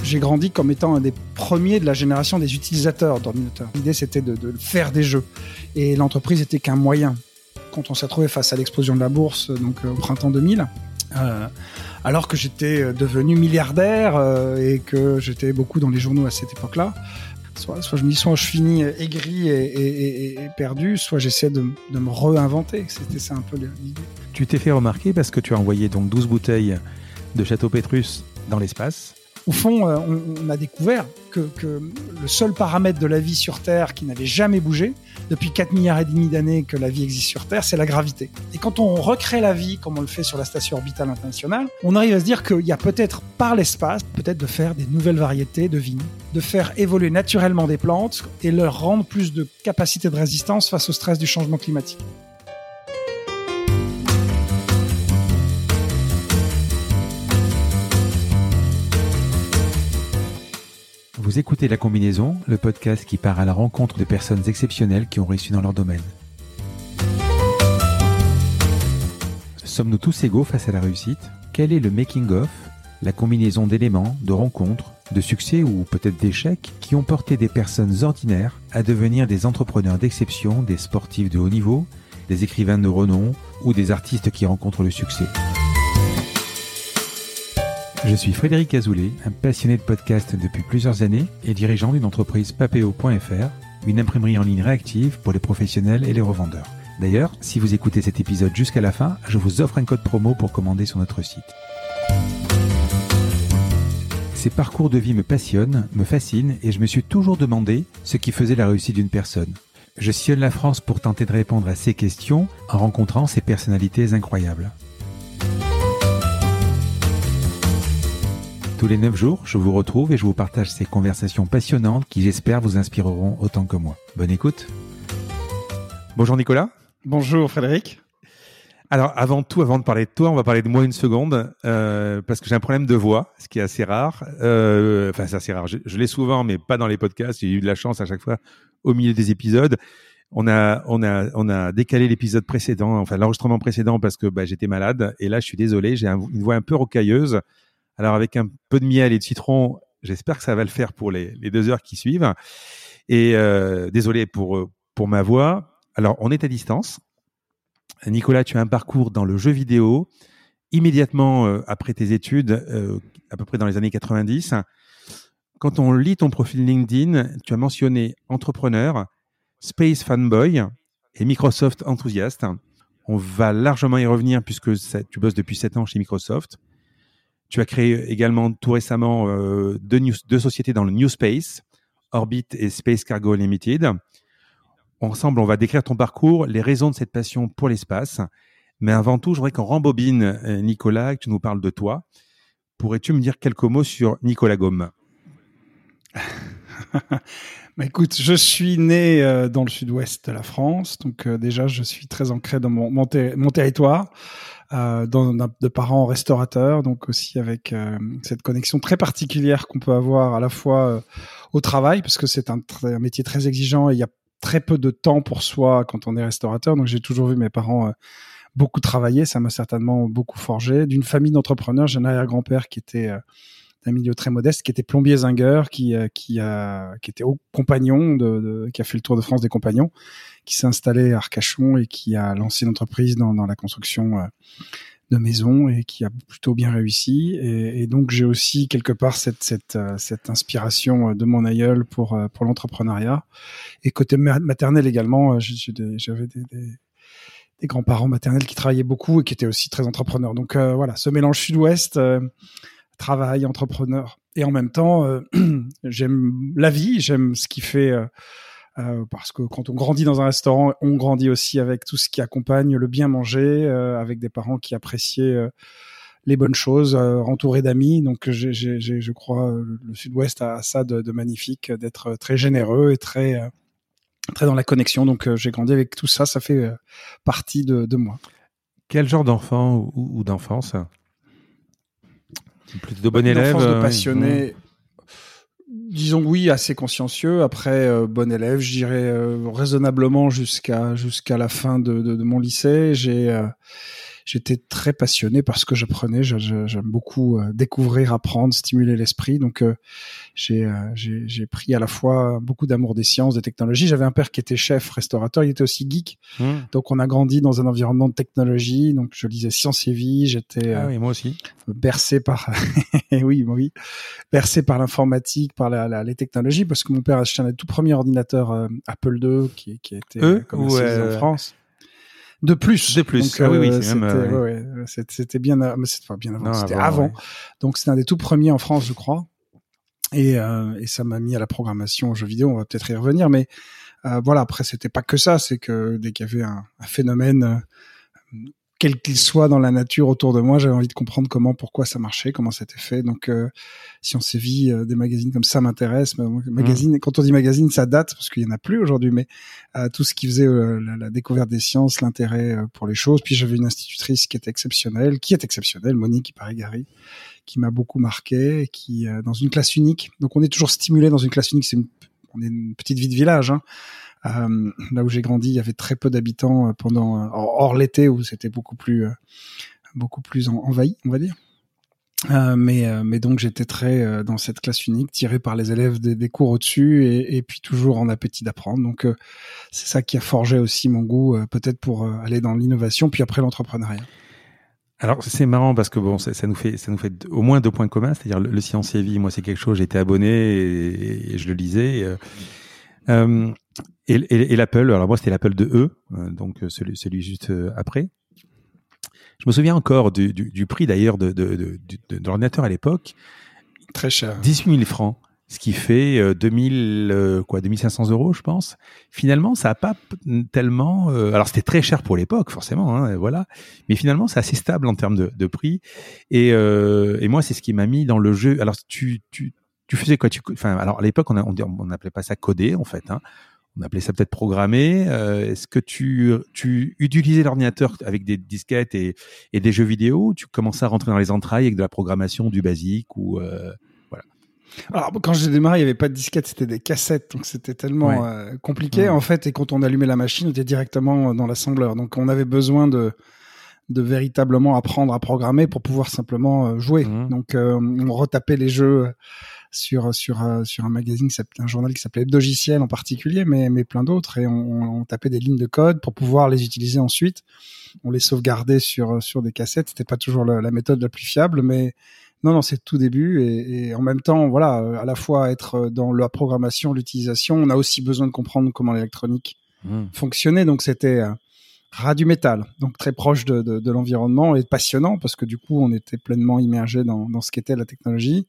J'ai grandi comme étant un des premiers de la génération des utilisateurs d'ordinateurs. L'idée, c'était de faire des jeux. Et l'entreprise était qu'un moyen. Quand on s'est retrouvé face à l'explosion de la bourse, donc au printemps 2000, alors que j'étais devenu milliardaire et que j'étais beaucoup dans les journaux à cette époque-là, soit je me dis, soit je finis aigri et perdu, soit j'essaie de me réinventer. C'était ça un peu l'idée. Tu t'es fait remarquer parce que tu as envoyé donc 12 bouteilles de Château Pétrus dans l'espace. Au fond, on a découvert que le seul paramètre de la vie sur Terre qui n'avait jamais bougé, depuis 4 milliards et demi d'années que la vie existe sur Terre, c'est la gravité. Et quand on recrée la vie, comme on le fait sur la Station Orbitale Internationale, on arrive à se dire qu'il y a peut-être, par l'espace, peut-être de faire des nouvelles variétés de vignes, de faire évoluer naturellement des plantes et leur rendre plus de capacité de résistance face au stress du changement climatique. Vous écoutez La Combinaison, le podcast qui part à la rencontre de personnes exceptionnelles qui ont réussi dans leur domaine. Sommes-nous tous égaux face à la réussite ? Quel est le making-of, la combinaison d'éléments, de rencontres, de succès ou peut-être d'échecs qui ont porté des personnes ordinaires à devenir des entrepreneurs d'exception, des sportifs de haut niveau, des écrivains de renom ou des artistes qui rencontrent le succès ? Je suis Frédéric Azoulay, un passionné de podcast depuis plusieurs années et dirigeant d'une entreprise Papéo.fr, une imprimerie en ligne réactive pour les professionnels et les revendeurs. D'ailleurs, si vous écoutez cet épisode jusqu'à la fin, je vous offre un code promo pour commander sur notre site. Ces parcours de vie me passionnent, me fascinent et je me suis toujours demandé ce qui faisait la réussite d'une personne. Je sillonne la France pour tenter de répondre à ces questions en rencontrant ces personnalités incroyables. Tous les 9 jours, je vous retrouve et je vous partage ces conversations passionnantes qui, j'espère, vous inspireront autant que moi. Bonne écoute. Bonjour Nicolas. Bonjour Frédéric. Alors, avant de parler de toi, on va parler de moi une seconde, parce que j'ai un problème de voix, ce qui est assez rare. C'est assez rare. Je l'ai souvent, mais pas dans les podcasts. J'ai eu de la chance à chaque fois au milieu des épisodes. On a décalé l'épisode précédent, enfin l'enregistrement précédent, parce que j'étais malade. Et là, je suis désolé, j'ai une voix un peu rocailleuse. Alors, avec un peu de miel et de citron, j'espère que ça va le faire pour les 2 heures qui suivent. Et désolé pour ma voix. Alors, on est à distance. Nicolas, tu as un parcours dans le jeu vidéo immédiatement après tes études, à peu près dans les années 90. Quand on lit ton profil LinkedIn, tu as mentionné entrepreneur, space fanboy et Microsoft enthousiaste. On va largement y revenir puisque tu bosses depuis 7 ans chez Microsoft. Tu as créé également tout récemment 2 sociétés dans le New Space, Orbit et Space Cargo Limited. Ensemble, on va décrire ton parcours, les raisons de cette passion pour l'espace. Mais avant tout, je voudrais qu'on rembobine, Nicolas, que tu nous parles de toi. Pourrais-tu me dire quelques mots sur Nicolas Gaume ? Écoute, je suis né dans le sud-ouest de la France, donc déjà je suis très ancré dans mon territoire, de parents restaurateurs, donc aussi avec cette connexion très particulière qu'on peut avoir à la fois au travail, parce que c'est un métier très exigeant et il y a très peu de temps pour soi quand on est restaurateur, donc j'ai toujours vu mes parents beaucoup travailler, ça m'a certainement beaucoup forgé. D'une famille d'entrepreneurs, j'ai un arrière-grand-père qui était d'un milieu très modeste, qui était plombier zingueur, qui était haut compagnon, qui a fait le tour de France des compagnons, qui s'est installé à Arcachon et qui a lancé une entreprise dans la construction de maisons et qui a plutôt bien réussi. Et donc j'ai aussi quelque part cette inspiration de mon aïeul pour l'entrepreneuriat. Et côté maternel également, j'avais des grands-parents maternels qui travaillaient beaucoup et qui étaient aussi très entrepreneurs. Donc voilà, ce mélange sud-ouest, travail, entrepreneur. Et en même temps, j'aime la vie, j'aime ce qui fait... parce que quand on grandit dans un restaurant, on grandit aussi avec tout ce qui accompagne le bien manger, avec des parents qui appréciaient les bonnes choses, entourés d'amis. Donc je crois le Sud-Ouest a ça de magnifique, d'être très généreux et très dans la connexion. Donc j'ai grandi avec tout ça, ça fait partie de moi. Quel genre d'enfant ou d'enfance ? Plutôt de bon élève, de passionné. Disons oui, assez consciencieux. Après, bon élève, je dirais raisonnablement jusqu'à la fin de mon lycée. j'étais très passionné par ce que j'apprenais. J'aime beaucoup découvrir, apprendre, stimuler l'esprit. Donc j'ai pris à la fois beaucoup d'amour des sciences, des technologies. J'avais un père qui était chef restaurateur, il était aussi geek. Donc on a grandi dans un environnement de technologie. Donc je lisais Science et Vie. J'étais oui, moi aussi bercé par oui, bercé par l'informatique, par les technologies, parce que mon père a acheté un tout premier ordinateur Apple II qui a été commercialisé en France. De plus. Donc, oui, c'est même. C'était bien, mais c'était pas bien avant. C'était avant. Ouais. Donc c'était un des tout premiers en France, je crois. Et ça m'a mis à la programmation aux jeux vidéo. On va peut-être y revenir, mais voilà. Après, c'était pas que ça. C'est que dès qu'il y avait un phénomène, quel qu'il soit dans la nature autour de moi, j'avais envie de comprendre pourquoi ça marchait, comment c'était fait. Donc, Science et Vie, des magazines comme ça m'intéressent. Magazine, quand on dit magazine, ça date parce qu'il y en a plus aujourd'hui, mais tout ce qui faisait la découverte des sciences, l'intérêt pour les choses. Puis j'avais une institutrice qui est exceptionnelle, Monique Parigari, qui m'a beaucoup marqué, et qui dans une classe unique. Donc on est toujours stimulé dans une classe unique. On est une petite vie de village, hein. Là où j'ai grandi, il y avait très peu d'habitants hors l'été où c'était beaucoup plus envahi, on va dire. Mais donc j'étais très dans cette classe unique, tiré par les élèves des cours au-dessus et puis toujours en appétit d'apprendre. Donc c'est ça qui a forgé aussi mon goût peut-être pour aller dans l'innovation, puis après l'entrepreneuriat. Alors c'est marrant parce que bon, ça nous fait au moins 2 points communs, c'est-à-dire le Science et Vie. Moi, c'est quelque chose, j'étais abonné et je le lisais. Et l'Apple, alors moi c'était l'Apple IIe, donc celui juste après. Je me souviens encore du prix d'ailleurs de l'ordinateur à l'époque. Très cher. 18 000 francs, ce qui fait 2500 euros, je pense. Finalement, ça a pas tellement. Alors c'était très cher pour l'époque, forcément, hein, voilà. Mais finalement, c'est assez stable en termes de prix. Et moi, c'est ce qui m'a mis dans le jeu. Alors tu faisais quoi? Alors à l'époque, on n'appelait pas ça coder, en fait, hein. On appelait ça peut-être programmer. Est-ce que tu utilisais l'ordinateur avec des disquettes et des jeux vidéo, ou tu commençais à rentrer dans les entrailles avec de la programmation, du basique ou voilà. Alors quand j'ai démarré, il n'y avait pas de disquette, c'était des cassettes, donc c'était tellement compliqué en fait. Et quand on allumait la machine, on était directement dans l'assembleur. Donc on avait besoin de véritablement apprendre à programmer pour pouvoir simplement jouer. Donc on retapait les jeux sur un magazine, un journal qui s'appelait Hebdogiciel en particulier, mais plein d'autres, et on tapait des lignes de code pour pouvoir les utiliser ensuite. On les sauvegardait sur des cassettes. C'était pas toujours la méthode la plus fiable, mais non, c'est tout début, et en même temps, voilà, à la fois être dans la programmation, l'utilisation, on a aussi besoin de comprendre comment l'électronique fonctionnait. Donc c'était ras du métal, donc très proche de l'environnement et passionnant parce que du coup, on était pleinement immergé dans ce qu'était la technologie.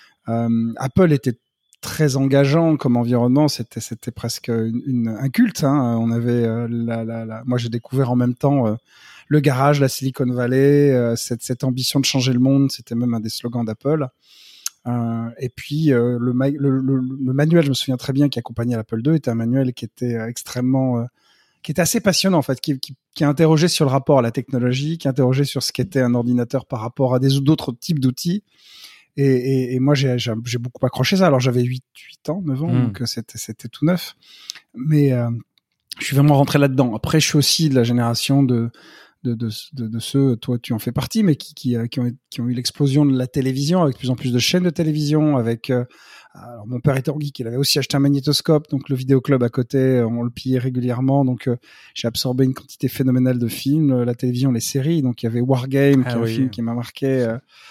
Apple était très engageant comme environnement, c'était presque un culte, hein. On avait moi j'ai découvert en même temps le garage, la Silicon Valley, cette ambition de changer le monde, c'était même un des slogans d'Apple. Et puis le manuel, je me souviens très bien, qui accompagnait l'Apple II, était un manuel qui était qui était assez passionnant en fait, qui interrogeait sur le rapport à la technologie, qui interrogeait sur ce qu'était un ordinateur par rapport à d'autres types d'outils. Et moi, j'ai beaucoup accroché ça. Alors, j'avais 8 ans, 9 ans, donc c'était tout neuf. Mais je suis vraiment rentré là-dedans. Après, je suis aussi de la génération de ceux, toi, tu en fais partie, mais qui ont eu l'explosion de la télévision, avec de plus en plus de chaînes de télévision, avec... alors, mon père était en geek, il avait aussi acheté un magnétoscope, donc le vidéoclub à côté, on le pillait régulièrement, donc j'ai absorbé une quantité phénoménale de films, la télévision, les séries, donc il y avait Wargame, qui est un film qui m'a marqué...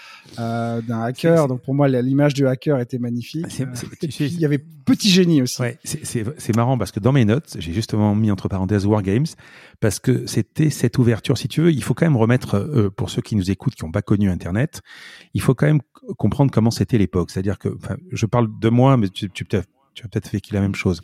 d'un hacker. Donc pour moi, l'image du hacker était magnifique. Et puis il y avait Petit Génie aussi. Ouais, c'est marrant parce que dans mes notes, j'ai justement mis entre parenthèses Wargames parce que c'était cette ouverture. Si tu veux, il faut quand même remettre, pour ceux qui nous écoutent, qui n'ont pas connu Internet, il faut quand même comprendre comment c'était l'époque. C'est-à-dire que, je parle de moi, mais tu as peut-être vécu la même chose.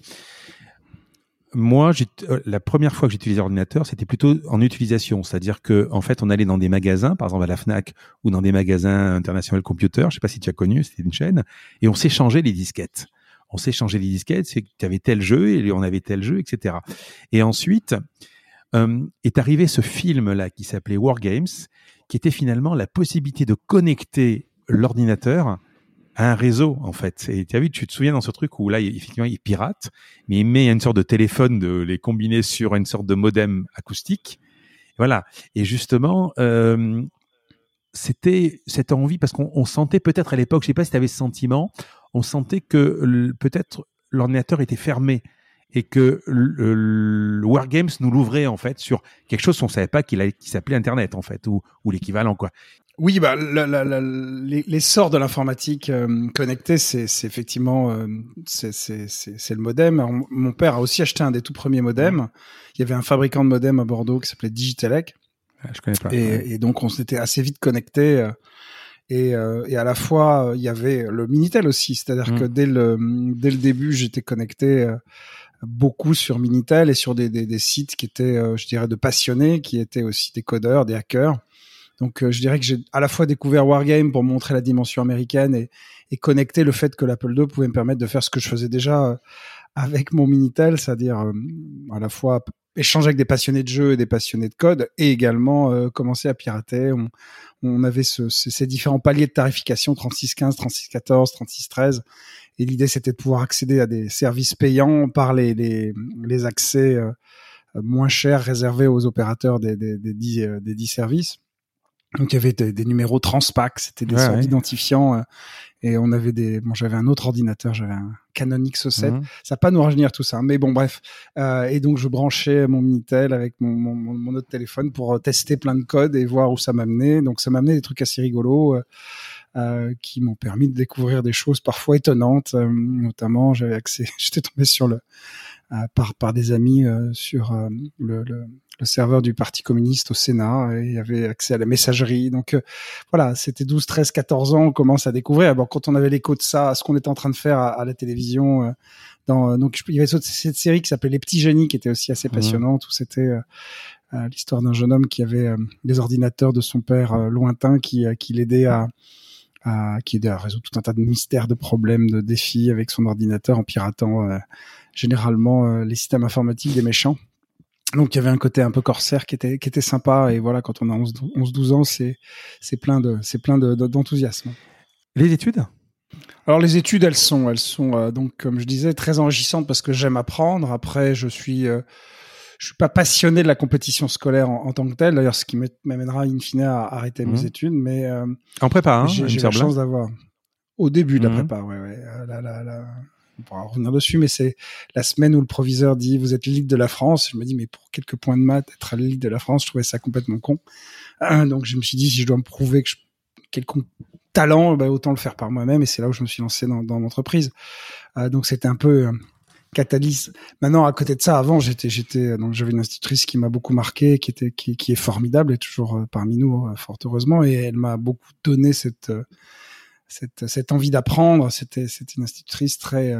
Moi, la première fois que j'utilisais l'ordinateur, c'était plutôt en utilisation. C'est-à-dire que, en fait, on allait dans des magasins, par exemple à la Fnac ou dans des magasins International Computer. Je sais pas si tu as connu, c'était une chaîne. Et on s'échangeait les disquettes. C'est que tu avais tel jeu et on avait tel jeu, etc. Et ensuite, est arrivé ce film-là qui s'appelait Wargames, qui était finalement la possibilité de connecter l'ordinateur à un réseau, en fait. Et tu as vu, tu te souviens dans ce truc où là, effectivement, il pirate, mais il met une sorte de téléphone, de les combiner sur une sorte de modem acoustique. Et Voilà. Et justement, c'était cette envie, parce qu'on sentait peut-être à l'époque, je sais pas si tu avais ce sentiment, on sentait que peut-être l'ordinateur était fermé et que le Wargames nous l'ouvrait en fait sur quelque chose qu'on savait pas qui s'appelait Internet en fait, ou l'équivalent quoi. Oui, bah l'essor de l'informatique connectée, c'est effectivement c'est le modem. Alors, mon père a aussi acheté un des tout premiers modems. Il y avait un fabricant de modem à Bordeaux qui s'appelait Digitelec. Je connais pas. Et donc on s'était assez vite connecté. Et à la fois il y avait le Minitel aussi, c'est-à-dire que dès le début j'étais connecté beaucoup sur Minitel et sur des sites qui étaient je dirais de passionnés, qui étaient aussi des codeurs, des hackers. Donc je dirais que j'ai à la fois découvert Wargame pour montrer la dimension américaine et connecter le fait que l'Apple II pouvait me permettre de faire ce que je faisais déjà avec mon Minitel, c'est-à-dire à la fois échanger avec des passionnés de jeux et des passionnés de code, et également commencer à pirater. On avait ces différents paliers de tarification, 3615, 3614, 3613, et l'idée c'était de pouvoir accéder à des services payants par les accès moins chers réservés aux opérateurs des 10 services. Donc il y avait des numéros Transpac, c'était des sortes d'identifiants, et on avait j'avais un autre ordinateur, j'avais un Canon XE7, ça va pas nous rajeunir tout ça, hein, mais bon bref, et donc je branchais mon Minitel avec mon autre téléphone pour tester plein de codes et voir où ça m'amenait. Donc ça m'amenait des trucs assez rigolos qui m'ont permis de découvrir des choses parfois étonnantes, notamment j'étais tombé sur par des amis sur le serveur du Parti communiste au Sénat, et il y avait accès à la messagerie. Donc voilà, c'était 12, 13, 14 ans, on commence à découvrir. Bon, quand on avait l'écho de ça, ce qu'on était en train de faire à la télévision, donc il y avait cette série qui s'appelait Les Petits Génies, qui était aussi assez passionnante, où c'était l'histoire d'un jeune homme qui avait des ordinateurs de son père lointain qui l'aidait qui aidait à résoudre tout un tas de mystères, de problèmes, de défis avec son ordinateur en piratant généralement les systèmes informatiques des méchants. Donc il y avait un côté un peu corsaire qui était sympa, et voilà, quand on a 11-12 ans, c'est plein d'enthousiasme. Les études ? Alors les études, elles sont donc, comme je disais, très enrichissantes parce que j'aime apprendre. Après, je suis pas passionné de la compétition scolaire en tant que telle. D'ailleurs, ce qui m'amènera in fine à arrêter mes études. Mais en prépa, hein, j'ai la chance d'avoir au début de la prépa. On pourra revenir dessus, mais c'est la semaine où le proviseur dit vous êtes l'élite de la France. Je me dis mais pour quelques points de maths, être à l'élite de la France, je trouvais ça complètement con. Donc je me suis dit si je dois me prouver que quelconque talent, autant le faire par moi-même, et c'est là où je me suis lancé dans l'entreprise. Donc c'était un peu catalyse. Maintenant, à côté de ça, avant, donc j'avais une institutrice qui m'a beaucoup marqué, qui est formidable et toujours parmi nous, fort heureusement, et elle m'a beaucoup donné cette envie d'apprendre. C'était une institutrice très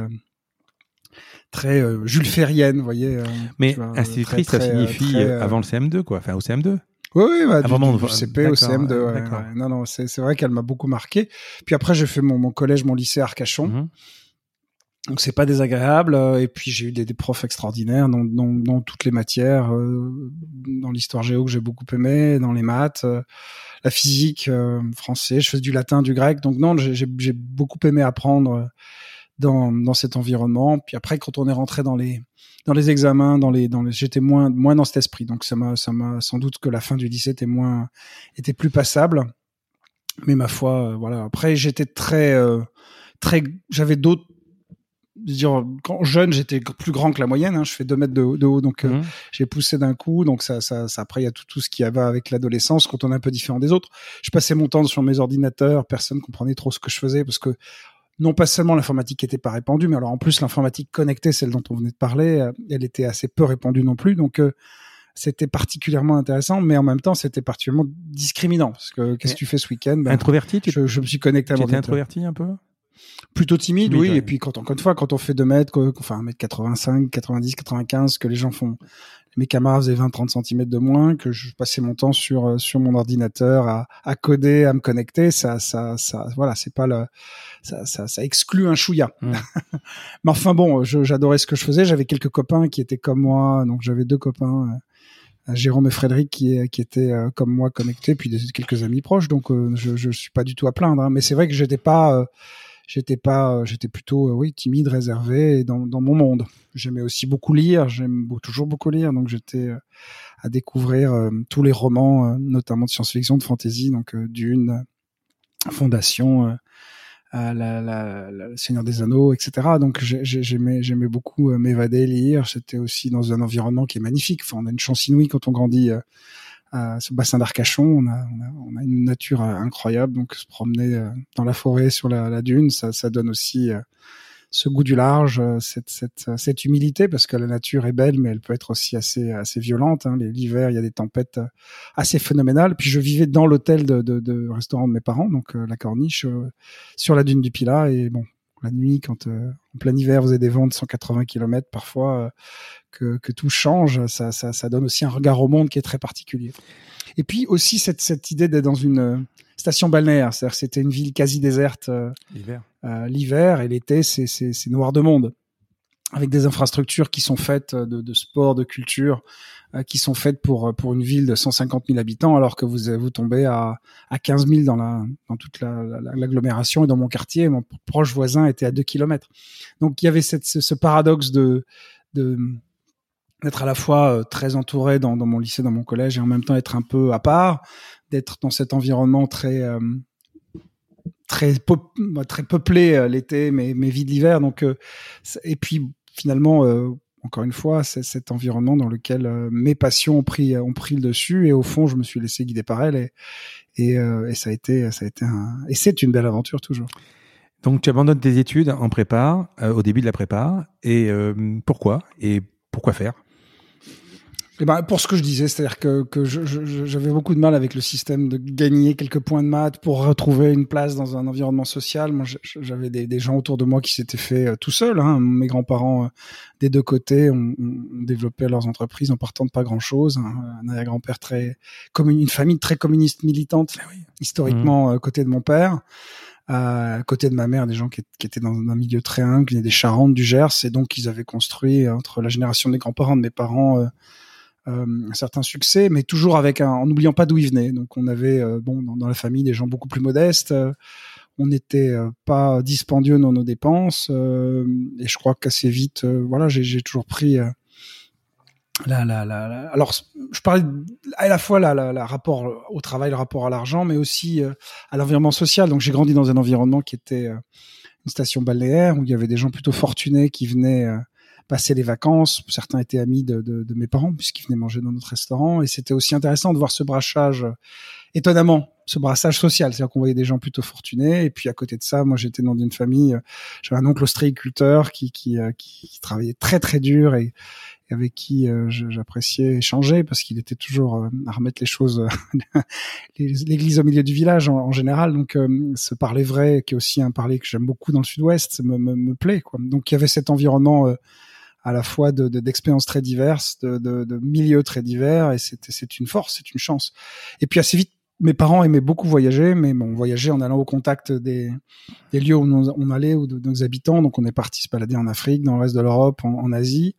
Jules Ferrienne, vous voyez. Mais institutrice, ça signifie avant le CM2, quoi. Enfin, au CM2. Oui, du CP au CM2. Ouais. Non, c'est vrai qu'elle m'a beaucoup marqué. Puis après, j'ai fait mon collège, mon lycée à Arcachon. Donc c'est pas désagréable, et puis j'ai eu des profs extraordinaires dans toutes les matières, dans l'histoire géo que j'ai beaucoup aimé, dans les maths, la physique, français, je faisais du latin, du grec. Donc non, j'ai beaucoup aimé apprendre dans cet environnement. Puis après, quand on est rentré dans les examens, j'étais moins dans cet esprit. Donc ça m'a sans doute que la fin du lycée était plus passable. Mais ma foi, voilà. Après, j'étais j'avais d'autres. Quand jeune, j'étais plus grand que la moyenne, hein. Je fais 2 mètres de haut, donc j'ai poussé d'un coup. Donc ça après, il y a tout ce qui va avec l'adolescence, quand on est un peu différent des autres. Je passais mon temps sur mes ordinateurs, personne comprenait trop ce que je faisais, parce que non pas seulement l'informatique était pas répandue, mais alors en plus l'informatique connectée, celle dont on venait de parler, elle était assez peu répandue non plus. Donc c'était particulièrement intéressant, mais en même temps c'était particulièrement discriminant, parce que qu'est-ce que tu fais ce week-end? Introverti, je me suis connecté à mon ordinateur. Tu étais introverti un peu? Plutôt timide, oui. Ouais. Et puis encore une fois, quand on fait 2 mètres, enfin 1m85, 90, 95, que les gens mes camarades faisaient 20-30 cm de moins, que je passais mon temps sur mon ordinateur à coder, à me connecter, voilà, c'est pas ça exclut un chouïa. Mais enfin bon, j'adorais ce que je faisais. J'avais quelques copains qui étaient comme moi, donc j'avais 2 copains, Jérôme et Frédéric, qui étaient comme moi connectés, puis quelques amis proches. Donc je suis pas du tout à plaindre, hein. Mais c'est vrai que j'étais pas j'étais plutôt timide, réservé dans mon monde. J'aimais aussi beaucoup lire, j'aime toujours beaucoup lire, donc j'étais à découvrir tous les romans, notamment de science-fiction, de fantasy, donc Dune, Fondation, le Seigneur des Anneaux, etc. Donc j'aimais beaucoup m'évader, lire. C'était aussi dans un environnement qui est magnifique. Enfin, on a une chance inouïe quand on grandit sur le bassin d'Arcachon. On a une nature incroyable. Donc se promener dans la forêt, sur la dune, ça donne aussi ce goût du large, cette humilité, parce que la nature est belle, mais elle peut être aussi assez violente. Hein. L'hiver, il y a des tempêtes assez phénoménales. Puis je vivais dans l'hôtel de restaurant de mes parents, donc la Corniche, sur la dune du Pilat. Et bon, la nuit, quand en plein hiver, vous avez des vents de 180 km parfois, que tout change, ça donne aussi un regard au monde qui est très particulier. Et puis aussi cette idée d'être dans une station balnéaire, c'est-à-dire que c'était une ville quasi déserte l'hiver, et l'été c'est noir de monde, avec des infrastructures qui sont faites de sport, de culture, qui sont faites pour une ville de 150 000 habitants, alors que vous tombez à 15 000 dans toute l'agglomération. Et dans mon quartier, mon proche voisin était à 2 kilomètres. Donc il y avait ce paradoxe d'être à la fois très entouré dans mon lycée, dans mon collège, et en même temps être un peu à part, d'être dans cet environnement très peuplé l'été, mais vide l'hiver. Donc et puis finalement, encore une fois, c'est cet environnement dans lequel mes passions ont pris le dessus, et au fond, je me suis laissé guider par elles, et ça a été et c'est une belle aventure toujours. Donc tu abandonnes tes études en prépa, au début de la prépa, et pourquoi faire? Eh ben, pour ce que je disais, c'est-à-dire que j'avais beaucoup de mal avec le système de gagner quelques points de maths pour retrouver une place dans un environnement social. Moi, j'avais des gens autour de moi qui s'étaient fait tout seuls. Hein. Mes grands-parents, des deux côtés, ont développé leurs entreprises en partant de pas grand-chose. Hein. Un arrière-grand-père une famille très communiste militante, historiquement, côté de mon père. À côté de ma mère, des gens qui étaient dans un milieu très humble, qui venaient des Charentes, du Gers, et donc ils avaient construit, entre la génération des grands-parents de mes parents, un certain succès, mais toujours en n'oubliant pas d'où ils venaient. Donc on avait dans la famille des gens beaucoup plus modestes, on n'était pas dispendieux dans nos dépenses, et je crois qu'assez vite, j'ai toujours pris alors je parlais à la fois la rapport au travail, le rapport à l'argent, mais aussi à l'environnement social. Donc j'ai grandi dans un environnement qui était une station balnéaire où il y avait des gens plutôt fortunés qui venaient passer les vacances. Certains étaient amis de mes parents puisqu'ils venaient manger dans notre restaurant, et c'était aussi intéressant de voir ce brassage, étonnamment, ce brassage social. C'est-à-dire qu'on voyait des gens plutôt fortunés, et puis à côté de ça, moi j'étais dans une famille, j'avais un oncle ostréiculteur qui travaillait très très dur, et avec qui j'appréciais échanger parce qu'il était toujours à remettre les choses, l'église au milieu du village en général. Donc ce parler vrai, qui est aussi un parler que j'aime beaucoup dans le Sud-Ouest, me plaît, quoi. Donc il y avait cet environnement à la fois d'expériences très diverses, de milieux très divers, et c'est une force, c'est une chance. Et puis assez vite, mes parents aimaient beaucoup voyager, mais on voyageait en allant au contact des lieux où on allait, ou de nos habitants. Donc on est parti se balader en Afrique, dans le reste de l'Europe, en Asie.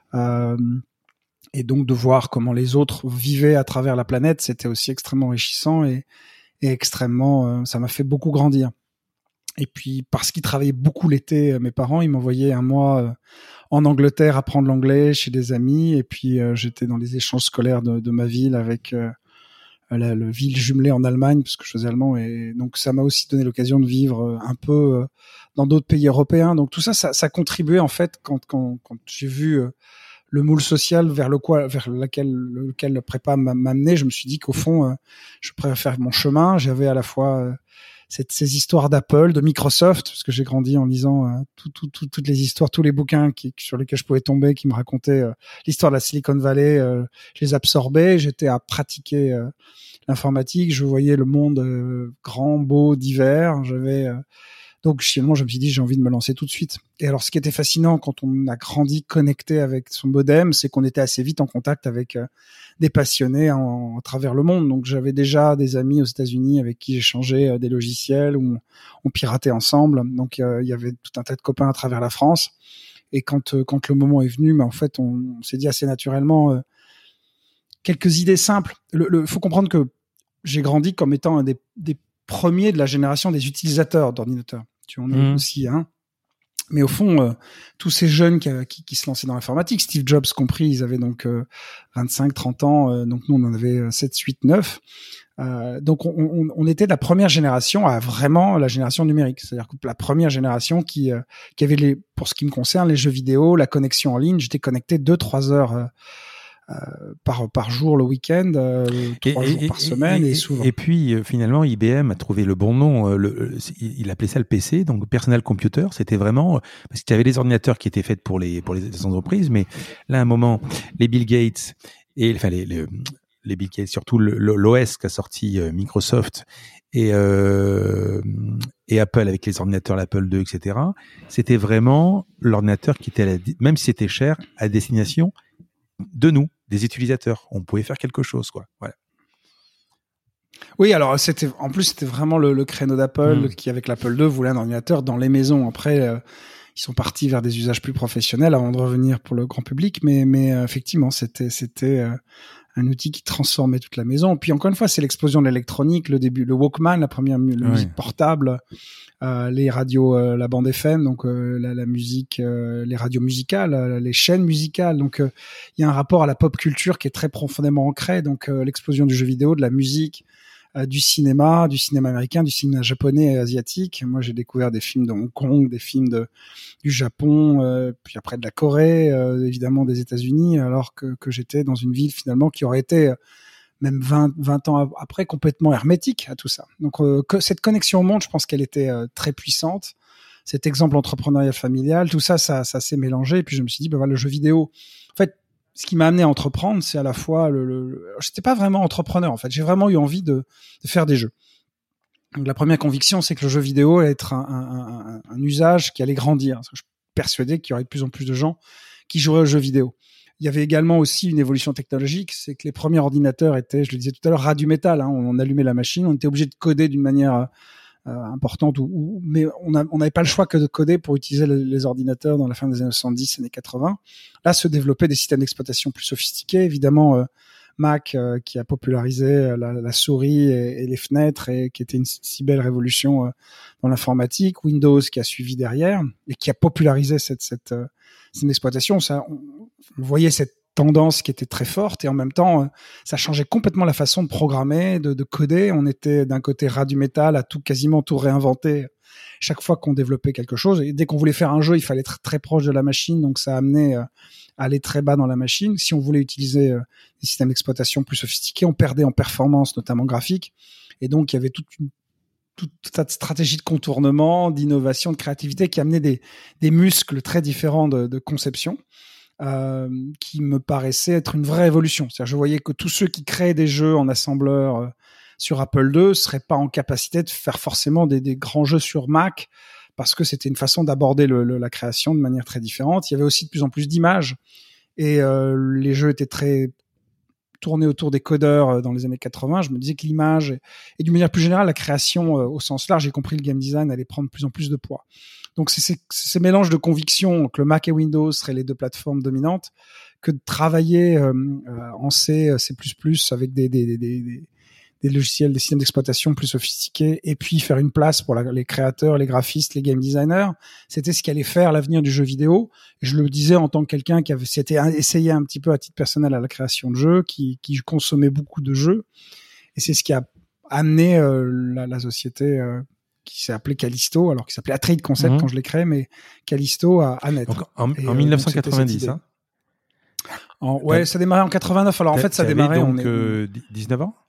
Et donc de voir comment les autres vivaient à travers la planète, c'était aussi extrêmement enrichissant, et extrêmement, ça m'a fait beaucoup grandir. Et puis parce qu'ils travaillaient beaucoup l'été, mes parents, ils m'envoyaient un mois en Angleterre apprendre l'anglais chez des amis, et puis j'étais dans les échanges scolaires de ma ville avec la ville jumelée en Allemagne, parce que je faisais allemand, et donc ça m'a aussi donné l'occasion de vivre un peu dans d'autres pays européens. Donc tout ça contribuait en fait, quand j'ai vu le moule social vers lequel le prépa m'amenait, je me suis dit qu'au fond, je préfère faire mon chemin. J'avais à la fois ces histoires d'Apple, de Microsoft, parce que j'ai grandi en lisant toutes les histoires, tous les bouquins sur lesquels je pouvais tomber, qui me racontaient l'histoire de la Silicon Valley. Je les absorbais, j'étais à pratiquer l'informatique, je voyais le monde grand, beau, divers. Donc finalement, je me suis dit, j'ai envie de me lancer tout de suite. Et alors, ce qui était fascinant quand on a grandi connecté avec son modem, c'est qu'on était assez vite en contact avec des passionnés à travers le monde. Donc j'avais déjà des amis aux États-Unis avec qui j'échangeais des logiciels, où on piratait ensemble. Donc il y avait tout un tas de copains à travers la France. Et quand le moment est venu, en fait, on s'est dit assez naturellement quelques idées simples. Faut comprendre que j'ai grandi comme étant un des premiers de la génération des utilisateurs d'ordinateurs. tu en es aussi un. Mais au fond, tous ces jeunes qui se lançaient dans l'informatique, Steve Jobs compris, ils avaient donc 25, 30 ans, donc nous on en avait 7, 8, 9. Donc on était de la première génération à vraiment la génération numérique, c'est-à-dire que la première génération qui avait pour ce qui me concerne, les jeux vidéo, la connexion en ligne. J'étais connecté 2-3 heures par jour le week-end, 3 jours par semaine et souvent. Et puis finalement IBM a trouvé le bon nom, il appelait ça le PC, donc Personal Computer. C'était vraiment parce qu'il y avait les ordinateurs qui étaient faits pour les entreprises, mais là à un moment les Bill Gates et enfin les Bill Gates, surtout l'OS qu'a sorti Microsoft et Apple avec les ordinateurs l'Apple II, etc. C'était vraiment l'ordinateur qui était même si c'était cher, à destination de nous, des utilisateurs. On pouvait faire quelque chose, quoi. Voilà. Oui, alors c'était vraiment le créneau d'Apple qui, avec l'Apple II, voulait un ordinateur dans les maisons. Après, ils sont partis vers des usages plus professionnels avant de revenir pour le grand public. Mais effectivement, c'était un outil qui transformait toute la maison. Puis encore une fois, c'est l'explosion de l'électronique, le début, le Walkman, la première musique portable, les radios, la bande FM, donc la musique, les radios musicales, les chaînes musicales. Donc il y a un rapport à la pop culture qui est très profondément ancré. Donc l'explosion du jeu vidéo, de la musique, du cinéma américain, du cinéma japonais et asiatique. Moi, j'ai découvert des films de Hong Kong, des films du Japon, puis après de la Corée, évidemment des États-Unis, alors que j'étais dans une ville finalement qui aurait été même 20 ans après complètement hermétique à tout ça. Donc cette connexion au monde, je pense qu'elle était très puissante. Cet exemple entrepreneurial familial, tout ça s'est mélangé. Et puis je me suis dit, voilà, le jeu vidéo. En fait, ce qui m'a amené à entreprendre, c'est à la fois j'étais pas vraiment entrepreneur en fait. J'ai vraiment eu envie de faire des jeux. Donc la première conviction, c'est que le jeu vidéo allait être un usage qui allait grandir. Je suis persuadé qu'il y aurait de plus en plus de gens qui joueraient aux jeux vidéo. Il y avait également aussi une évolution technologique, c'est que les premiers ordinateurs étaient, je le disais tout à l'heure, ras du métal. On allumait la machine, on était obligé de coder d'une manière importante, mais on n'avait pas le choix que de coder pour utiliser les ordinateurs dans la fin des années 70, années 80. Là, se développaient des systèmes d'exploitation plus sophistiqués. Évidemment, Mac qui a popularisé la souris et les fenêtres et qui était une si belle révolution dans l'informatique. Windows qui a suivi derrière et qui a popularisé cette exploitation. Ça, on voyait cette tendance qui était très forte et en même temps ça changeait complètement la façon de programmer, de coder. On était d'un côté ras du métal à quasiment tout réinventer chaque fois qu'on développait quelque chose, et dès qu'on voulait faire un jeu il fallait être très proche de la machine, donc ça amenait à aller très bas dans la machine. Si on voulait utiliser des systèmes d'exploitation plus sophistiqués, on perdait en performance, notamment graphique, et donc il y avait toute cette stratégie de contournement, d'innovation, de créativité qui amenait des muscles très différents de conception. Qui me paraissait être une vraie évolution. C'est-à-dire, je voyais que tous ceux qui créaient des jeux en assembleur sur Apple II seraient pas en capacité de faire forcément des grands jeux sur Mac, parce que c'était une façon d'aborder la création de manière très différente. Il y avait aussi de plus en plus d'images, et les jeux étaient très tournés autour des codeurs dans les années 80. Je me disais que l'image et d'une manière plus générale, la création au sens large, j'ai compris le game design allait prendre de plus en plus de poids. Donc c'est ces mélanges de convictions que le Mac et Windows seraient les deux plateformes dominantes, que de travailler en C++ avec des logiciels, des systèmes d'exploitation plus sophistiqués, et puis faire une place pour les créateurs, les graphistes, les game designers. C'était ce qui allait faire l'avenir du jeu vidéo. Et je le disais en tant que quelqu'un qui s'était essayé un petit peu à titre personnel à la création de jeux, qui consommait beaucoup de jeux. Et c'est ce qui a amené la société qui s'est appelée Callisto, alors qui s'appelait Atreides Concept quand je l'ai créé, mais Callisto à naître. Donc, en 1990, hein. Ouais, ça démarrait en 89. Alors en fait, ça démarrait. Donc 19 ans.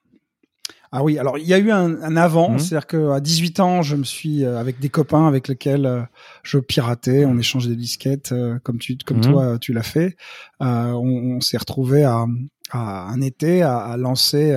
Ah oui, alors il y a eu un avant, c'est-à-dire qu'à 18 ans, je me suis avec des copains avec lesquels je piratais, on échangeait des disquettes, comme toi tu l'as fait. On s'est retrouvés à un été à lancer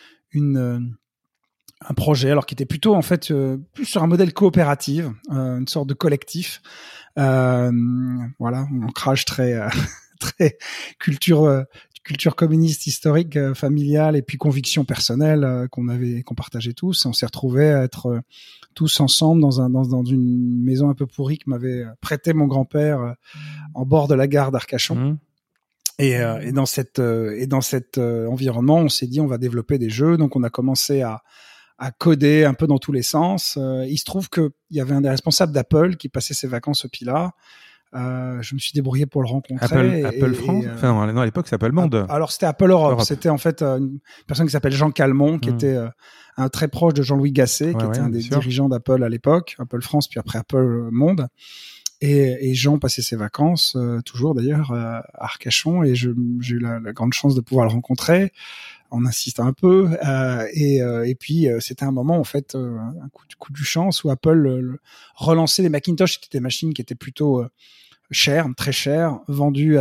un projet, alors qui était plutôt en fait plus sur un modèle coopératif, une sorte de collectif. Voilà, un ancrage très très culture communiste historique, familiale, et puis conviction personnelle qu'on partageait tous. On s'est retrouvés à être tous ensemble dans une maison un peu pourrie que m'avait prêté mon grand-père en bord de la gare d'Arcachon. Et dans cet environnement, on s'est dit on va développer des jeux. Donc on a commencé à à coder un peu dans tous les sens. Il se trouve qu'il y avait un des responsables d'Apple qui passait ses vacances au Pilat. Je me suis débrouillé pour le rencontrer. Apple France. Enfin, non, à l'époque, c'est Apple Monde. Alors, c'était Apple Europe. C'était en fait une personne qui s'appelle Jean Calmont, qui était un très proche de Jean-Louis Gasset, qui était un des dirigeants d'Apple à l'époque, Apple France, puis après Apple Monde. Et Jean passait ses vacances, toujours d'ailleurs, à Arcachon, et j'ai eu la grande chance de pouvoir le rencontrer. On insiste un peu, et puis c'était un moment en fait, un coup du chance où Apple relançait les Macintosh. C'était des machines qui étaient plutôt chères, très chères, vendues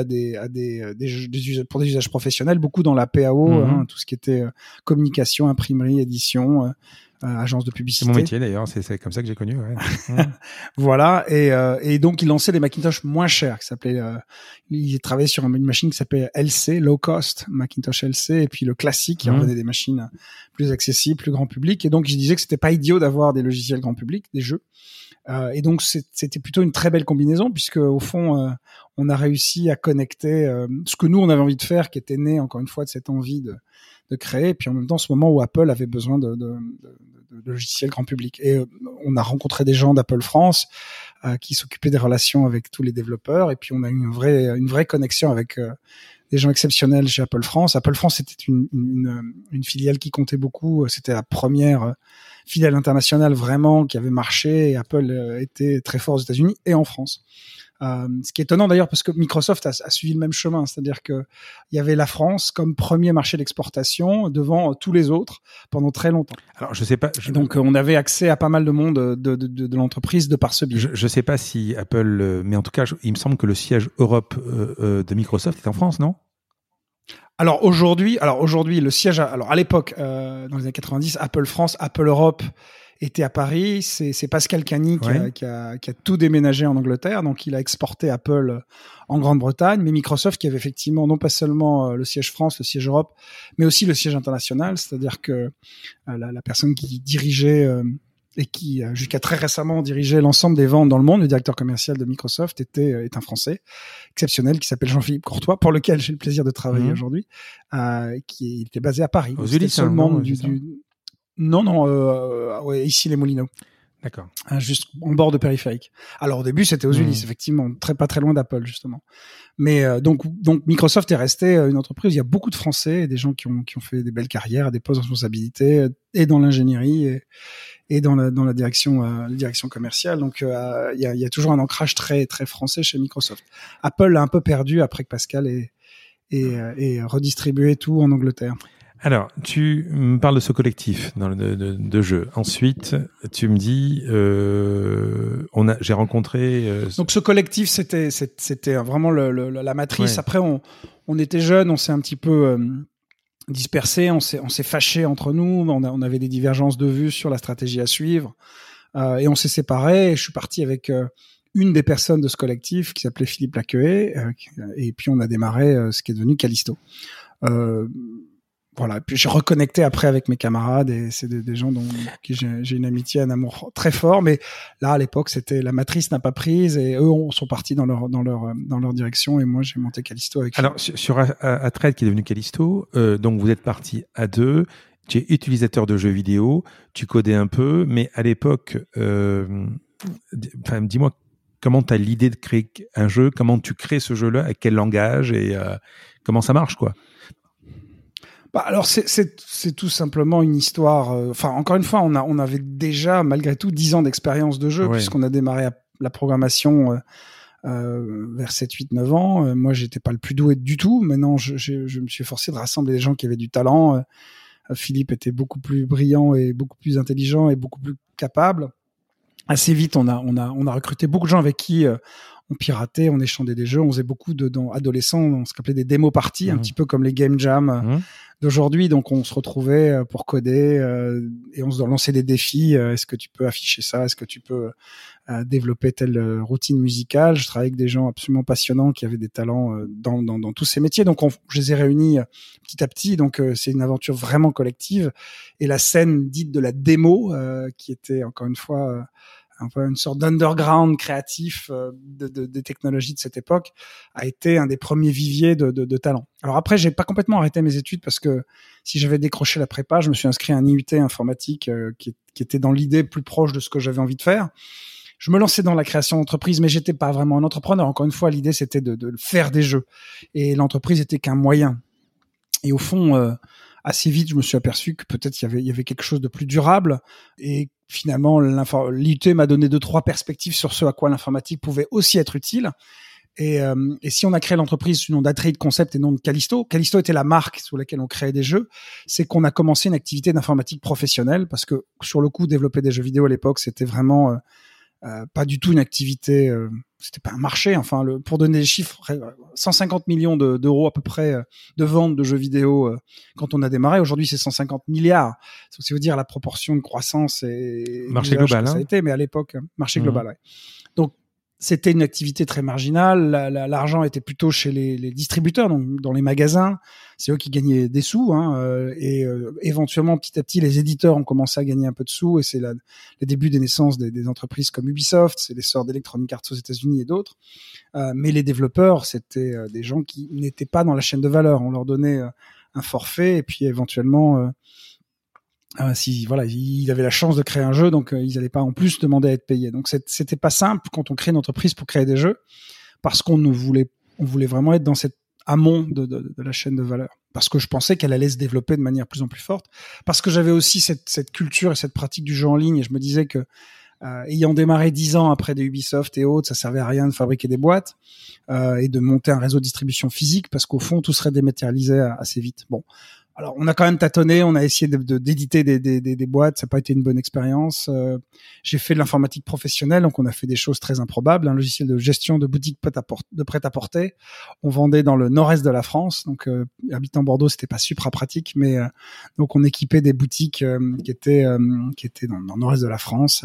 pour des usages professionnels, beaucoup dans la PAO, tout ce qui était communication, imprimerie, édition. Agence de publicité. C'est mon métier d'ailleurs, c'est comme ça que j'ai connu. Ouais. Voilà, et donc il lançait des Macintosh moins chers, qui s'appelait. Il travaillait sur une machine qui s'appelait LC, low cost, Macintosh LC, et puis le classique qui revenait des machines plus accessibles, plus grand public. Et donc je disais que c'était pas idiot d'avoir des logiciels grand public, des jeux. Et donc c'était plutôt une très belle combinaison, puisque au fond on a réussi à connecter ce que nous on avait envie de faire, qui était né encore une fois de cette envie de créer, et puis en même temps ce moment où Apple avait besoin de logiciels grand public. Et on a rencontré des gens d'Apple France qui s'occupaient des relations avec tous les développeurs, et puis on a eu une vraie connexion avec des gens exceptionnels chez Apple France. Apple France, c'était une filiale qui comptait beaucoup. C'était la première filiale internationale vraiment qui avait marché, et Apple était très fort aux États-Unis et en France. Ce qui est étonnant d'ailleurs, parce que Microsoft a suivi le même chemin, c'est-à-dire que il y avait la France comme premier marché d'exportation devant tous les autres pendant très longtemps. Alors je sais pas. Donc on avait accès à pas mal de monde de l'entreprise de par ce biais. Je sais pas si Apple, mais en tout cas, il me semble que le siège Europe de Microsoft est en France, non? Alors aujourd'hui, le siège, à l'époque, dans les années 90, Apple France, Apple Europe était à Paris. C'est Pascal Cagny qui a tout déménagé en Angleterre, donc il a exporté Apple en Grande-Bretagne, mais Microsoft qui avait effectivement non pas seulement le siège France, le siège Europe, mais aussi le siège international, c'est-à-dire que la personne qui dirigeait et qui jusqu'à très récemment dirigeait l'ensemble des ventes dans le monde, le directeur commercial de Microsoft est un Français exceptionnel qui s'appelle Jean-Philippe Courtois, pour lequel j'ai le plaisir de travailler aujourd'hui, qui était basé à Paris. Aux Ulysses, seulement Non, ici les Moulineaux. D'accord. Juste en bord de périphérique. Alors au début c'était aux Ulysses, effectivement, pas très loin d'Apple justement. Mais donc Microsoft est resté une entreprise. Il y a beaucoup de Français et des gens qui ont fait des belles carrières, à des postes de responsabilité, et dans l'ingénierie et dans la direction commerciale. Donc il y a toujours un ancrage très très français chez Microsoft. Apple l'a un peu perdu après que Pascal ait redistribué tout en Angleterre. Alors, tu me parles de ce collectif de jeu. Ensuite, tu me dis, j'ai rencontré. Donc, ce collectif, c'était vraiment la matrice. Ouais. Après, on était jeunes, on s'est un petit peu dispersés, on s'est fâchés entre nous. On avait des divergences de vues sur la stratégie à suivre, et on s'est séparés. Et je suis parti avec une des personnes de ce collectif qui s'appelait Philippe Laqueuet, et puis on a démarré ce qui est devenu Callisto. Voilà, puis j'ai reconnecté après avec mes camarades, et c'est des gens dont qui j'ai une amitié, un amour très fort, mais là à l'époque c'était la matrice n'a pas prise, et eux sont partis dans leur direction, et moi j'ai monté Callisto avec. Alors sur Atred qui est devenu Callisto, donc vous êtes partis à deux, tu es utilisateur de jeux vidéo, tu codais un peu, mais à l'époque, dis-moi comment tu as l'idée de créer un jeu, comment tu crées ce jeu-là, avec quel langage, et comment ça marche quoi. Alors c'est tout simplement une histoire. Encore une fois, on avait déjà malgré tout 10 ans d'expérience de jeu, puisqu'on a démarré la programmation vers 7, 8, 9 ans. Moi, j'étais pas le plus doué du tout. Maintenant, je me suis forcé de rassembler des gens qui avaient du talent. Philippe était beaucoup plus brillant et beaucoup plus intelligent et beaucoup plus capable. Assez vite, on a recruté beaucoup de gens avec qui on piratait, on échangeait des jeux, on faisait beaucoup dans adolescents, on se appelait des démo parties, un petit peu comme les game jams d'aujourd'hui. Donc on se retrouvait pour coder et on se lançait des défis. Est-ce que tu peux afficher ça? Est-ce que tu peux développer telle routine musicale? Je travaillais avec des gens absolument passionnants qui avaient des talents dans tous ces métiers. Donc je les ai réunis petit à petit. Donc c'est une aventure vraiment collective. Et la scène dite de la démo, qui était encore une fois un peu une sorte d'underground créatif des technologies de cette époque, a été un des premiers viviers de talents. Alors après, j'ai pas complètement arrêté mes études parce que si j'avais décroché la prépa, je me suis inscrit à un IUT informatique qui était dans l'idée plus proche de ce que j'avais envie de faire. Je me lançais dans la création d'entreprise, mais j'étais pas vraiment un entrepreneur. Encore une fois, l'idée c'était de faire des jeux, et l'entreprise était qu'un moyen. Et au fond, assez vite, je me suis aperçu que peut-être il y avait quelque chose de plus durable. Et finalement, l'IUT m'a donné 2-3 perspectives sur ce à quoi l'informatique pouvait aussi être utile. Et si on a créé l'entreprise sous le nom d'Atreides Concept et non de Callisto, Callisto était la marque sous laquelle on créait des jeux, c'est qu'on a commencé une activité d'informatique professionnelle, parce que sur le coup, développer des jeux vidéo à l'époque, c'était vraiment pas du tout une activité, c'était pas un marché. Enfin, pour donner des chiffres, 150 millions d'euros à peu près de ventes de jeux vidéo quand on a démarré. Aujourd'hui, c'est 150 milliards. C'est vous dire la proportion de croissance et marché global, que ça a été, mais à l'époque, marché global. Ouais. Donc, c'était une activité très marginale. L'argent était plutôt chez les distributeurs, donc dans les magasins. C'est eux qui gagnaient des sous, et éventuellement, petit à petit, les éditeurs ont commencé à gagner un peu de sous, et c'est le début des naissances des entreprises comme Ubisoft, c'est l'essor d'Electronic Arts aux États-Unis et d'autres. Mais les développeurs, c'était des gens qui n'étaient pas dans la chaîne de valeur. On leur donnait un forfait, et puis éventuellement, si voilà, il avait la chance de créer un jeu, donc ils n'allaient pas en plus demander à être payés. Donc c'était pas simple quand on crée une entreprise pour créer des jeux, parce qu'on voulait vraiment être dans cette amont de la chaîne de valeur, parce que je pensais qu'elle allait se développer de manière de plus en plus forte, parce que j'avais aussi cette culture et cette pratique du jeu en ligne, et je me disais que ayant démarré 10 ans après des Ubisoft et autres, ça servait à rien de fabriquer des boîtes et de monter un réseau de distribution physique, parce qu'au fond tout serait dématérialisé assez vite. Bon. Alors, on a quand même tâtonné, on a essayé d'éditer des boîtes, ça n'a pas été une bonne expérience. J'ai fait de l'informatique professionnelle, donc on a fait des choses très improbables, un logiciel de gestion de boutique de prêt-à-porter. On vendait dans le nord-est de la France, donc habitant Bordeaux, c'était pas super pratique, mais donc on équipait des boutiques qui étaient dans le nord-est de la France.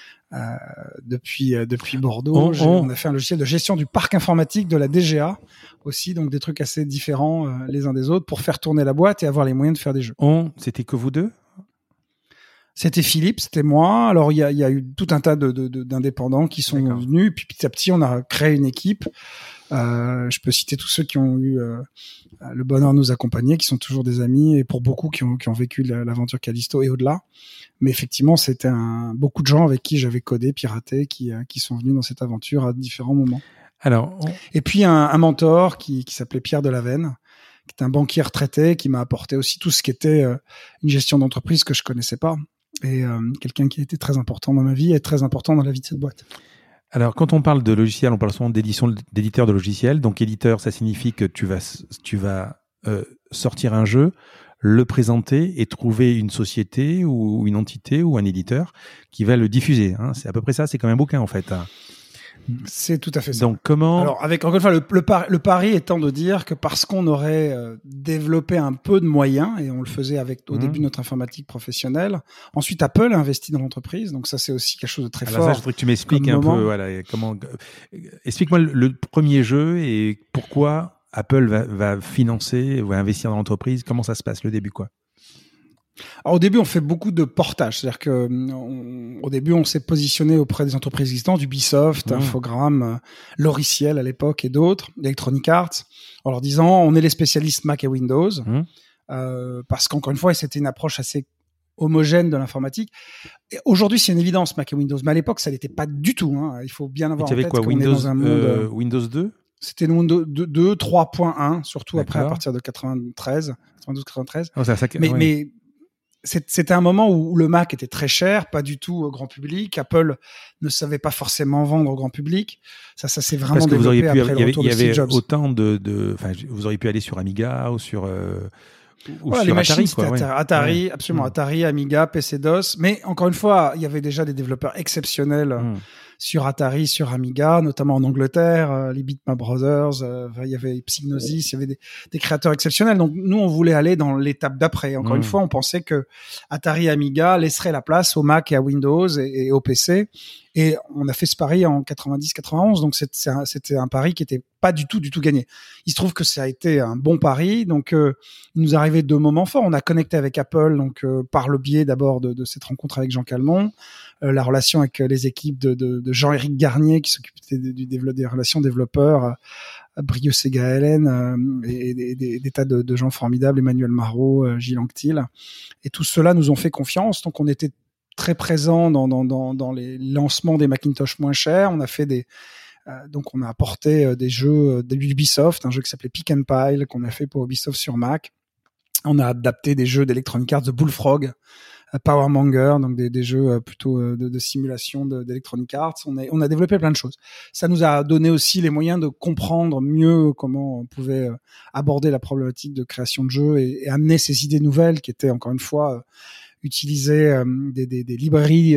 Depuis Bordeaux, on a fait un logiciel de gestion du parc informatique de la DGA aussi, donc des trucs assez différents les uns des autres, pour faire tourner la boîte et avoir les moyens de faire des jeux. C'était que vous deux ? C'était Philippe, c'était moi. Alors il y a eu tout un tas d'indépendants qui sont venus, puis petit à petit on a créé une équipe. Je peux citer tous ceux qui ont eu le bonheur de nous accompagner, qui sont toujours des amis, et pour beaucoup qui ont vécu l'aventure Callisto et au-delà. Mais effectivement, c'était beaucoup de gens avec qui j'avais codé, piraté, qui sont venus dans cette aventure à différents moments. Et puis un mentor qui s'appelait Pierre Delavenne, qui était un banquier retraité, qui m'a apporté aussi tout ce qui était une gestion d'entreprise que je connaissais pas, et quelqu'un qui a été très important dans ma vie et très important dans la vie de cette boîte. Alors, quand on parle de logiciel, on parle souvent d'éditeur de logiciel. Donc, éditeur, ça signifie que tu vas sortir un jeu, le présenter et trouver une société ou une entité ou un éditeur qui va le diffuser. Hein. C'est à peu près ça, c'est comme un bouquin en fait. C'est tout à fait ça. Donc comment... Alors encore une fois, le pari étant de dire que parce qu'on aurait développé un peu de moyens, et on le faisait au début de notre informatique professionnelle, ensuite Apple a investi dans l'entreprise, donc ça c'est aussi quelque chose de très fort. Ça, je voudrais que tu m'expliques un peu. Voilà, explique-moi le premier jeu et pourquoi Apple va financer, va investir dans l'entreprise. Comment ça se passe le début, quoi? Alors, au début, on fait beaucoup de portage. C'est-à-dire que au début, on s'est positionné auprès des entreprises existantes, Ubisoft, Infogrames, Loriciel à l'époque et d'autres, Electronic Arts, en leur disant on est les spécialistes Mac et Windows, parce qu'encore une fois, c'était une approche assez homogène de l'informatique. Et aujourd'hui, c'est une évidence Mac et Windows, mais à l'époque, ça l'était pas du tout. Hein. Il faut bien avoir en tête qu'on est dans un monde. Windows 2. C'était Windows 2, 3.1, surtout après à partir de 92-93. Mais c'était un moment où le Mac était très cher, pas du tout au grand public. Apple ne savait pas forcément vendre au grand public. Ça s'est vraiment développé après le retour de Steve Jobs. Autant vous auriez pu aller sur Amiga ou sur voilà, les machines, c'était Atari, absolument, Atari, Amiga, PC-DOS. Mais encore une fois, il y avait déjà des développeurs exceptionnels sur Atari, sur Amiga, notamment en Angleterre, les Bitmap Brothers, il y avait Psygnosis, il y avait des créateurs exceptionnels. Donc nous, on voulait aller dans l'étape d'après. Encore une fois, on pensait que Atari et Amiga laisseraient la place au Mac et à Windows et au PC. Et on a fait ce pari en 90-91, donc c'était un pari qui était pas du tout gagné. Il se trouve que ça a été un bon pari, donc il nous arrivait 2 moments forts. On a connecté avec Apple, donc par le biais d'abord de cette rencontre avec Jean Calmont, la relation avec les équipes de Jean-Éric Garnier qui s'occupait des relations développeurs, Brieux Ségaëlen et des tas de gens formidables, Emmanuel Marot, Gilles Anctil, et tous ceux-là nous ont fait confiance. Donc on était très présent dans les lancements des Macintosh moins chers. On a fait donc on a apporté des jeux d'Ubisoft, un jeu qui s'appelait Pick and Pile qu'on a fait pour Ubisoft sur Mac. On a adapté des jeux d'Electronic Arts, de Bullfrog, Powermonger, donc des jeux plutôt de simulation d'Electronic Arts. On a développé plein de choses. Ça nous a donné aussi les moyens de comprendre mieux comment on pouvait aborder la problématique de création de jeux et amener ces idées nouvelles qui étaient encore une fois utiliser des librairies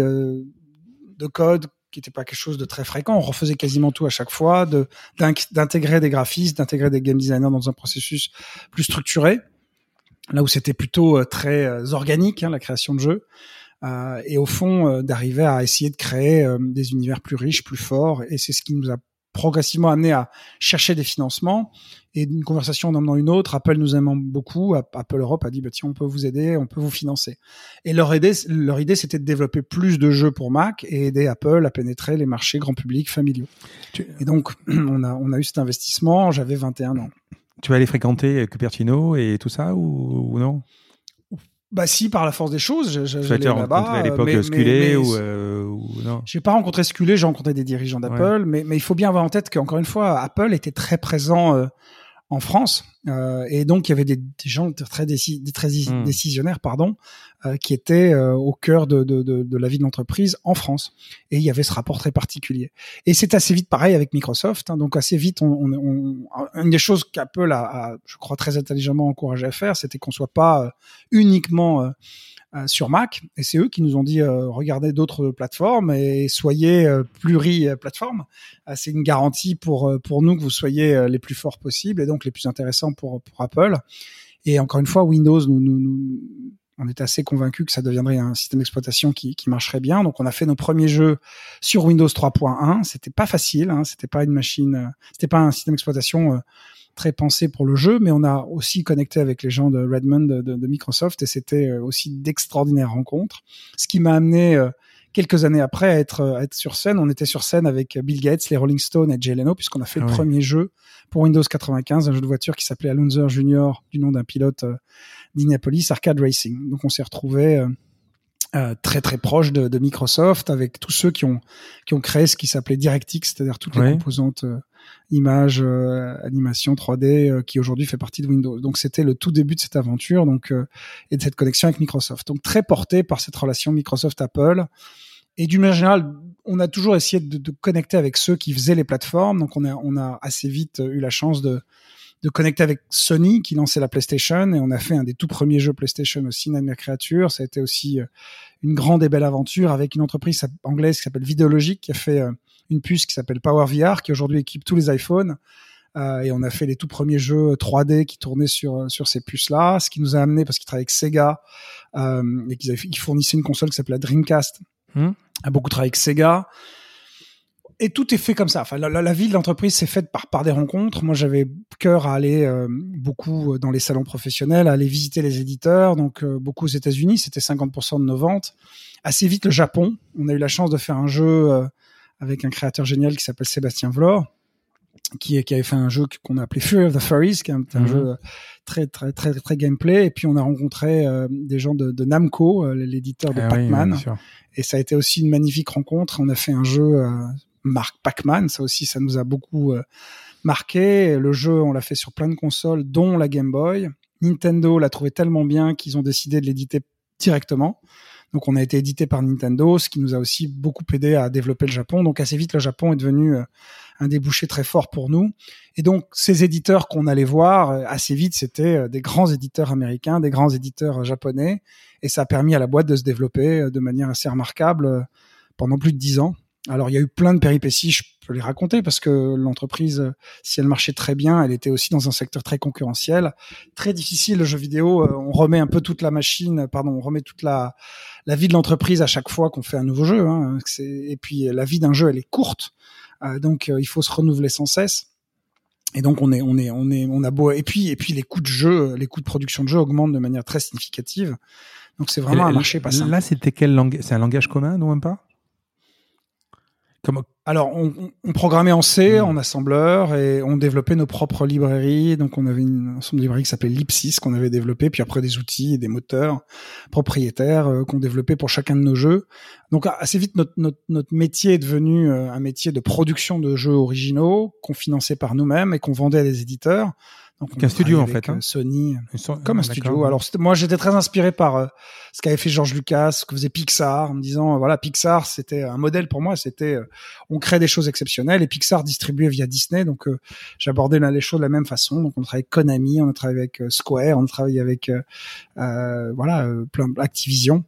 de code qui n'était pas quelque chose de très fréquent. On refaisait quasiment tout à chaque fois, d'intégrer des graphistes, d'intégrer des game designers dans un processus plus structuré, là où c'était plutôt très organique, la création de jeux, et au fond d'arriver à essayer de créer des univers plus riches, plus forts, et c'est ce qui nous a progressivement amené à chercher des financements. Et d'une conversation en emmenant une autre, Apple nous aimant beaucoup, Apple Europe a dit tiens, on peut vous aider, on peut vous financer. Et leur idée c'était de développer plus de jeux pour Mac et aider Apple à pénétrer les marchés grand public familiaux. Et donc on a eu cet investissement, j'avais 21 ans. Tu vas aller fréquenter Cupertino et tout ça ou non? Bah si, par la force des choses, j'allais là-bas. Tu as rencontré à l'époque Scully ou non? J'ai pas rencontré Scully, j'ai rencontré des dirigeants d'Apple, mais il faut bien avoir en tête qu'encore une fois, Apple était très présent en France, et donc il y avait des gens très décisionnaires, qui étaient au cœur de la vie de l'entreprise en France, et il y avait ce rapport très particulier. Et c'est assez vite pareil avec Microsoft, donc assez vite, une des choses qu'Apple a, je crois, très intelligemment encouragé à faire, c'était qu'on soit pas uniquement sur Mac, et c'est eux qui nous ont dit regardez d'autres plateformes et soyez pluri-plateformes. C'est une garantie pour nous que vous soyez les plus forts possibles et donc les plus intéressants pour Apple. Et encore une fois, Windows, on était assez convaincus que ça deviendrait un système d'exploitation qui marcherait bien. Donc on a fait nos premiers jeux sur Windows 3.1. C'était pas facile, c'était pas une machine, c'était pas un système d'exploitation très pensé pour le jeu, mais on a aussi connecté avec les gens de Redmond de Microsoft et c'était aussi d'extraordinaires rencontres. Ce qui m'a amené quelques années après à être sur scène. On était sur scène avec Bill Gates, les Rolling Stones et Jay Leno, puisqu'on a fait le premier jeu pour Windows 95, un jeu de voiture qui s'appelait Alonso Junior, du nom d'un pilote d'Indianapolis, Arcade Racing. Donc on s'est retrouvés très très proche de Microsoft avec tous ceux qui ont créé ce qui s'appelait DirectX, c'est-à-dire toutes les composantes images, animation 3D qui aujourd'hui fait partie de Windows. Donc c'était le tout début de cette aventure et de cette connexion avec Microsoft. Donc très porté par cette relation Microsoft-Apple. Et d'une manière générale, on a toujours essayé de connecter avec ceux qui faisaient les plateformes. Donc on a assez vite eu la chance de connecter avec Sony qui lançait la PlayStation, et on a fait un des tout premiers jeux PlayStation aussi, Nightmare Creature. Ça a été aussi une grande et belle aventure avec une entreprise anglaise qui s'appelle Videologic, qui a fait une puce qui s'appelle PowerVR, qui aujourd'hui équipe tous les iPhones. Et on a fait les tout premiers jeux 3D qui tournaient sur ces puces-là, ce qui nous a amené, parce qu'ils travaillaient avec Sega, et qu'ils fournissaient une console qui s'appelait la Dreamcast, a beaucoup travaillé avec Sega. Et tout est fait comme ça. Enfin, la vie de l'entreprise s'est faite par des rencontres. Moi, j'avais cœur à aller beaucoup dans les salons professionnels, à aller visiter les éditeurs. Donc, beaucoup aux États-Unis, c'était 50% de nos ventes. Assez vite, le Japon. On a eu la chance de faire un jeu avec un créateur génial qui s'appelle Sébastien Vlor, qui avait fait un jeu qu'on a appelé Fury of the Furries, qui est un jeu très très très très gameplay. Et puis, on a rencontré des gens de Namco, l'éditeur de Pac-Man. Oui, et ça a été aussi une magnifique rencontre. On a fait un jeu marque Pac-Man, ça aussi, ça nous a beaucoup marqué. Le jeu, on l'a fait sur plein de consoles, dont la Game Boy. Nintendo l'a trouvé tellement bien qu'ils ont décidé de l'éditer directement. Donc, on a été édité par Nintendo, ce qui nous a aussi beaucoup aidé à développer le Japon. Donc, assez vite, le Japon est devenu un débouché très fort pour nous. Et donc, ces éditeurs qu'on allait voir, assez vite, c'était des grands éditeurs américains, des grands éditeurs japonais. Et ça a permis à la boîte de se développer de manière assez remarquable pendant plus de 10 ans. Alors, il y a eu plein de péripéties, je peux les raconter, parce que l'entreprise, si elle marchait très bien, elle était aussi dans un secteur très concurrentiel, très difficile. Le jeu vidéo, on remet un peu toute la machine, on remet toute la vie de l'entreprise à chaque fois qu'on fait un nouveau jeu. Hein. Et puis, la vie d'un jeu, elle est courte, donc il faut se renouveler sans cesse. Et donc on a beau, et puis les coûts de production de jeu augmentent de manière très significative. Donc c'est vraiment un marché pas simple. Là, c'était quel langage? C'est un langage commun, non, même pas? Alors, on programmait en C, en assembleur, et on développait nos propres librairies. Donc, on avait un ensemble de librairies qui s'appelait Lipsys, qu'on avait développé, puis après des outils et des moteurs propriétaires qu'on développait pour chacun de nos jeux. Donc, assez vite, notre métier est devenu un métier de production de jeux originaux qu'on finançait par nous-mêmes et qu'on vendait à des éditeurs. Donc, un studio, en fait. Sony, comme un studio. Alors, moi, j'étais très inspiré par ce qu'avait fait George Lucas, ce que faisait Pixar, en me disant, voilà, Pixar, c'était un modèle pour moi. C'était, on crée des choses exceptionnelles, et Pixar distribuait via Disney. Donc, j'abordais les choses de la même façon. Donc, on travaillait avec Konami, on a travaillé avec Square, on a travaillé avec, plein Activision.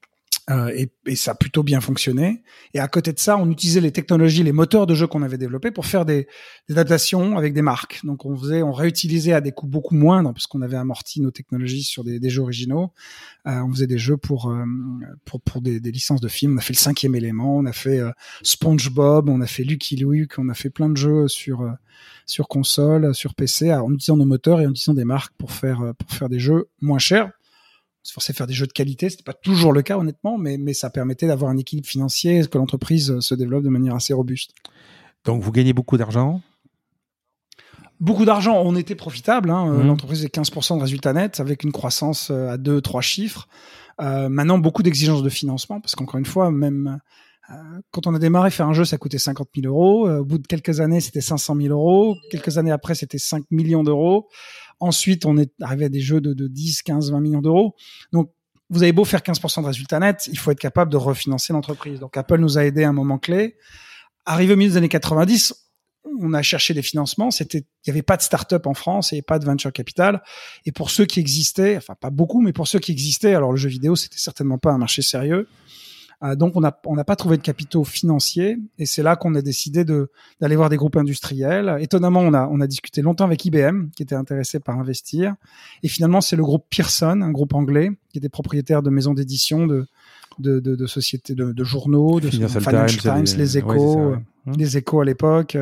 Et ça a plutôt bien fonctionné. Et à côté de ça, on utilisait les technologies, les moteurs de jeu qu'on avait développés pour faire des adaptations avec des marques. Donc on réutilisait à des coûts beaucoup moindres, parce qu'on avait amorti nos technologies sur des jeux originaux. On faisait des jeux pour des licences de films. On a fait le 5e élément, on a fait SpongeBob, on a fait Lucky Luke, on a fait plein de jeux sur console, sur PC, en utilisant nos moteurs et en utilisant des marques pour faire des jeux moins chers. On se forçait à faire des jeux de qualité, c'était pas toujours le cas honnêtement, mais ça permettait d'avoir un équilibre financier, que l'entreprise se développe de manière assez robuste. Donc vous gagnez beaucoup d'argent? Beaucoup d'argent, on était profitable. L'entreprise est 15% de résultat net, avec une croissance à 2-3 chiffres. Maintenant, beaucoup d'exigences de financement, parce qu'encore une fois, même quand on a démarré, faire un jeu, ça coûtait 50 000 euros. Au bout de quelques années, c'était 500 000 euros. Quelques années après, c'était 5 millions d'euros. Ensuite, on est arrivé à des jeux de 10, 15, 20 millions d'euros. Donc, vous avez beau faire 15% de résultat net, il faut être capable de refinancer l'entreprise. Donc, Apple nous a aidé à un moment clé. Arrivé au milieu des années 90, on a cherché des financements. Il y avait pas de start-up en France, il n'y avait pas de venture capital. Et pour ceux qui existaient, enfin, pas beaucoup, mais pour ceux qui existaient, alors le jeu vidéo, c'était certainement pas un marché sérieux. Donc, on n'a pas trouvé de capitaux financiers, et c'est là qu'on a décidé d'aller voir des groupes industriels. Étonnamment, on a discuté longtemps avec IBM, qui était intéressé par investir. Et finalement, c'est le groupe Pearson, un groupe anglais, qui était propriétaire de maisons d'édition, de sociétés de journaux, de Financial Times, Les Échos, Les Échos à l'époque,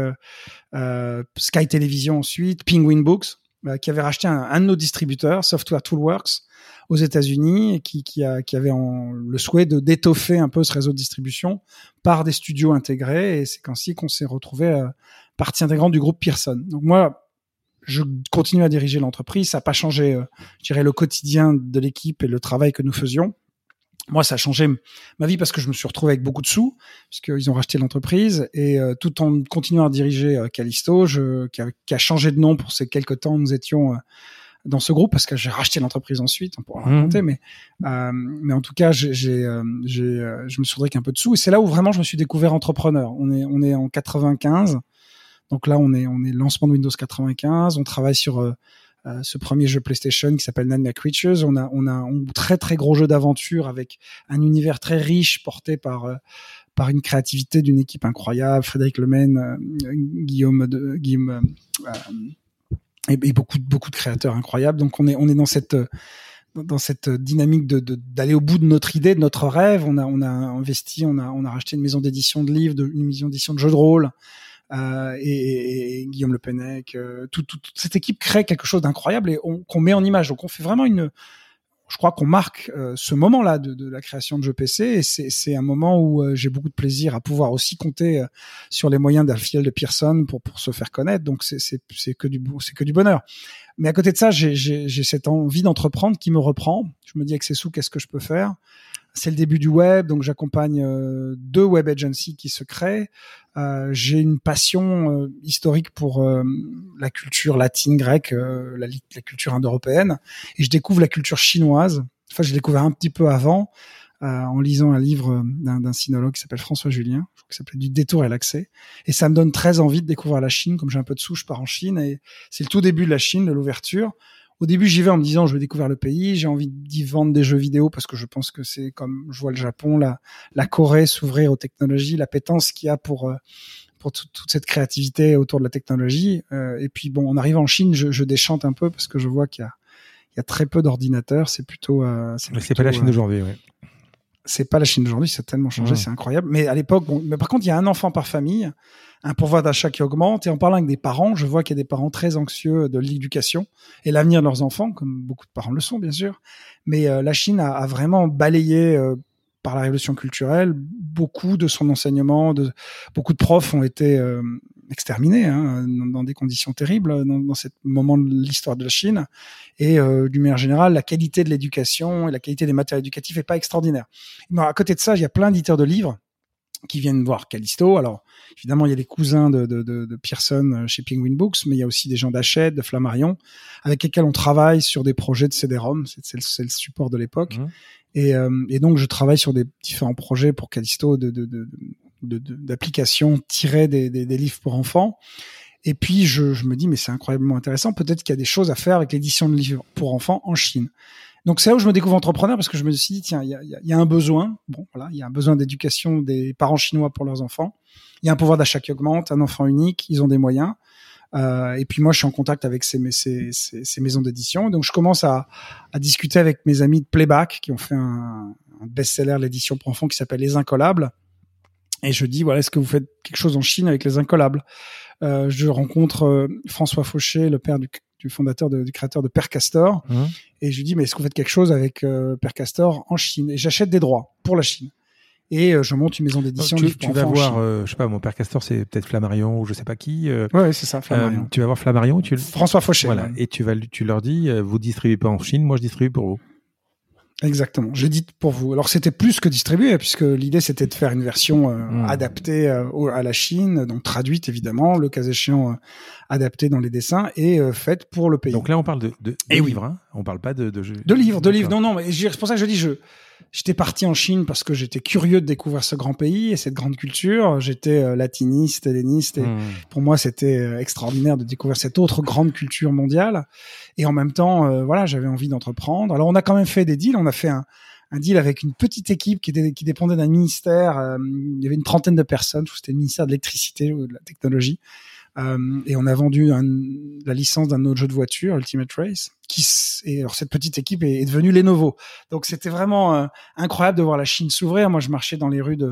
Sky Television ensuite, Penguin Books, qui avait racheté un de nos distributeurs, Software Toolworks, aux États-Unis, et qui avait le souhait d'étoffer un peu ce réseau de distribution par des studios intégrés. Et c'est ainsi qu'on s'est retrouvé partie intégrante du groupe Pearson. Donc moi, je continue à diriger l'entreprise. Ça n'a pas changé, je dirais, le quotidien de l'équipe et le travail que nous faisions. Moi, ça a changé ma vie parce que je me suis retrouvé avec beaucoup de sous, puisqu'ils ont racheté l'entreprise, et tout en continuant à diriger Callisto, qui a changé de nom pour ces quelques temps. Nous étions dans ce groupe, parce que j'ai racheté l'entreprise ensuite, on pourra raconter, mais en tout cas, je me suis retrouvé avec un peu de sous, et c'est là où vraiment je me suis découvert entrepreneur. On est en 95, donc là on est lancement de Windows 95, on travaille sur ce premier jeu PlayStation qui s'appelle Nightmare Creatures. On a un très très gros jeu d'aventure avec un univers très riche porté par une créativité d'une équipe incroyable, Frédéric Lemaine, Guillaume et beaucoup de créateurs incroyables. Donc on est dans cette dynamique d'aller au bout de notre idée, de notre rêve. On a investi, on a racheté une maison d'édition de livres, une maison d'édition de jeux de rôle. Et Guillaume Le Pennec, toute cette équipe crée quelque chose d'incroyable, et qu'on met en image. Donc on fait vraiment je crois qu'on marque ce moment-là de la création de jeux PC, et c'est un moment où j'ai beaucoup de plaisir à pouvoir aussi compter sur les moyens d'un filiale de Pearson pour se faire connaître. Donc c'est que du bonheur. Mais à côté de ça, j'ai cette envie d'entreprendre qui me reprend. Je me dis, avec ces sous, qu'est-ce que je peux faire? C'est le début du web, donc j'accompagne 2 web agencies qui se créent. J'ai une passion historique pour la culture latine, grecque, la culture indo-européenne, et je découvre la culture chinoise. Enfin, j'ai découvert un petit peu avant, en lisant un livre d'un sinologue qui s'appelle François Julien, qui s'appelait Du détour et l'accès. Et ça me donne très envie de découvrir la Chine. Comme j'ai un peu de sous, je pars en Chine, et c'est le tout début de la Chine, de l'ouverture. au début, j'y vais en me disant, je vais découvrir le pays, j'ai envie d'y vendre des jeux vidéo parce que je pense que c'est comme je vois le Japon, la Corée s'ouvrir aux technologies, l'appétence qu'il y a pour toute cette créativité autour de la technologie. Et puis bon, en arrivant en Chine, je déchante un peu parce que je vois qu'il y a très peu d'ordinateurs. C'est plutôt. C'est pas la Chine d'aujourd'hui, ouais. C'est pas la Chine d'aujourd'hui, ça a tellement changé, c'est incroyable. Mais à l'époque, bon, mais par contre, il y a un enfant par famille, un pouvoir d'achat qui augmente. Et en parlant avec des parents, je vois qu'il y a des parents très anxieux de l'éducation et l'avenir de leurs enfants, comme beaucoup de parents le sont, bien sûr. Mais la Chine a vraiment balayé par la révolution culturelle beaucoup de son enseignement. Beaucoup de profs ont été exterminés dans des conditions terribles dans ce moment de l'histoire de la Chine. Et d'une manière générale, la qualité de l'éducation et la qualité des matériels éducatifs est pas extraordinaire. Mais à côté de ça, il y a plein d'éditeurs de livres qui viennent voir Callisto. Alors, évidemment, il y a les cousins de Pearson chez Penguin Books, mais il y a aussi des gens d'Hachette, de Flammarion, avec lesquels on travaille sur des projets de CD-ROM. C'est le support de l'époque. Et donc, je travaille sur des différents projets pour Callisto d'applications tirées des livres pour enfants. Et puis, je me dis, mais c'est incroyablement intéressant. Peut-être qu'il y a des choses à faire avec l'édition de livres pour enfants en Chine. Donc, c'est là où je me découvre entrepreneur parce que je me suis dit, tiens, il y a un besoin. Bon, voilà, il y a un besoin d'éducation des parents chinois pour leurs enfants. Il y a un pouvoir d'achat qui augmente, un enfant unique, ils ont des moyens. Et puis moi, je suis en contact avec ces maisons d'édition. Donc, je commence à discuter avec mes amis de Playback qui ont fait un best-seller de l'édition pour enfants qui s'appelle Les Incollables. Et je dis, voilà, est-ce que vous faites quelque chose en Chine avec Les Incollables? Je rencontre François Fauché, le père du fondateur, du créateur de Père Castor. Et je lui dis, mais est-ce que vous faites quelque chose avec Père Castor en Chine? Et j'achète des droits pour la Chine. Et je monte une maison d'édition. Tu vas voir, je sais pas, mon Père Castor, c'est peut-être Flammarion ou je sais pas qui. Ouais, c'est ça, Flammarion. Tu vas voir Flammarion, François Fauché. Voilà. Ouais. Et tu leur dis, vous distribuez pas en Chine, moi je distribue pour vous. Exactement. J'édite pour vous. Alors c'était plus que distribuer, puisque l'idée c'était de faire une version adaptée à la Chine, donc traduite évidemment, le cas échéant adaptée dans les dessins et faite pour le pays. Donc là on parle de livres, hein. On parle pas de jeux. De livres. Non, mais c'est pour ça que je dis j'étais parti en Chine parce que j'étais curieux de découvrir ce grand pays et cette grande culture. J'étais latiniste, helléniste et pour moi c'était extraordinaire de découvrir cette autre grande culture mondiale. Et en même temps, voilà, j'avais envie d'entreprendre. Alors on a quand même fait des deals. On a fait un deal avec une petite équipe qui dépendait d'un ministère. Il y avait une trentaine de personnes. C'était le ministère de l'électricité ou de la technologie. Et on a vendu la licence d'un autre jeu de voiture, Ultimate Race. Et alors cette petite équipe est devenue Lenovo. Donc c'était vraiment incroyable de voir la Chine s'ouvrir. Moi, je marchais dans les rues de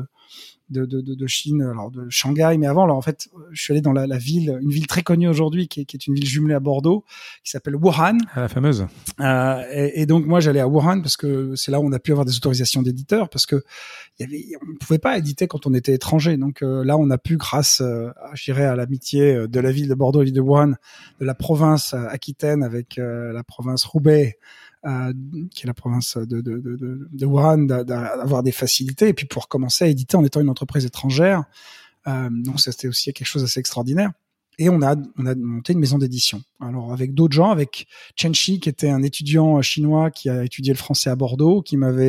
Chine, alors de Shanghai, mais avant, alors en fait, je suis allé dans la ville, une ville très connue aujourd'hui, qui est une ville jumelée à Bordeaux, qui s'appelle Wuhan. Ah, la fameuse. Et donc moi, j'allais à Wuhan parce que c'est là où on a pu avoir des autorisations d'éditeurs, parce que on pouvait pas éditer quand on était étranger. Donc là, on a pu, grâce, je dirais, à l'amitié de la ville de Bordeaux, la ville de Wuhan, de la province Aquitaine avec la province Roubaix, qui est la province de Wuhan, d'avoir des facilités et puis pour commencer à éditer en étant une entreprise étrangère. Donc ça, c'était aussi quelque chose d'assez extraordinaire. Et on a monté une maison d'édition. Alors avec d'autres gens, avec Chen Shi, qui était un étudiant chinois qui a étudié le français à Bordeaux, qui m'a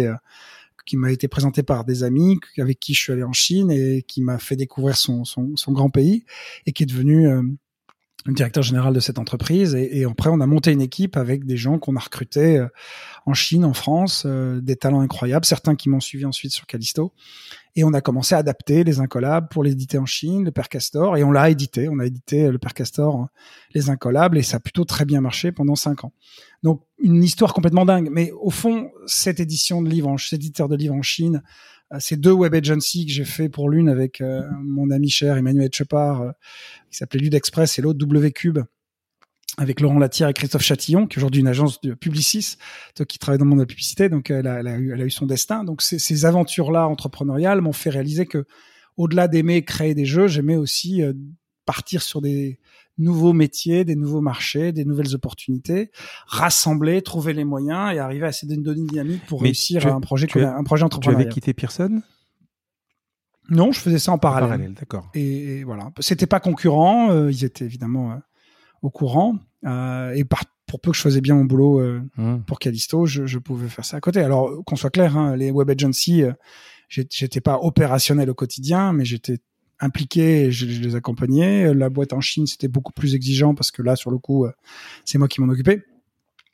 été présenté par des amis avec qui je suis allé en Chine et qui m'a fait découvrir son grand pays et qui est devenu le directeur général de cette entreprise. Et après, on a monté une équipe avec des gens qu'on a recrutés en Chine, en France, des talents incroyables, certains qui m'ont suivi ensuite sur Callisto. Et on a commencé à adapter Les Incollables pour l'éditer en Chine, le Père Castor, et on l'a édité. On a édité le Père Castor, Les Incollables, et ça a plutôt très bien marché pendant 5 ans. Donc, une histoire complètement dingue. Mais au fond, cette édition de livres, cet éditeur de livres en Chine, ces 2 web agencies que j'ai fait, pour l'une avec mon ami cher Emmanuel Etchepard, qui s'appelait Ludexpress, et l'autre WCube, avec Laurent Latière et Christophe Chatillon, qui est aujourd'hui une agence de Publicis, qui travaille dans le monde de la publicité. Donc, elle a eu son destin. Donc, ces aventures-là entrepreneuriales m'ont fait réaliser que, au-delà d'aimer créer des jeux, j'aimais aussi partir sur des nouveaux métiers, des nouveaux marchés, des nouvelles opportunités, rassembler, trouver les moyens et arriver à essayer de donner une dynamique pour réussir à un projet entrepreneurial. Tu avais quitté Pearson ? Non, je faisais ça en parallèle. D'accord. Et voilà. C'était pas concurrent. Ils étaient évidemment au courant. Et pour peu que je faisais bien mon boulot pour Callisto, je pouvais faire ça à côté. Alors, qu'on soit clair, les web agencies, j'étais pas opérationnel au quotidien, mais j'étais impliqué et je les accompagnais. La boîte en Chine, c'était beaucoup plus exigeant parce que là, sur le coup, c'est moi qui m'en occupais.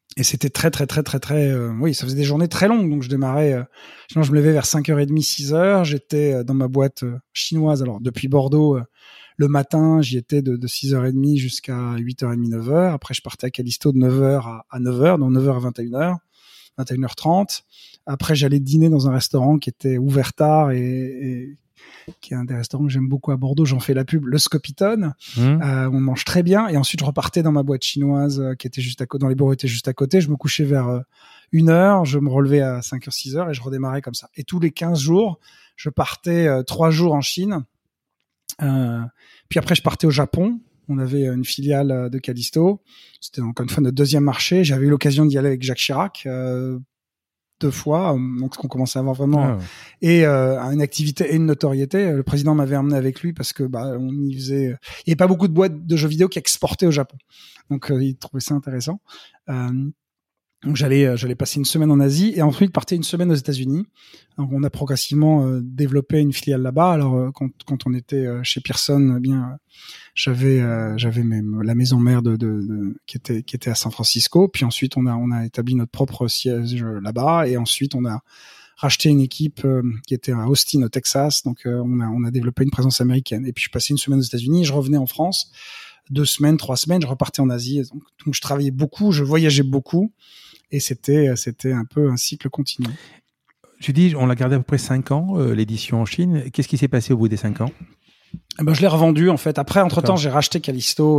Et c'était très, oui, ça faisait des journées très longues. Donc, je démarrais, je me levais vers 5h30, 6h. J'étais dans ma boîte chinoise. Alors, depuis Bordeaux, le matin, j'y étais de 6h30 jusqu'à 8h30, 9h. Après, je partais à Callisto de 9h à 9h, donc 9h à 21h, 21h30. Après, j'allais dîner dans un restaurant qui était ouvert tard et qui est un des restaurants que j'aime beaucoup à Bordeaux. J'en fais la pub, le Scopiton. On mange très bien. Et ensuite, je repartais dans ma boîte chinoise qui était juste à côté, dans les bureaux étaient juste à côté. Je me couchais vers 1h, je me relevais à 5h, 6h et je redémarrais comme ça. Et tous les 15 jours, je partais 3 jours en Chine. Puis après, je partais au Japon. On avait une filiale de Callisto. C'était encore une fois notre deuxième marché. J'avais eu l'occasion d'y aller avec Jacques Chirac 2 fois, donc qu'on commençait à avoir vraiment et une activité et une notoriété. Le président m'avait emmené avec lui parce que on y faisait. Il y avait pas beaucoup de boîtes de jeux vidéo qui exportaient au Japon, donc il trouvait ça intéressant. Donc j'allais passer une semaine en Asie et ensuite partir une semaine aux États-Unis. Donc on a progressivement développé une filiale là-bas. Alors quand on était chez Pearson, j'avais même la maison mère qui était à San Francisco. Puis ensuite on a établi notre propre siège là-bas et ensuite on a racheté une équipe qui était à Austin au Texas. Donc on a développé une présence américaine. Et puis je passais une semaine aux États-Unis, je revenais en France. 2 semaines, 3 semaines, je repartais en Asie. Donc je travaillais beaucoup, je voyageais beaucoup. Et c'était un peu un cycle continu. Tu dis, on l'a gardé à peu près 5 ans, l'édition en Chine. Qu'est-ce qui s'est passé au bout des 5 ans ? Je l'ai revendu, en fait. Après, entre-temps, j'ai racheté Callisto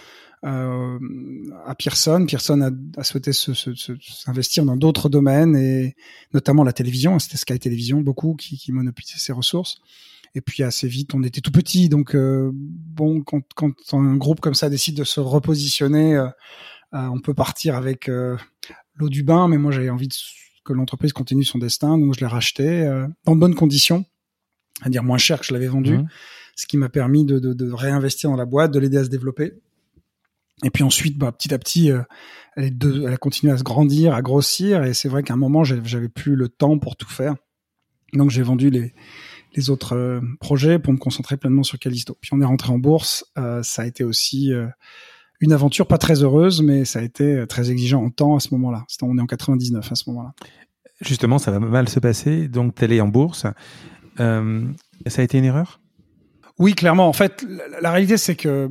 à Pearson. Pearson a souhaité s'investir dans d'autres domaines, et notamment la télévision. C'était Sky Télévision, beaucoup, qui monopolisait ses ressources. Et puis, assez vite, on était tout petit. Donc, quand un groupe comme ça décide de se repositionner, on peut partir avec l'eau du bain, mais moi j'avais envie que l'entreprise continue son destin, donc je l'ai racheté dans de bonnes conditions, c'est-à-dire moins cher que je l'avais vendu, ce qui m'a permis de réinvestir dans la boîte, de l'aider à se développer. Et puis ensuite, petit à petit, elle a continué à se grandir, à grossir, et c'est vrai qu'à un moment, j'avais plus le temps pour tout faire. Donc j'ai vendu les autres projets pour me concentrer pleinement sur Callisto. Puis on est rentré en bourse, ça a été aussi une aventure pas très heureuse, mais ça a été très exigeant en temps à ce moment-là. On est en 99 à ce moment-là. Justement, ça va mal se passer. Donc, tu es allé en bourse. Ça a été une erreur ? Oui, clairement. En fait, la réalité, c'est que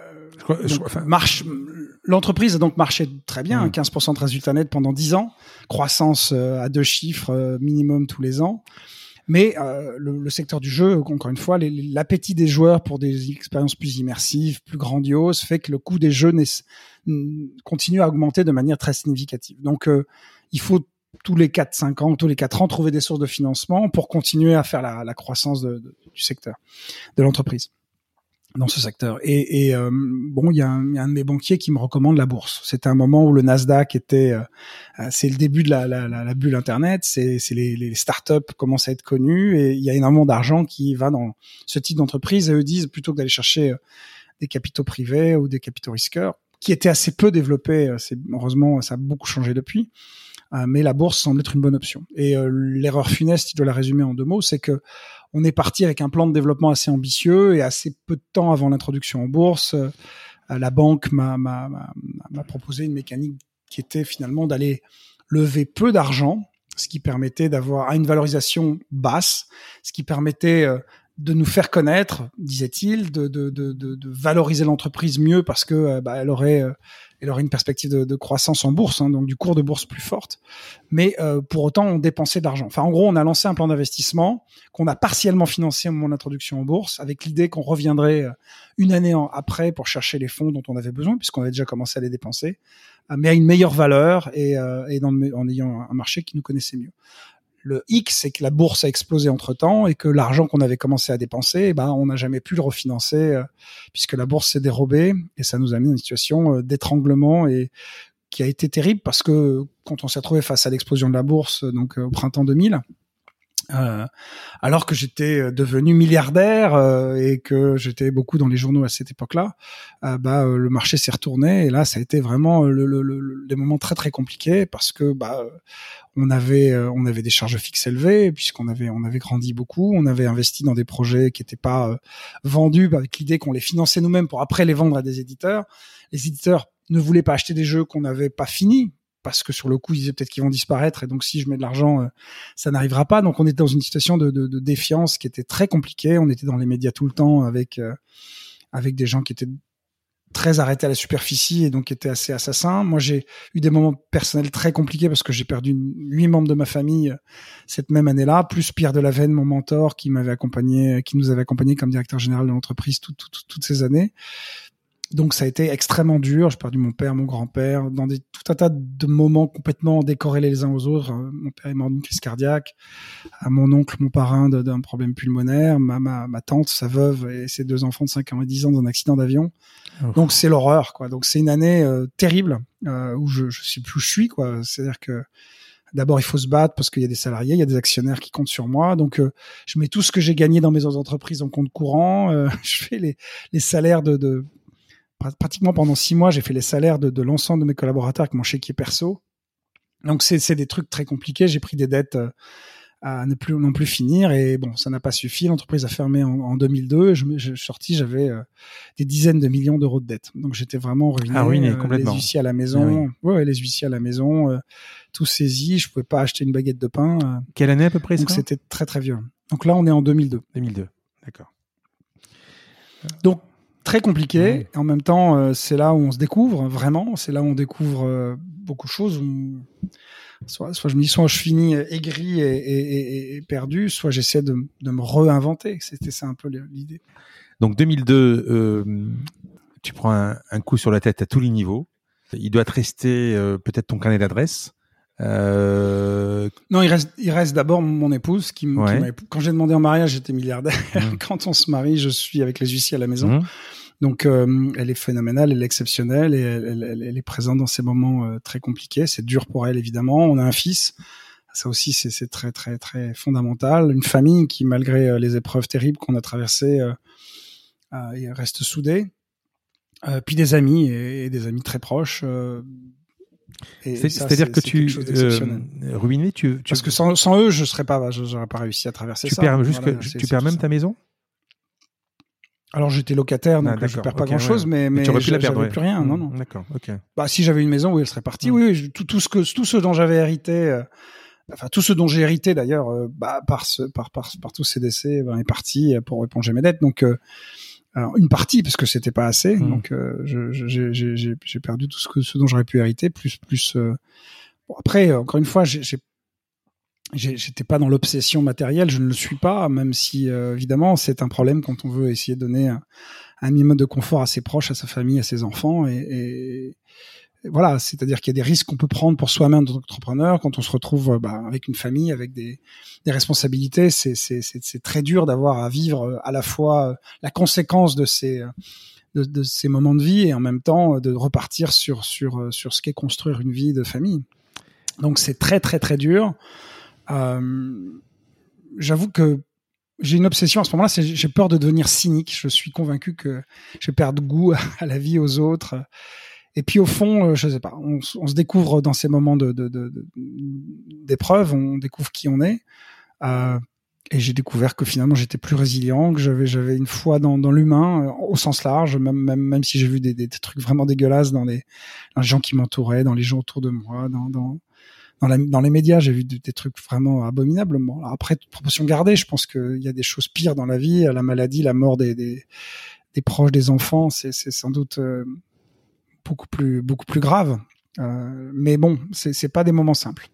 l'entreprise a donc marché très bien, 15% de résultat net pendant 10 ans, croissance à 2 chiffres minimum tous les ans. Mais le secteur du jeu, encore une fois, l'appétit des joueurs pour des expériences plus immersives, plus grandioses, fait que le coût des jeux continue à augmenter de manière très significative. Donc, il faut tous les 4-5 ans, tous les 4 ans, trouver des sources de financement pour continuer à faire la croissance du secteur, de l'entreprise dans ce secteur. Et il y a un de mes banquiers qui me recommande la bourse. C'était un moment où le Nasdaq était, c'est le début de la bulle Internet, c'est les startups commencent à être connues et il y a énormément d'argent qui va dans ce type d'entreprise et eux disent plutôt que d'aller chercher des capitaux privés ou des capitaux risqueurs qui étaient assez peu développés. Heureusement, ça a beaucoup changé depuis. Mais la bourse semble être une bonne option. Et l'erreur funeste, si je dois la résumer en 2 mots, c'est que on est parti avec un plan de développement assez ambitieux et assez peu de temps avant l'introduction en bourse, la banque m'a proposé une mécanique qui était finalement d'aller lever peu d'argent, ce qui permettait d'avoir une valorisation basse, ce qui permettait de nous faire connaître, disait-il, de valoriser l'entreprise mieux parce que elle aurait une perspective de croissance en bourse, donc du cours de bourse plus forte. Mais pour autant, on dépensait de l'argent. Enfin, en gros, on a lancé un plan d'investissement qu'on a partiellement financé au moment de l'introduction en bourse, avec l'idée qu'on reviendrait une année après pour chercher les fonds dont on avait besoin, puisqu'on avait déjà commencé à les dépenser, mais à une meilleure valeur et en ayant un marché qui nous connaissait mieux. Le hic, c'est que la bourse a explosé entre-temps et que l'argent qu'on avait commencé à dépenser, on n'a jamais pu le refinancer puisque la bourse s'est dérobée et ça nous a mis dans une situation d'étranglement et qui a été terrible parce que quand on s'est retrouvé face à l'explosion de la bourse, donc au printemps 2000, alors que j'étais devenu milliardaire et que j'étais beaucoup dans les journaux à cette époque-là, le marché s'est retourné et là ça a été vraiment des moments très très compliqués parce que on avait des charges fixes élevées puisqu'on avait grandi beaucoup, on avait investi dans des projets qui n'étaient pas vendus avec l'idée qu'on les finançait nous-mêmes pour après les vendre à des éditeurs. Les éditeurs ne voulaient pas acheter des jeux qu'on n'avait pas finis parce que sur le coup, ils disaient peut-être qu'ils vont disparaître, et donc si je mets de l'argent, ça n'arrivera pas. Donc on était dans une situation de défiance qui était très compliquée. On était dans les médias tout le temps avec des gens qui étaient très arrêtés à la superficie et donc qui étaient assez assassins. Moi, j'ai eu des moments personnels très compliqués parce que j'ai perdu 8 membres de ma famille cette même année-là, plus Pierre Delavenne, mon mentor, qui nous avait accompagné comme directeur général de l'entreprise toutes ces années. Donc ça a été extrêmement dur. J'ai perdu mon père, mon grand-père, dans tout un tas de moments complètement décorrélés les uns aux autres. Mon père est mort d'une crise cardiaque. Mon oncle, mon parrain, d'un problème pulmonaire. Ma tante, sa veuve et ses 2 enfants de 5 ans et 10 ans d'un accident d'avion. Oh. Donc c'est l'horreur, quoi. Donc c'est une année terrible où je sais plus où je suis, quoi. C'est-à-dire que d'abord il faut se battre parce qu'il y a des salariés, il y a des actionnaires qui comptent sur moi. Donc je mets tout ce que j'ai gagné dans mes autres entreprises en compte courant. Je fais les salaires pratiquement pendant 6 mois, j'ai fait les salaires de l'ensemble de mes collaborateurs avec mon chéquier perso. Donc c'est des trucs très compliqués. J'ai pris des dettes à ne plus non plus finir, et bon, ça n'a pas suffi. L'entreprise a fermé en 2002. Je suis sorti, j'avais des dizaines de millions d'euros de dettes. Donc j'étais vraiment ruiné, complètement. Les huissiers à la maison, les huissiers à la maison, tout saisi. Je pouvais pas acheter une baguette de pain. Quelle année à peu près? Donc c'était très très violent. Donc là, on est en 2002. 2002, d'accord. Donc très compliqué. Et en même temps, c'est là où on se découvre vraiment. C'est là où on découvre beaucoup de choses. Soit je me dis, soit je finis aigri et perdu, soit j'essaie de me réinventer. C'était ça un peu l'idée. Donc 2002, tu prends un coup sur la tête à tous les niveaux. Il doit te rester peut-être ton carnet d'adresses. Non, il reste d'abord mon épouse qui quand j'ai demandé en mariage, j'étais milliardaire. Quand on se marie, je suis avec les huissiers à la maison. Donc elle est phénoménale, elle est exceptionnelle, et elle est présente dans ces moments très compliqués. C'est dur pour elle, évidemment. On a un fils. Ça aussi, c'est très très très fondamental. Une famille qui, malgré les épreuves terribles qu'on a traversées, reste soudée. Puis des amis et des amis très proches. C'est-à-dire que tu ruiné, parce que sans eux, j'aurais pas réussi à traverser ça. Tu perds même ta maison. Alors j'étais locataire, donc je perds pas grand-chose, mais tu aurais pu la perdre, j'avais plus rien. Non. D'accord, ok. Bah si j'avais une maison, oui, elle serait partie. Oui, tout ce dont j'avais hérité, tout ce dont j'ai hérité d'ailleurs, par tous ces décès, est parti pour éponger mes dettes. Donc alors, une partie parce que c'était pas assez. Donc j'ai perdu tout ce dont j'aurais pu hériter, plus. Bon, après, encore une fois, j'étais pas dans l'obsession matérielle, je ne le suis pas, même si évidemment c'est un problème quand on veut essayer de donner un minimum de confort à ses proches, à sa famille, à ses enfants, et voilà, c'est-à-dire qu'il y a des risques qu'on peut prendre pour soi-même en tant qu'entrepreneur quand on se retrouve avec une famille, avec des responsabilités. C'est très dur d'avoir à vivre à la fois la conséquence de ces moments de vie et en même temps de repartir sur ce qu'est construire une vie de famille. Donc c'est très très très dur. J'avoue que j'ai une obsession à ce moment-là, j'ai peur de devenir cynique. Je suis convaincu que je vais perdre goût à la vie, aux autres. Et puis au fond, je sais pas, on se découvre dans ces moments d'épreuve, on découvre qui on est. Et j'ai découvert que finalement j'étais plus résilient, que j'avais une foi dans l'humain au sens large, même si j'ai vu des trucs vraiment dégueulasses dans les gens qui m'entouraient, dans les gens autour de moi, dans les médias, j'ai vu des trucs vraiment abominables. Bon, alors après, toute proportion gardée, je pense qu'il y a des choses pires dans la vie. La maladie, la mort des proches, des enfants, c'est sans doute beaucoup plus grave. Mais bon, c'est pas des moments simples.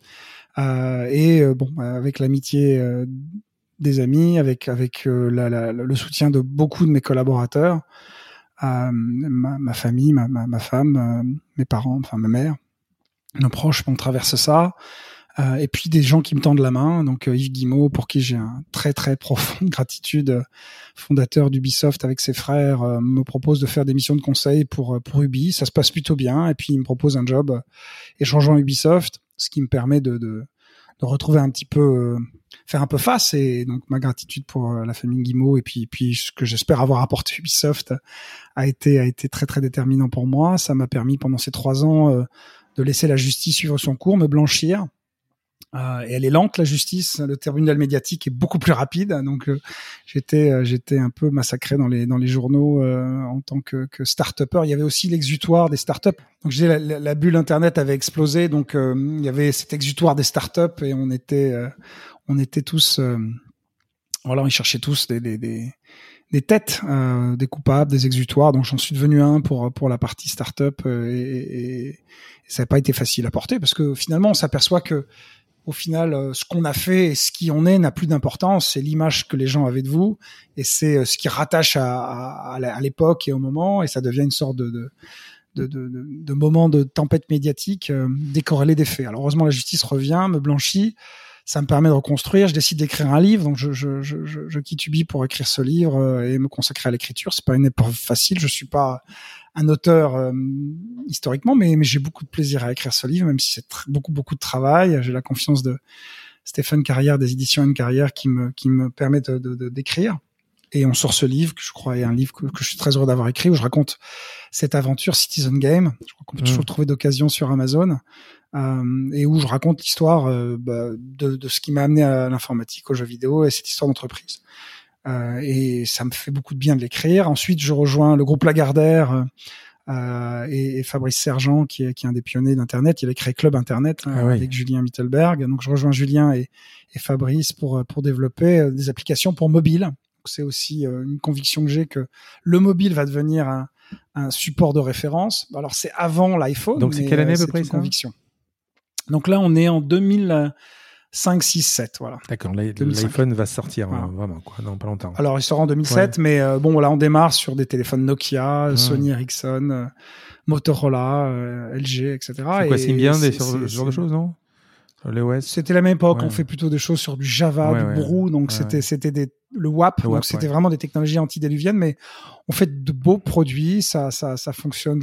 Avec l'amitié des amis, avec le soutien de beaucoup de mes collaborateurs, ma famille, ma femme, mes parents, enfin ma mère, nos proches, on traverse ça, et puis des gens qui me tendent la main, donc Yves Guillemot, pour qui j'ai un très très profonde gratitude, fondateur d'Ubisoft avec ses frères, me propose de faire des missions de conseil pour Ubi, ça se passe plutôt bien, et puis il me propose un job et je rejoins Ubisoft, ce qui me permet de retrouver un petit peu, faire un peu face, et donc ma gratitude pour la famille Guillemot, et puis ce que j'espère avoir apporté Ubisoft a été très très déterminant pour moi. Ça m'a permis pendant ces 3 ans de laisser la justice suivre son cours, me blanchir, Et elle est lente, la justice. Le tribunal médiatique est beaucoup plus rapide. Donc, j'étais un peu massacré dans les journaux en tant que start-upper. Il y avait aussi l'exutoire des start-up. Donc, je disais, la bulle Internet avait explosé. Donc, il y avait cet exutoire des start-up et on était tous, voilà, ils cherchaient tous des têtes, des coupables, des exutoires. Donc, j'en suis devenu un pour la partie start-up et ça n'a pas été facile à porter parce que finalement, on s'aperçoit que au final, ce qu'on a fait et ce qui on est n'a plus d'importance. C'est l'image que les gens avaient de vous et c'est ce qui rattache à l'époque et au moment. Et ça devient une sorte de moment de tempête médiatique décorrélé des faits. Alors heureusement, la justice revient, me blanchit. Ça me permet de reconstruire. Je décide d'écrire un livre. Donc je quitte Ubi pour écrire ce livre et me consacrer à l'écriture. C'est pas une épreuve facile. Je suis pas un auteur historiquement, mais j'ai beaucoup de plaisir à écrire ce livre, même si c'est beaucoup de travail. J'ai la confiance de Stéphane Carrière des éditions Une Carrière qui me permet d'écrire. Et on sort ce livre, que je crois est un livre que je suis très heureux d'avoir écrit, où je raconte cette aventure Citizen Game. Je crois qu'on peut toujours trouver d'occasion sur Amazon. Et où je raconte l'histoire de ce qui m'a amené à l'informatique, aux jeux vidéo et cette histoire d'entreprise. Et ça me fait beaucoup de bien de l'écrire. Ensuite, je rejoins le groupe Lagardère et Fabrice Sergent, qui est un des pionniers d'Internet. Il a créé Club Internet avec Julien Mittelberg. Donc, je rejoins Julien et Fabrice pour développer des applications pour mobile. Donc, c'est aussi une conviction que j'ai que le mobile va devenir un support de référence. Alors, c'est avant l'iPhone. Donc, c'est quelle année à peu près ça ? Conviction. Donc là, on est en 2005, 6, 7, voilà. D'accord, l'iPhone va sortir vraiment, quoi, dans pas longtemps. Alors, il sort en 2007, mais bon, voilà, on démarre sur des téléphones Nokia, Sony Ericsson, Motorola, LG, etc. C'est quoi, Symbian, ce genre de choses, non ? L'OS. C'était la même époque, on fait plutôt des choses sur du Java, du Brew, donc c'était le WAP, donc c'était vraiment des technologies antidiluviennes, mais on fait de beaux produits, ça fonctionne,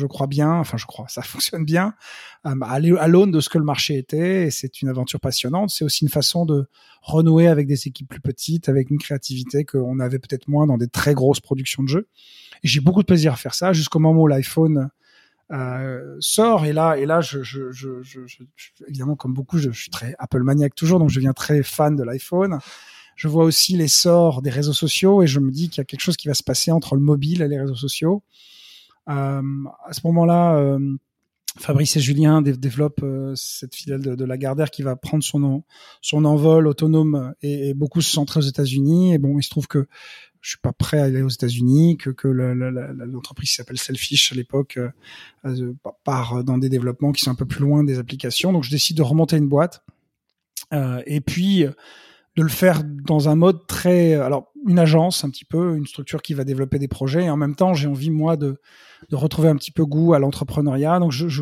ça fonctionne bien, à l'aune de ce que le marché était, et c'est une aventure passionnante. C'est aussi une façon de renouer avec des équipes plus petites, avec une créativité qu'on avait peut-être moins dans des très grosses productions de jeux. Et j'ai beaucoup de plaisir à faire ça, jusqu'au moment où l'iPhone sort, et là je évidemment, comme beaucoup, je suis très Apple maniaque toujours, donc je deviens très fan de l'iPhone. Je vois aussi l'essor des réseaux sociaux et je me dis qu'il y a quelque chose qui va se passer entre le mobile et les réseaux sociaux. À ce moment-là, Fabrice et Julien développent cette filiale de Lagardère qui va prendre son envol autonome et beaucoup se centrer aux États-Unis. Et bon, il se trouve que je suis pas prêt à aller aux États-Unis, que l'entreprise qui s'appelle Selfish à l'époque part dans des développements qui sont un peu plus loin des applications. Donc je décide de remonter une boîte et puis de le faire dans un mode une agence un petit peu, une structure qui va développer des projets. Et en même temps, j'ai envie moi de retrouver un petit peu goût à l'entrepreneuriat. Donc je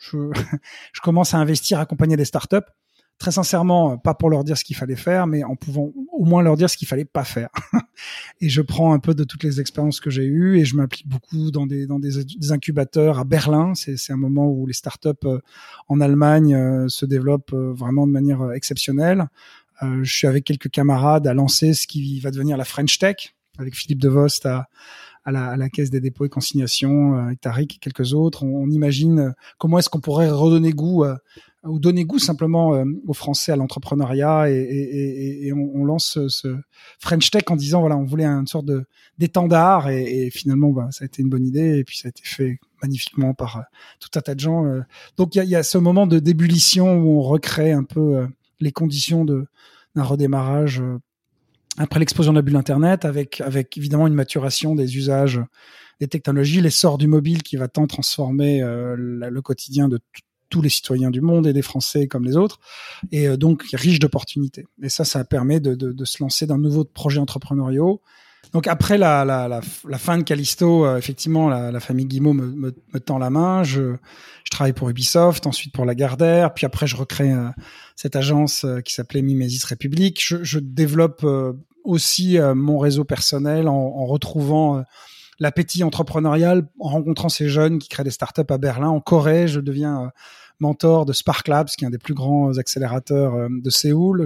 commence à investir, à accompagner des startups. Très sincèrement, pas pour leur dire ce qu'il fallait faire, mais en pouvant au moins leur dire ce qu'il fallait pas faire. Et je prends un peu de toutes les expériences que j'ai eues et je m'implique beaucoup dans des incubateurs à Berlin. C'est un moment où les startups en Allemagne se développent vraiment de manière exceptionnelle. Je suis avec quelques camarades à lancer ce qui va devenir la French Tech, avec Philippe Devost à la Caisse des dépôts et consignations, avec Tariq et quelques autres. On imagine comment est-ce qu'on pourrait redonner goût ou donner goût simplement aux Français à l'entrepreneuriat et on lance ce French Tech en disant voilà, on voulait une sorte d'étendard et finalement ça a été une bonne idée et puis ça a été fait magnifiquement par tout un tas de gens. Donc il y a ce moment de d'ébullition où on recrée un peu les conditions d'un redémarrage après l'explosion de la bulle Internet, avec évidemment une maturation des usages des technologies, l'essor du mobile qui va tant transformer le quotidien de tous les citoyens du monde et des Français comme les autres, et donc riche d'opportunités. Et ça permet de se lancer dans de nouveaux projets entrepreneuriaux. Donc après la fin de Callisto, effectivement, la famille Guillemot me tend la main. Je travaille pour Ubisoft, ensuite pour Lagardère, puis après je recrée cette agence qui s'appelait Mimesis République. Je développe aussi mon réseau personnel en retrouvant l'appétit entrepreneurial, en rencontrant ces jeunes qui créent des startups à Berlin. En Corée, je deviens mentor de Spark Labs, qui est un des plus grands accélérateurs de Séoul.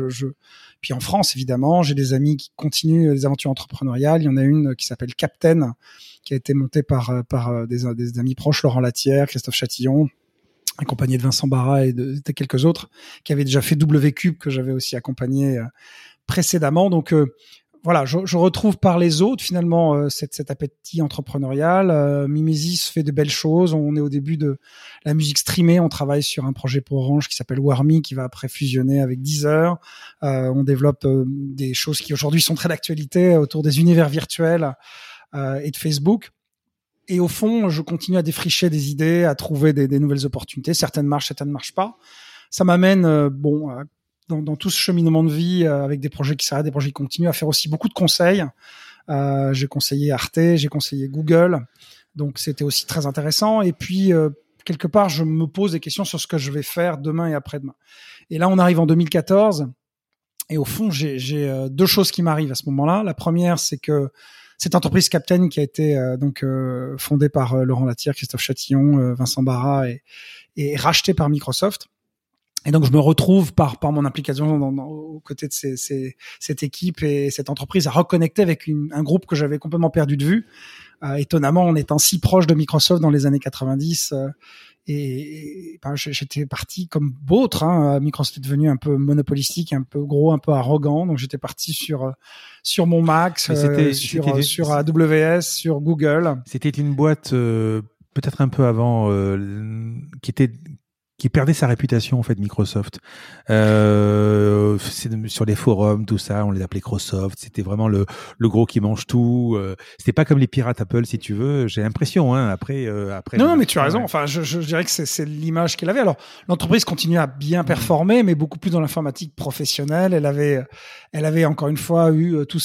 Puis en France, évidemment, j'ai des amis qui continuent les aventures entrepreneuriales. Il y en a une qui s'appelle Captain, qui a été montée par des amis proches, Laurent Latière, Christophe Chatillon, accompagné de Vincent Barra et de quelques autres qui avaient déjà fait WCube que j'avais aussi accompagné précédemment. Donc voilà, je retrouve par les autres finalement cet appétit entrepreneurial. Mimesis fait de belles choses. On est au début de la musique streamée. On travaille sur un projet pour Orange qui s'appelle Warmy, qui va après fusionner avec Deezer. On développe des choses qui aujourd'hui sont très d'actualité autour des univers virtuels et de Facebook. Et au fond, je continue à défricher des idées, à trouver des nouvelles opportunités. Certaines marchent, certaines ne marchent pas. Ça m'amène dans tout ce cheminement de vie avec des projets qui s'arrêtent, des projets qui continuent, à faire aussi beaucoup de conseils. J'ai conseillé Arte, j'ai conseillé Google, donc c'était aussi très intéressant. Et puis quelque part, je me pose des questions sur ce que je vais faire demain et après-demain. Et là, on arrive en 2014, et au fond, j'ai deux choses qui m'arrivent à ce moment-là. La première, c'est que cette entreprise Captain, qui a été fondée par Laurent Latière, Christophe Chatillon, Vincent Barra, et rachetée par Microsoft. Et donc, je me retrouve par mon implication aux côtés de cette équipe et cette entreprise à reconnecter avec un groupe que j'avais complètement perdu de vue. Étonnamment, en étant si proche de Microsoft dans les années 90, j'étais parti comme d'autres. Microsoft est devenu un peu monopolistique, un peu gros, un peu arrogant. Donc, j'étais parti sur mon Mac, sur AWS, sur Google. C'était une boîte peut-être un peu avant qui perdait sa réputation en fait, Microsoft. Sur les forums, tout ça, on les appelait Microsoft. C'était vraiment le gros qui mange tout. C'était pas comme les pirates Apple, si tu veux. J'ai l'impression, après. Non, mais tu as raison. Enfin, je dirais que c'est l'image qu'elle avait. Alors, l'entreprise continue à bien performer, mais beaucoup plus dans l'informatique professionnelle. Elle avait encore une fois eu tous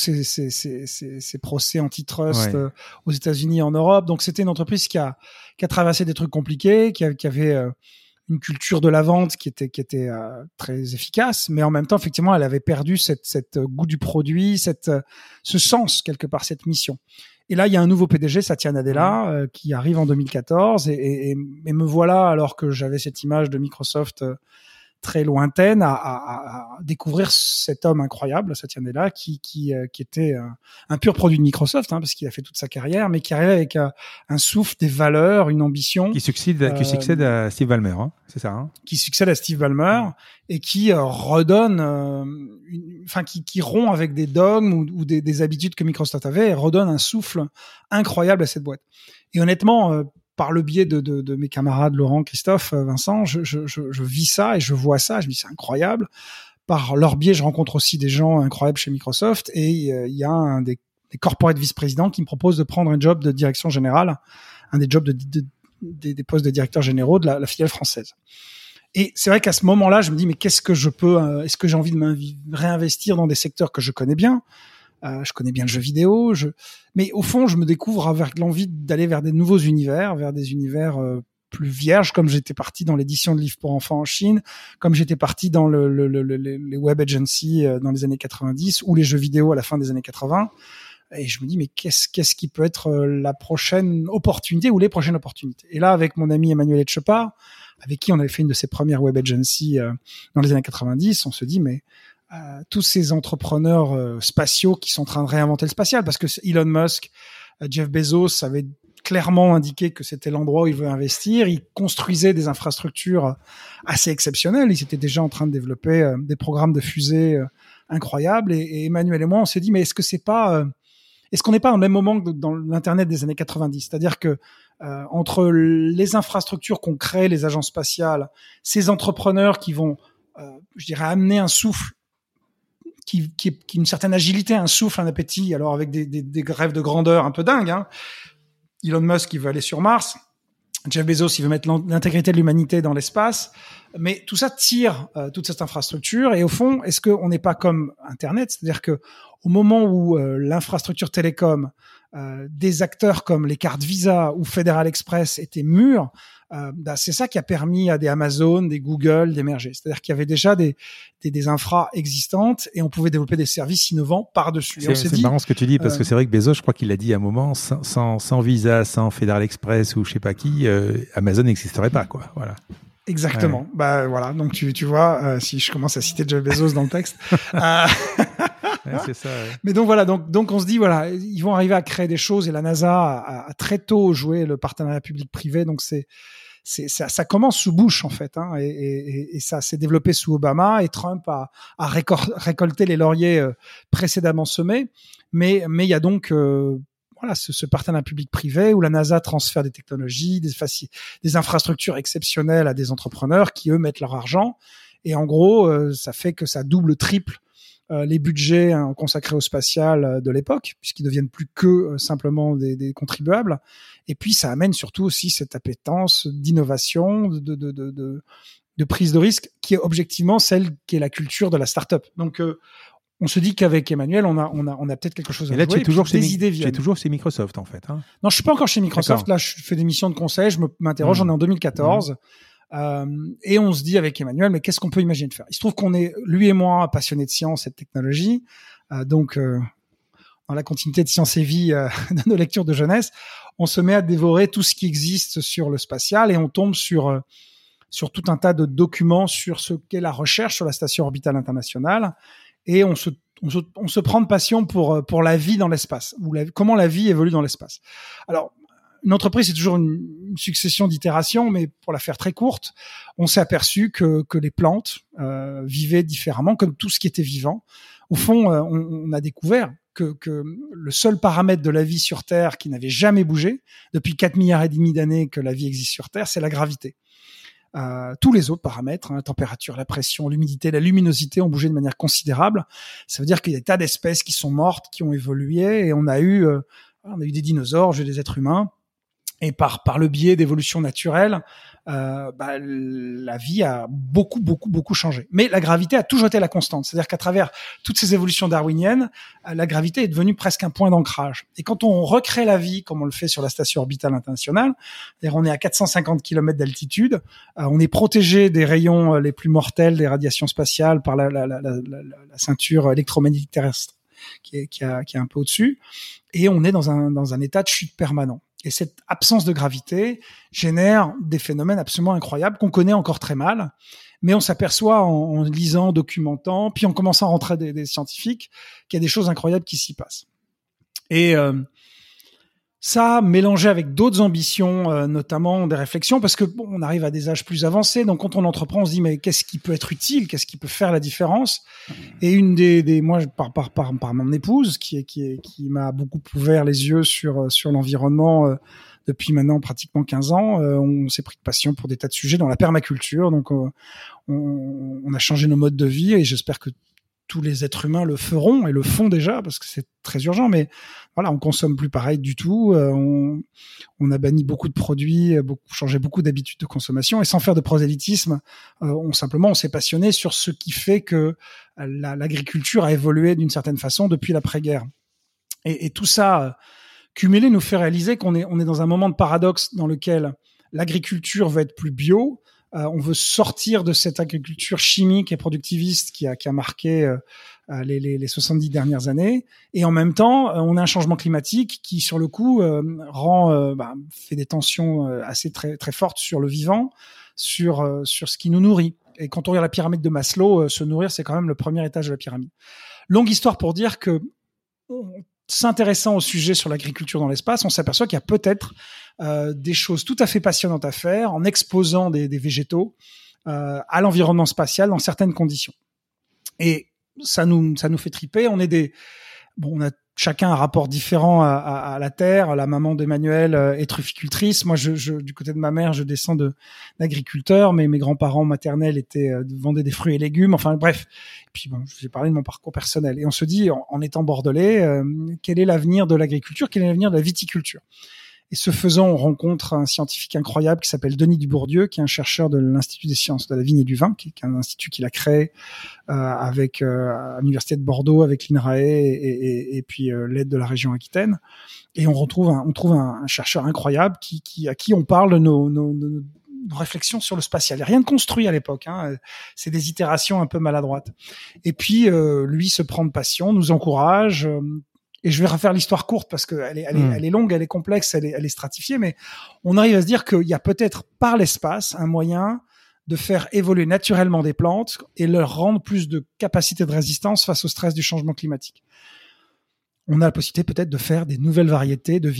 ces procès antitrust aux États-Unis et en Europe. Donc, c'était une entreprise qui a traversé des trucs compliqués, qui avait une culture de la vente qui était très efficace, mais en même temps, effectivement, elle avait perdu cette goût du produit, ce sens quelque part, cette mission. Et là, il y a un nouveau PDG, Satya Nadella, qui arrive en 2014, et me voilà, alors que j'avais cette image de Microsoft très lointaine, à découvrir cet homme incroyable, Satya Nadella, qui était un pur produit de Microsoft, parce qu'il a fait toute sa carrière, mais qui arrivait avec un souffle, des valeurs, une ambition. Qui succède à Steve Ballmer, c'est ça. Qui succède à Steve Ballmer et qui redonne, qui rompt avec des dogmes ou des habitudes que Microsoft avait, et redonne un souffle incroyable à cette boîte. Et honnêtement, par le biais de mes camarades Laurent, Christophe, Vincent, je vis ça et je vois ça. Je me dis c'est incroyable. Par leur biais, je rencontre aussi des gens incroyables chez Microsoft, et il y a un des corporate vice-présidents qui me propose de prendre un job de direction générale, un des jobs des postes de directeurs généraux de la filiale française. Et c'est vrai qu'à ce moment-là, je me dis mais qu'est-ce que je peux est-ce que j'ai envie de réinvestir dans des secteurs que je connais bien? Je connais bien le jeu vidéo, mais au fond, je me découvre avec l'envie d'aller vers des nouveaux univers, vers des univers plus vierges, comme j'étais parti dans l'édition de livres pour enfants en Chine, comme j'étais parti dans les web agencies dans les années 90, ou les jeux vidéo à la fin des années 80. Et je me dis, mais qu'est-ce qui peut être la prochaine opportunité ou les prochaines opportunités? Et là, avec mon ami Emmanuel Etchepart, avec qui on avait fait une de ses premières web agencies dans les années 90, on se dit, mais tous ces entrepreneurs spatiaux qui sont en train de réinventer le spatial, parce que Elon Musk, Jeff Bezos avaient clairement indiqué que c'était l'endroit où il veut investir. Il construisait des infrastructures assez exceptionnelles. Ils étaient déjà en train de développer des programmes de fusées incroyables. Et Emmanuel et moi, on s'est dit, mais est-ce qu'on n'est pas au même moment que dans l'Internet des années 90? C'est-à-dire que entre les infrastructures qu'ont créées les agences spatiales, ces entrepreneurs qui vont, je dirais, amener un souffle, qui une certaine agilité, un souffle, un appétit, alors avec des rêves de grandeur un peu dingues. Elon Musk, il veut aller sur Mars. Jeff Bezos, il veut mettre l'intégrité de l'humanité dans l'espace. Mais tout ça tire toute cette infrastructure. Et au fond, est-ce qu'on n'est pas comme Internet? C'est-à-dire que au moment où l'infrastructure télécom, des acteurs comme les cartes Visa ou Federal Express étaient mûrs, c'est ça qui a permis à des Amazon, des Google d'émerger. C'est-à-dire qu'il y avait déjà des infras existantes et on pouvait développer des services innovants par-dessus. C'est marrant ce que tu dis, parce que c'est vrai que Bezos, je crois qu'il l'a dit à un moment, sans Visa, sans Federal Express ou je sais pas qui, Amazon n'existerait pas, quoi. Voilà. Exactement. Ouais. Voilà. Donc tu vois, si je commence à citer Jeff Bezos dans le texte. Ouais, c'est ça. Ouais. Mais donc voilà, donc on se dit voilà, ils vont arriver à créer des choses, et la NASA a très tôt joué le partenariat public-privé, donc c'est ça commence sous Bush en fait, hein, et ça s'est développé sous Obama, et Trump a récolté les lauriers précédemment semés, mais il y a donc voilà, ce partenariat public-privé où la NASA transfère des technologies, des infrastructures exceptionnelles à des entrepreneurs qui, eux, mettent leur argent. Et en gros, ça fait que ça double, triple les budgets consacrés au spatial de l'époque, puisqu'ils deviennent plus que simplement des contribuables. Et puis, ça amène surtout aussi cette appétence d'innovation, de prise de risque, qui est objectivement celle qui est la culture de la start-up. Donc, on se dit qu'avec Emmanuel, on a peut-être quelque chose à jouer. Et là, tu es toujours chez Microsoft, en fait. Hein. Non, je suis pas encore chez Microsoft. D'accord. Là, je fais des missions de conseil. Je m'interroge. On est en 2014. Et on se dit avec Emmanuel, mais qu'est-ce qu'on peut imaginer de faire? Il se trouve qu'on est, lui et moi, passionnés de science et de technologie. Donc, dans la continuité de Science et Vie de nos lectures de jeunesse, on se met à dévorer tout ce qui existe sur le spatial et on tombe sur tout un tas de documents sur ce qu'est la recherche sur la Station orbitale internationale. Et on se prend de passion pour la vie dans l'espace, ou comment la vie évolue dans l'espace. Alors, une entreprise, c'est toujours une succession d'itérations, mais pour la faire très courte, on s'est aperçu que les plantes vivaient différemment, comme tout ce qui était vivant. Au fond, on a découvert que le seul paramètre de la vie sur Terre qui n'avait jamais bougé, depuis 4,5 milliards d'années que la vie existe sur Terre, c'est la gravité. Tous les autres paramètres, la température, la pression, l'humidité, la luminosité ont bougé de manière considérable. Ça veut dire qu'il y a des tas d'espèces qui sont mortes, qui ont évolué, et on a eu des dinosaures, j'ai des êtres humains. Et par le biais d'évolution naturelle, la vie a beaucoup changé. Mais la gravité a toujours été la constante. C'est-à-dire qu'à travers toutes ces évolutions darwiniennes, la gravité est devenue presque un point d'ancrage. Et quand on recrée la vie, comme on le fait sur la Station orbitale internationale, c'est-à-dire on est à 450 km d'altitude, on est protégé des rayons les plus mortels des radiations spatiales par la ceinture électromagnétique terrestre qui est un peu au-dessus, et on est dans un état de chute permanent. Et cette absence de gravité génère des phénomènes absolument incroyables qu'on connaît encore très mal, mais on s'aperçoit en lisant, documentant, puis en commençant à rentrer des scientifiques, qu'il y a des choses incroyables qui s'y passent. Et ça, mélangé avec d'autres ambitions, notamment des réflexions, parce que on arrive à des âges plus avancés, donc quand on entreprend, on se dit mais qu'est-ce qui peut être utile, qu'est-ce qui peut faire la différence? Et une moi, par mon épouse, qui m'a beaucoup ouvert les yeux sur l'environnement depuis maintenant pratiquement 15 ans, on s'est pris de passion pour des tas de sujets dans la permaculture, donc on a changé nos modes de vie, et j'espère que tous les êtres humains le feront et le font déjà parce que c'est très urgent, mais voilà, on consomme plus pareil du tout, on a banni beaucoup de produits, changé beaucoup d'habitudes de consommation, et sans faire de prosélytisme, on s'est passionné sur ce qui fait que l'agriculture a évolué d'une certaine façon depuis l'après-guerre. Et tout ça cumulé nous fait réaliser qu'on est dans un moment de paradoxe dans lequel l'agriculture veut être plus bio. On veut sortir de cette agriculture chimique et productiviste qui a marqué les 70 dernières années, et en même temps on a un changement climatique qui sur le coup fait des tensions assez très très fortes sur le vivant, sur ce qui nous nourrit. Et quand on regarde la pyramide de Maslow, se nourrir, c'est quand même le premier étage de la pyramide. Longue histoire pour dire que s'intéressant au sujet sur l'agriculture dans l'espace, on s'aperçoit qu'il y a peut-être des choses tout à fait passionnantes à faire en exposant des végétaux à l'environnement spatial dans certaines conditions. Et ça nous fait triper. On a chacun un rapport différent à la terre. La maman d'Emmanuel est trufficultrice. Moi, du côté de ma mère, je descends d'agriculteurs, mais mes grands-parents maternels vendaient des fruits et légumes. Enfin, bref. Et puis, j'ai parlé de mon parcours personnel. Et on se dit, en étant bordelais, quel est l'avenir de l'agriculture? Quel est l'avenir de la viticulture? Et ce faisant, on rencontre un scientifique incroyable qui s'appelle Denis Dubourdieu, qui est un chercheur de l'Institut des sciences de la vigne et du vin, qui est un institut qu'il a créé avec à l'Université de Bordeaux, avec l'INRAE et puis l'aide de la région Aquitaine. Et on trouve un chercheur incroyable à qui on parle de nos réflexions sur le spatial. Il n'y a rien de construit à l'époque, hein. C'est des itérations un peu maladroites. Et puis lui se prend de passion, nous encourage. Et je vais refaire l'histoire courte parce que elle est longue, elle est complexe, elle est stratifiée, mais on arrive à se dire qu'il y a peut-être par l'espace un moyen de faire évoluer naturellement des plantes et leur rendre plus de capacité de résistance face au stress du changement climatique. On a la possibilité peut-être de faire des nouvelles variétés de vignes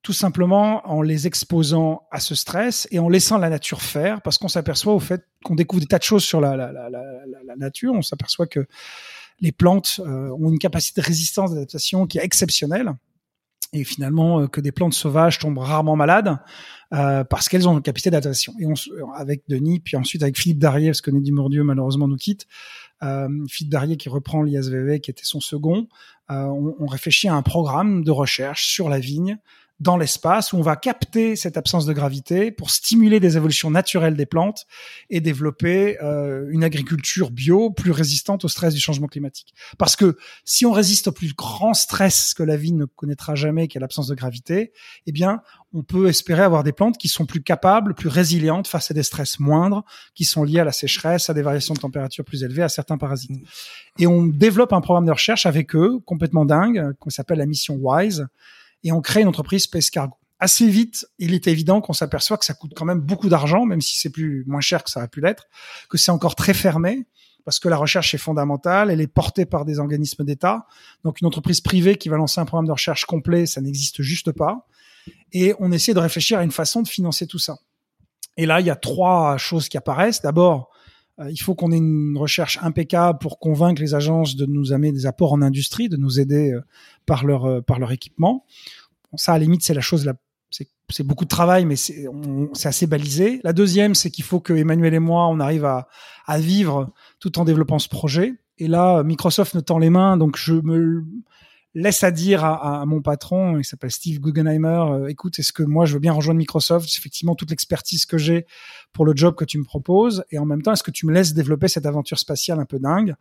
tout simplement en les exposant à ce stress et en laissant la nature faire, parce qu'on s'aperçoit au fait qu'on découvre des tas de choses sur la nature. On s'aperçoit que les plantes ont une capacité de résistance d'adaptation qui est exceptionnelle. Et finalement, que des plantes sauvages tombent rarement malades parce qu'elles ont une capacité d'adaptation. Et avec Denis, puis ensuite avec Philippe Darrier, parce que Neddy Mordieu malheureusement nous quitte, Philippe Darrier qui reprend l'ISVV, qui était son second, on réfléchit à un programme de recherche sur la vigne dans l'espace où on va capter cette absence de gravité pour stimuler des évolutions naturelles des plantes et développer une agriculture bio plus résistante au stress du changement climatique. Parce que si on résiste au plus grand stress que la vigne ne connaîtra jamais, qui est l'absence de gravité, eh bien, on peut espérer avoir des plantes qui sont plus capables, plus résilientes face à des stress moindres, qui sont liés à la sécheresse, à des variations de température plus élevées, à certains parasites. Et on développe un programme de recherche avec eux, complètement dingue, qu'on s'appelle la mission WISE, et on crée une entreprise Space Cargo. Assez vite, il est évident qu'on s'aperçoit que ça coûte quand même beaucoup d'argent, même si c'est moins cher que ça a pu l'être, que c'est encore très fermé, parce que la recherche est fondamentale, elle est portée par des organismes d'État. Donc une entreprise privée qui va lancer un programme de recherche complet, ça n'existe juste pas. Et on essaie de réfléchir à une façon de financer tout ça. Et là, il y a 3 choses qui apparaissent. D'abord, il faut qu'on ait une recherche impeccable pour convaincre les agences de nous amener des apports en industrie, de nous aider par leur équipement. Bon, ça, à la limite, c'est la chose c'est beaucoup de travail, mais c'est assez balisé. La deuxième, c'est qu'il faut que Emmanuel et moi, on arrive à vivre tout en développant ce projet. Et là, Microsoft me tend les mains, donc je me laisse à dire à mon patron, il s'appelle Steve Guggenheimer, écoute, est-ce que moi je veux bien rejoindre Microsoft, c'est effectivement toute l'expertise que j'ai pour le job que tu me proposes, et en même temps, est-ce que tu me laisses développer cette aventure spatiale un peu dingue?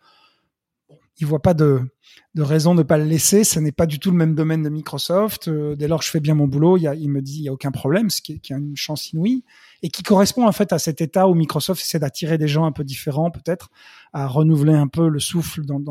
Il voit pas de raison de ne pas le laisser, ce n'est pas du tout le même domaine de Microsoft, dès lors que je fais bien mon boulot, il me dit il y a aucun problème, ce qui est une chance inouïe, et qui correspond en fait à cet état où Microsoft essaie d'attirer des gens un peu différents peut-être, à renouveler un peu le souffle dans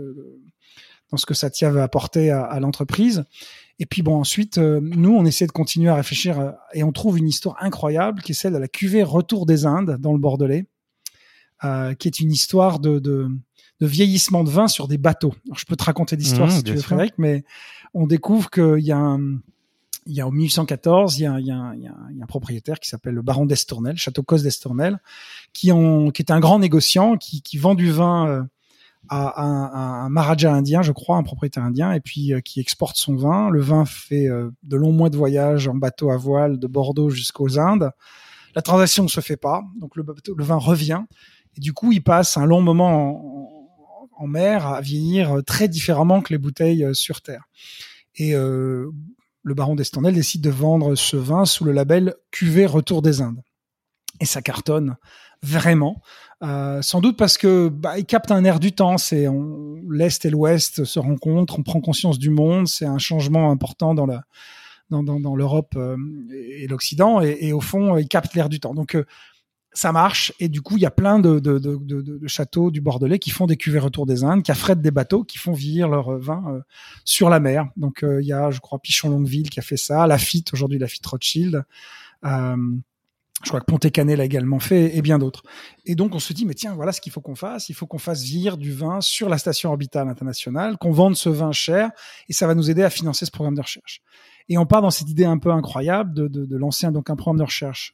ce que Satya veut apporter à l'entreprise. Et puis bon, ensuite, nous, on essaie de continuer à réfléchir et on trouve une histoire incroyable qui est celle de la cuvée Retour des Indes dans le Bordelais, qui est une histoire de vieillissement de vin sur des bateaux. Alors, je peux te raconter l'histoire si tu veux, Frédéric, mais on découvre qu'il y a en 1814, il y a un propriétaire qui s'appelle le baron d'Estournel, Château Cos d'Estournel, qui est un grand négociant qui vend du vin à un Maharaja indien, je crois, un propriétaire indien, et puis qui exporte son vin. Le vin fait de longs mois de voyage en bateau à voile de Bordeaux jusqu'aux Indes. La transaction ne se fait pas, donc le vin revient, et du coup, il passe un long moment en mer à vieillir très différemment que les bouteilles sur terre. Et le baron d'Estournel décide de vendre ce vin sous le label Cuvée Retour des Indes. Et ça cartonne vraiment. Sans doute parce que il capte un air du temps, l'Est et l'Ouest se rencontrent, on prend conscience du monde, c'est un changement important dans l'Europe et l'Occident, et au fond, il capte l'air du temps. Donc ça marche, et du coup, il y a plein de châteaux du Bordelais qui font des cuvées Retour des Indes, qui affrètent des bateaux, qui font vieillir leur vin sur la mer. Donc il y a, je crois, Pichon-Longueville qui a fait ça, Lafite, aujourd'hui Lafite Rothschild, je crois que Pontet-Canet l'a également fait, et bien d'autres. Et donc, on se dit, mais tiens, voilà ce qu'il faut qu'on fasse. Il faut qu'on fasse vieillir du vin sur la station orbitale internationale, qu'on vende ce vin cher, et ça va nous aider à financer ce programme de recherche. Et on part dans cette idée un peu incroyable de lancer un programme de recherche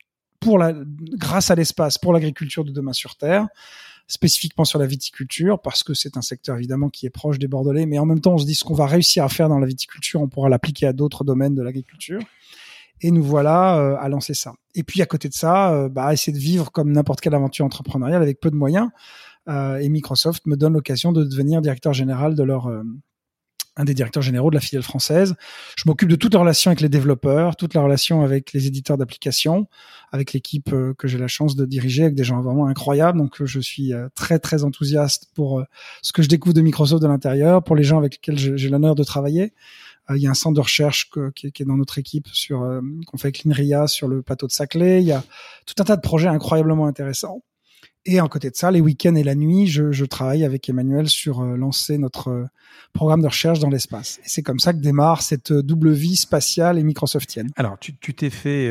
grâce à l'espace pour l'agriculture de demain sur Terre, spécifiquement sur la viticulture, parce que c'est un secteur évidemment qui est proche des Bordelais, mais en même temps, on se dit ce qu'on va réussir à faire dans la viticulture, on pourra l'appliquer à d'autres domaines de l'agriculture. Et nous voilà à lancer ça. Et puis à côté de ça, essayer de vivre comme n'importe quelle aventure entrepreneuriale avec peu de moyens. Et Microsoft me donne l'occasion de devenir directeur général de un des directeurs généraux de la filiale française. Je m'occupe de toute la relation avec les développeurs, toute la relation avec les éditeurs d'applications, avec l'équipe que j'ai la chance de diriger, avec des gens vraiment incroyables. Donc je suis très très enthousiaste pour ce que je découvre de Microsoft de l'intérieur, pour les gens avec lesquels j'ai l'honneur de travailler. Il y a un centre de recherche qui est dans notre équipe qu'on fait avec l'INRIA sur le plateau de Saclay. Il y a tout un tas de projets incroyablement intéressants. Et en côté de ça, les week-ends et la nuit, je travaille avec Emmanuel sur lancer notre programme de recherche dans l'espace. Et c'est comme ça que démarre cette double vie spatiale et microsoftienne. Alors, tu t'es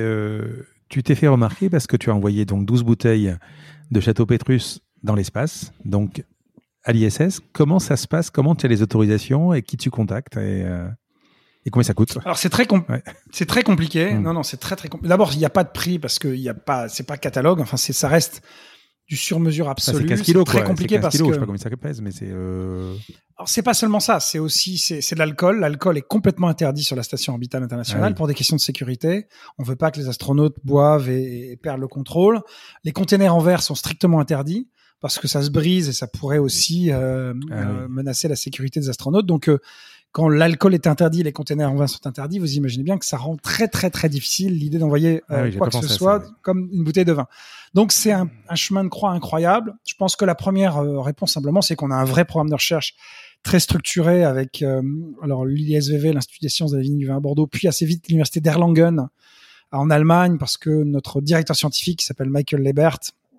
fait remarquer parce que tu as envoyé donc 12 bouteilles de Château Pétrus dans l'espace, donc à l'ISS. Comment ça se passe? Comment tu as les autorisations et qui tu contactes Et combien ça coûte? Alors c'est très compliqué. Non, c'est très compliqué. D'abord, il n'y a pas de prix parce que c'est pas catalogue. Enfin, ça reste du sur-mesure absolu. C'est 15 kilos, c'est très compliqué parce que. Je sais pas combien ça pèse, mais c'est. Alors c'est pas seulement ça, c'est aussi c'est de l'alcool. L'alcool est complètement interdit sur la station orbitale internationale pour des questions de sécurité. On veut pas que les astronautes boivent et perdent le contrôle. Les containers en verre sont strictement interdits parce que ça se brise et ça pourrait aussi menacer la sécurité des astronautes. Donc quand l'alcool est interdit, les containers en vin sont interdits, vous imaginez bien que ça rend très très très difficile l'idée d'envoyer quoi que ce soit comme une bouteille de vin. Donc c'est un chemin de croix incroyable. Je pense que la première réponse simplement, c'est qu'on a un vrai programme de recherche très structuré avec alors l'ISVV, l'Institut des sciences de la vigne du vin à Bordeaux, puis assez vite l'université d'Erlangen en Allemagne, parce que notre directeur scientifique qui s'appelle Michael Lebert,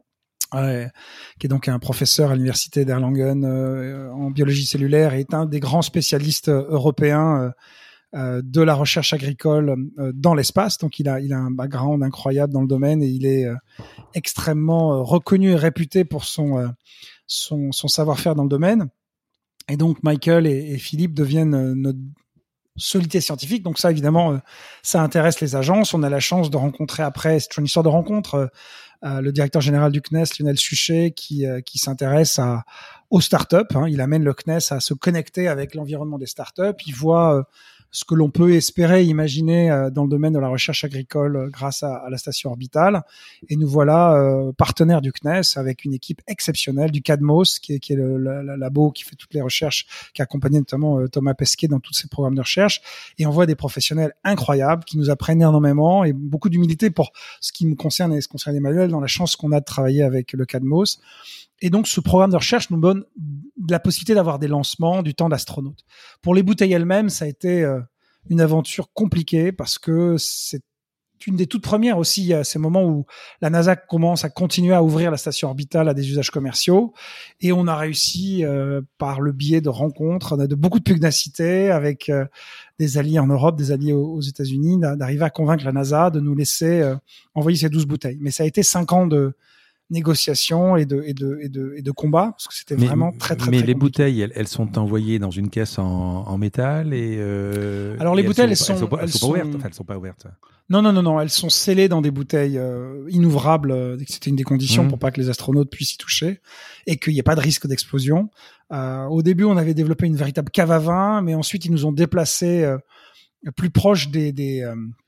qui est donc un professeur à l'université d'Erlangen en biologie cellulaire et est un des grands spécialistes européens de la recherche agricole dans l'espace. Donc il a un background incroyable dans le domaine et il est extrêmement reconnu et réputé pour son savoir-faire dans le domaine. Et donc Michael et Philippe deviennent notre solidité scientifique. Donc ça, évidemment, ça intéresse les agences. On a la chance de rencontrer après, c'est une histoire de rencontre, le directeur général du CNES, Lionel Suchet, qui s'intéresse aux startups. Il amène le CNES à se connecter avec l'environnement des startups. Il voit ce que l'on peut espérer, imaginer dans le domaine de la recherche agricole grâce à la station orbitale. Et nous voilà partenaires du CNES avec une équipe exceptionnelle du CADMOS, qui est le labo qui fait toutes les recherches, qui a accompagné notamment Thomas Pesquet dans tous ses programmes de recherche. Et on voit des professionnels incroyables qui nous apprennent énormément et beaucoup d'humilité pour ce qui me concerne et ce qui concerne Emmanuel, dans la chance qu'on a de travailler avec le CADMOS. Et donc, ce programme de recherche nous donne la possibilité d'avoir des lancements du temps d'astronaute. Pour les bouteilles elles-mêmes, ça a été une aventure compliquée parce que c'est une des toutes premières aussi à ces moments où la NASA commence à continuer à ouvrir la station orbitale à des usages commerciaux. Et on a réussi, par le biais de rencontres, de beaucoup de pugnacité avec des alliés en Europe, des alliés aux États-Unis, d'arriver à convaincre la NASA de nous laisser envoyer ces 12 bouteilles. Mais ça a été 5 ans de négociations et de combats, parce que c'était vraiment très mais très les compliqué. Bouteilles, elles sont envoyées dans une caisse en métal et alors les bouteilles, elles sont pas ouvertes. Enfin, elles sont pas ouvertes. Non, elles sont scellées dans des bouteilles inouvrables. C'était une des conditions pour pas que les astronautes puissent y toucher et qu'il n'y ait pas de risque d'explosion. Au début, on avait développé une véritable cave à vin, mais ensuite ils nous ont déplacés plus proche des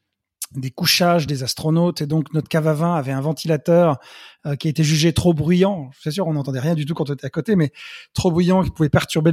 couchages des astronautes, et donc notre cave à vin avait un ventilateur qui a été jugé trop bruyant. C'est sûr, on n'entendait rien du tout quand on était à côté, mais trop bruyant, qui pouvait perturber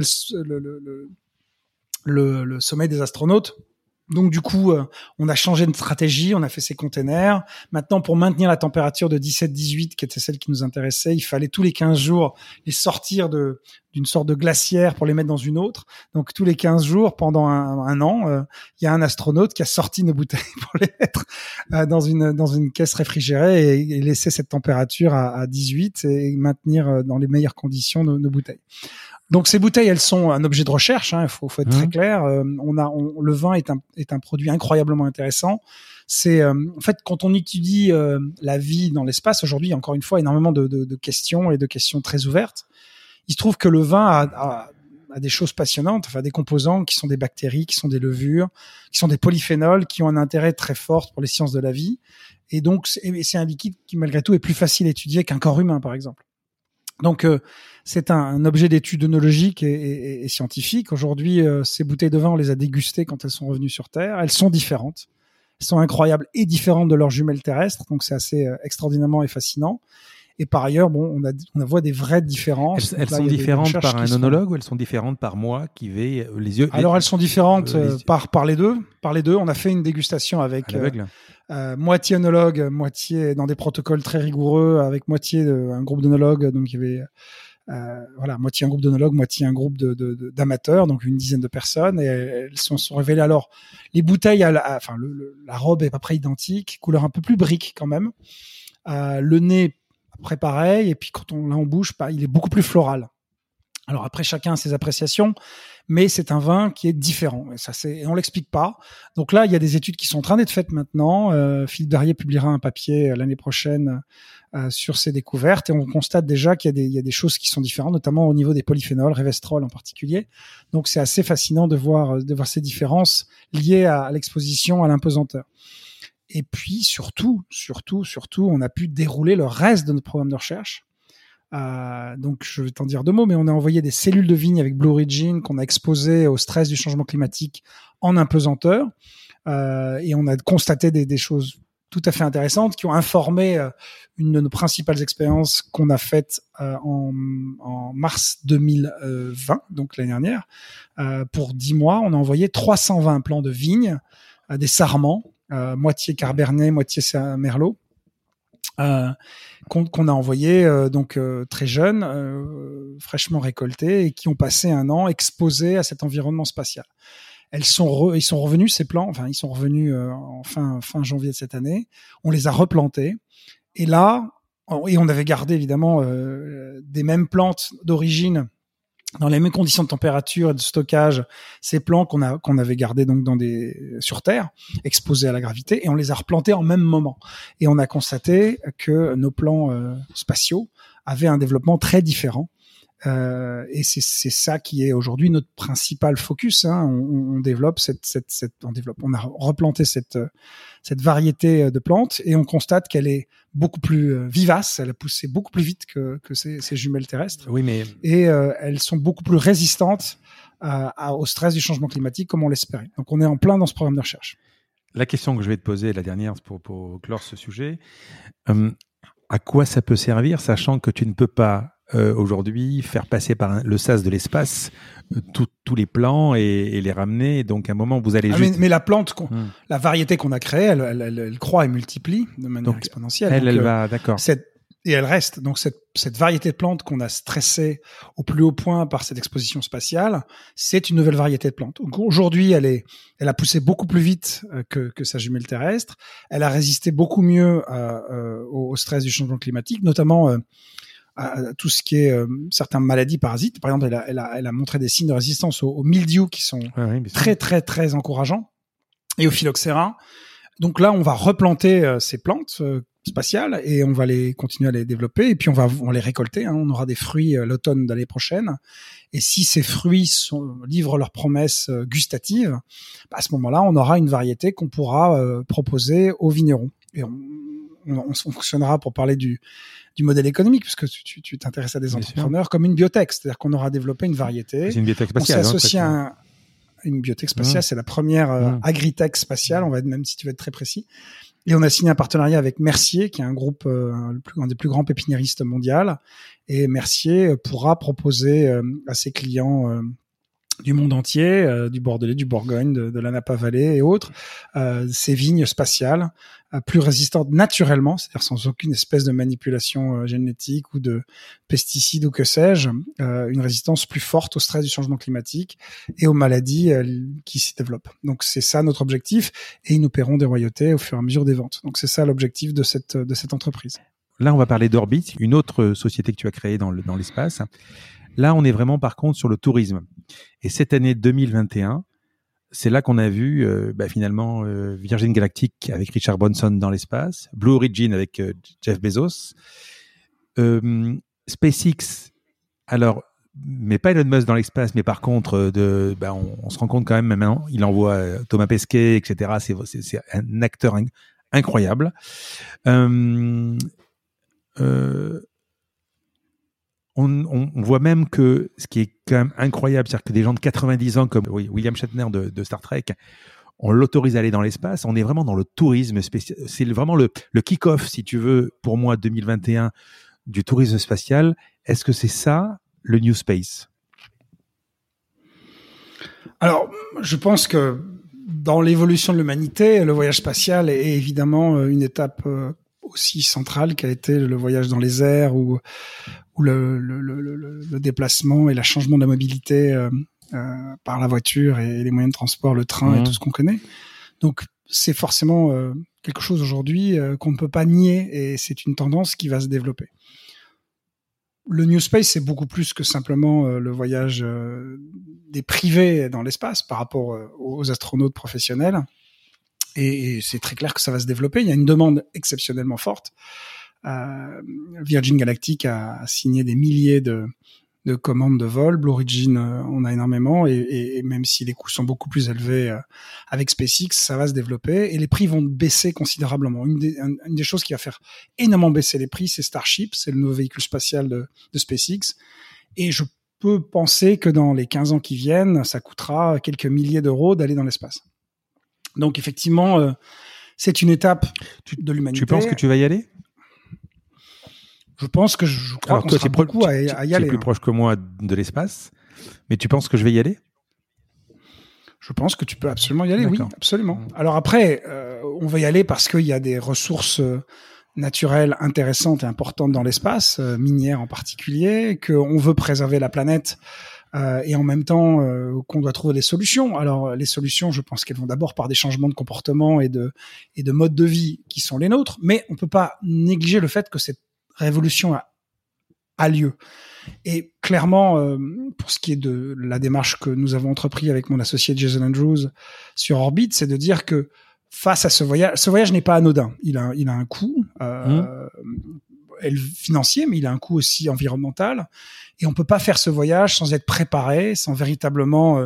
le sommeil des astronautes. Donc du coup, on a changé de stratégie, on a fait ces containers. Maintenant, pour maintenir la température de 17-18, qui était celle qui nous intéressait, il fallait tous les 15 jours les sortir d'une sorte de glacière pour les mettre dans une autre. Donc tous les 15 jours, pendant un an, il y a un astronaute qui a sorti nos bouteilles pour les mettre dans une caisse réfrigérée et laisser cette température à 18 et maintenir dans les meilleures conditions nos bouteilles. Donc ces bouteilles, elles sont un objet de recherche. Faut être très clair. Le vin est un produit incroyablement intéressant. C'est en fait quand on étudie la vie dans l'espace aujourd'hui, il y a encore une fois énormément de questions et de questions très ouvertes. Il se trouve que le vin a des choses passionnantes, enfin des composants qui sont des bactéries, qui sont des levures, qui sont des polyphénols, qui ont un intérêt très fort pour les sciences de la vie. Et donc c'est un liquide qui malgré tout est plus facile à étudier qu'un corps humain, par exemple. Donc c'est un objet d'étude œnologique et scientifique. Aujourd'hui, ces bouteilles de vin, on les a dégustées quand elles sont revenues sur Terre. Elles sont différentes. Elles sont incroyables et différentes de leurs jumelles terrestres. Donc c'est assez extraordinairement et fascinant. Et par ailleurs, on voit des vraies différences. Elles sont différentes par un œnologue ou elles sont différentes par moi qui vais les yeux. Alors elles sont différentes par les deux. Par les deux, on a fait une dégustation avec moitié œnologue, moitié dans des protocoles très rigoureux, avec moitié un groupe d'œnologues. Donc il y avait moitié un groupe d'œnologues, moitié un groupe d'amateurs, donc une dizaine de personnes. Et elles sont révélées. Alors les bouteilles, la robe est à peu près identique, couleur un peu plus brique quand même. Le nez après pareil, et puis quand on l'a en bouche, il est beaucoup plus floral. Alors après, chacun a ses appréciations, mais c'est un vin qui est différent. Et on l'explique pas. Donc là, il y a des études qui sont en train d'être faites maintenant. Philippe Darrier publiera un papier l'année prochaine sur ces découvertes, et on constate déjà qu'il y a des choses qui sont différentes, notamment au niveau des polyphénols, resveratrol en particulier. Donc c'est assez fascinant de voir ces différences liées à l'exposition à l'impesanteur. Et puis surtout, on a pu dérouler le reste de notre programme de recherche. Donc je vais t'en dire 2 mots, mais on a envoyé des cellules de vigne avec Blue Origin qu'on a exposées au stress du changement climatique en impesanteur, et on a constaté des choses tout à fait intéressantes qui ont informé une de nos principales expériences qu'on a faites en mars 2020, donc l'année dernière. Pour 10 mois, on a envoyé 320 plants de vigne, des sarments, moitié Cabernet, moitié Merlot, qu'on a envoyé très jeunes, fraîchement récoltés, et qui ont passé 1 an exposés à cet environnement spatial. Ils sont revenus, ces plants, enfin ils sont revenus en fin janvier de cette année. On les a replantés, et là, on avait gardé évidemment des mêmes plantes d'origine dans les mêmes conditions de température et de stockage, ces plants qu'on avait gardés donc sur Terre, exposés à la gravité, et on les a replantés en même moment. Et on a constaté que nos plants spatiaux avaient un développement très différent. Et c'est ça qui est aujourd'hui notre principal focus. On développe on a replanté cette variété de plantes, et on constate qu'elle est beaucoup plus vivace. Elle a poussé beaucoup plus vite que ces jumelles terrestres. Oui, mais elles sont beaucoup plus résistantes au stress du changement climatique, comme on l'espérait. Donc on est en plein dans ce programme de recherche. La question que je vais te poser, la dernière pour clore ce sujet, à quoi ça peut servir, sachant que tu ne peux pas aujourd'hui faire passer par le sas de l'espace tous les plants et les ramener. Donc à un moment, vous allez mais la plante, la variété qu'on a créée, elle croît et multiplie de manière exponentielle. Elle va, d'accord. Et elle reste. Donc cette variété de plantes qu'on a stressée au plus haut point par cette exposition spatiale, c'est une nouvelle variété de plantes. Donc aujourd'hui, elle a poussé beaucoup plus vite que sa jumelle terrestre. Elle a résisté beaucoup mieux au stress du changement climatique, notamment à tout ce qui est certaines maladies parasites. Par exemple, elle a montré des signes de résistance au mildiou qui sont très très très encourageants, et au phylloxéra. Donc là, on va replanter ces plantes spatiales, et on va continuer à les développer, et puis on va les récolter. On aura des fruits l'automne de l'année prochaine, et si ces fruits livrent leurs promesses gustatives, à ce moment-là, on aura une variété qu'on pourra proposer aux vignerons. Et on fonctionnera, pour parler du modèle économique, puisque tu t'intéresses à des entrepreneurs, comme une biotech, c'est-à-dire qu'on aura développé une variété. C'est une biotech spatiale. On s'associe à une biotech spatiale, c'est la première agritech spatiale, même si tu veux être très précis. Et on a signé un partenariat avec Mercier, qui est un groupe, un des plus grands pépiniéristes mondial. Et Mercier pourra proposer à ses clients du monde entier, du Bordelais, du Bourgogne, de la Napa Valley et autres, ces vignes spatiales plus résistantes naturellement, c'est-à-dire sans aucune espèce de manipulation génétique ou de pesticides ou que sais-je, une résistance plus forte au stress du changement climatique et aux maladies qui s'y développent. Donc c'est ça notre objectif, et ils nous paieront des royautés au fur et à mesure des ventes. Donc c'est ça l'objectif de cette entreprise. Là, on va parler d'Orbit, une autre société que tu as créée dans l'espace. Là, on est vraiment par contre sur le tourisme. Et cette année 2021, c'est là qu'on a vu finalement Virgin Galactic avec Richard Branson dans l'espace, Blue Origin avec Jeff Bezos, SpaceX. Alors, mais pas Elon Musk dans l'espace, mais par contre, on se rend compte quand même maintenant, il envoie Thomas Pesquet, etc. C'est un acteur incroyable. On voit même que ce qui est quand même incroyable, c'est-à-dire que des gens de 90 ans comme William Shatner de Star Trek, on l'autorise à aller dans l'espace. On est vraiment dans le tourisme spatial. C'est vraiment le kick-off, si tu veux, pour moi, 2021 du tourisme spatial. Est-ce que c'est ça, le New Space ? Alors, je pense que dans l'évolution de l'humanité, le voyage spatial est évidemment une étape aussi centrale qu'a été le voyage dans les airs ou le déplacement et le changement de la mobilité par la voiture et les moyens de transport, le train et tout ce qu'on connaît. Donc c'est forcément quelque chose aujourd'hui qu'on ne peut pas nier, et c'est une tendance qui va se développer. Le New Space, c'est beaucoup plus que simplement le voyage des privés dans l'espace par rapport aux astronautes professionnels. Et c'est très clair que ça va se développer. Il y a une demande exceptionnellement forte. Virgin Galactic a signé des milliers de commandes de vol. Blue Origin on a énormément et même si les coûts sont beaucoup plus élevés avec SpaceX, ça va se développer et les prix vont baisser considérablement. Une des choses qui va faire énormément baisser les prix, c'est Starship, c'est le nouveau véhicule spatial de SpaceX et je peux penser que dans les 15 ans qui viennent, ça coûtera quelques milliers d'euros d'aller dans l'espace. Donc effectivement, c'est une étape de l'humanité. Tu penses que tu vas y aller ? Je pense que je crois qu'on sera beaucoup à y aller. Tu es plus proche que moi de l'espace, mais tu penses que je vais y aller ? Je pense que tu peux absolument y aller, oui, absolument. Alors après, on va y aller parce qu'il y a des ressources naturelles intéressantes et importantes dans l'espace, minières en particulier, qu'on veut préserver la planète et en même temps qu'on doit trouver des solutions. Alors les solutions, je pense qu'elles vont d'abord par des changements de comportement et de mode de vie qui sont les nôtres, mais on peut pas négliger le fait que cette révolution a lieu. Et clairement, pour ce qui est de la démarche que nous avons entreprise avec mon associé Jason Andrews sur Orbit, c'est de dire que face à ce voyage n'est pas anodin. Il a un coût financier, mais il a un coût aussi environnemental. Et on peut pas faire ce voyage sans être préparé, sans véritablement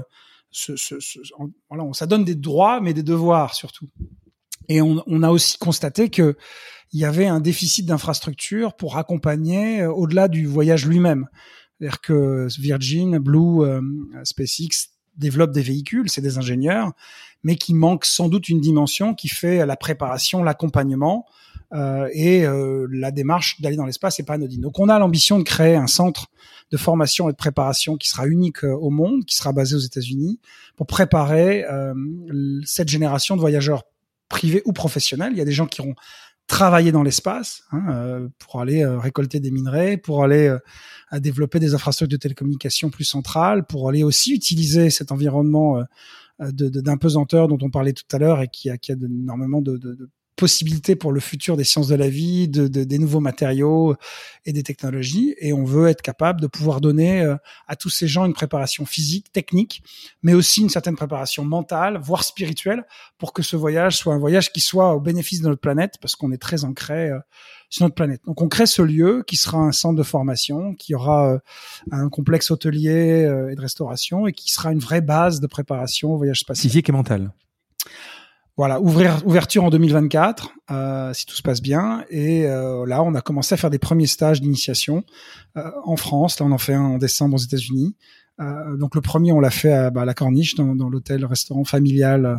voilà, ça donne des droits, mais des devoirs surtout. Et on a aussi constaté que il y avait un déficit d'infrastructure pour accompagner au-delà du voyage lui-même. C'est-à-dire que Virgin, Blue, SpaceX développent des véhicules, c'est des ingénieurs, mais qui manquent sans doute une dimension qui fait la préparation, l'accompagnement et la démarche d'aller dans l'espace n'est pas anodine. Donc on a l'ambition de créer un centre de formation et de préparation qui sera unique au monde, qui sera basé aux États-Unis, pour préparer cette génération de voyageurs privés ou professionnels. Il y a des gens qui iront travailler dans l'espace pour aller récolter des minerais, pour aller à développer des infrastructures de télécommunications plus centrales, pour aller aussi utiliser cet environnement d'impesanteur dont on parlait tout à l'heure et qui a énormément de possibilités pour le futur des sciences de la vie, des nouveaux matériaux et des technologies. Et on veut être capable de pouvoir donner à tous ces gens une préparation physique, technique, mais aussi une certaine préparation mentale, voire spirituelle, pour que ce voyage soit un voyage qui soit au bénéfice de notre planète, parce qu'on est très ancré sur notre planète. Donc on crée ce lieu qui sera un centre de formation, qui aura un complexe hôtelier et de restauration, et qui sera une vraie base de préparation au voyage spatial. Physique et mental. Voilà, ouverture en 2024, si tout se passe bien. Et là, on a commencé à faire des premiers stages d'initiation en France. Là, on en fait un en décembre aux États-Unis. Donc le premier, on l'a fait à la Corniche, dans l'hôtel-restaurant familial,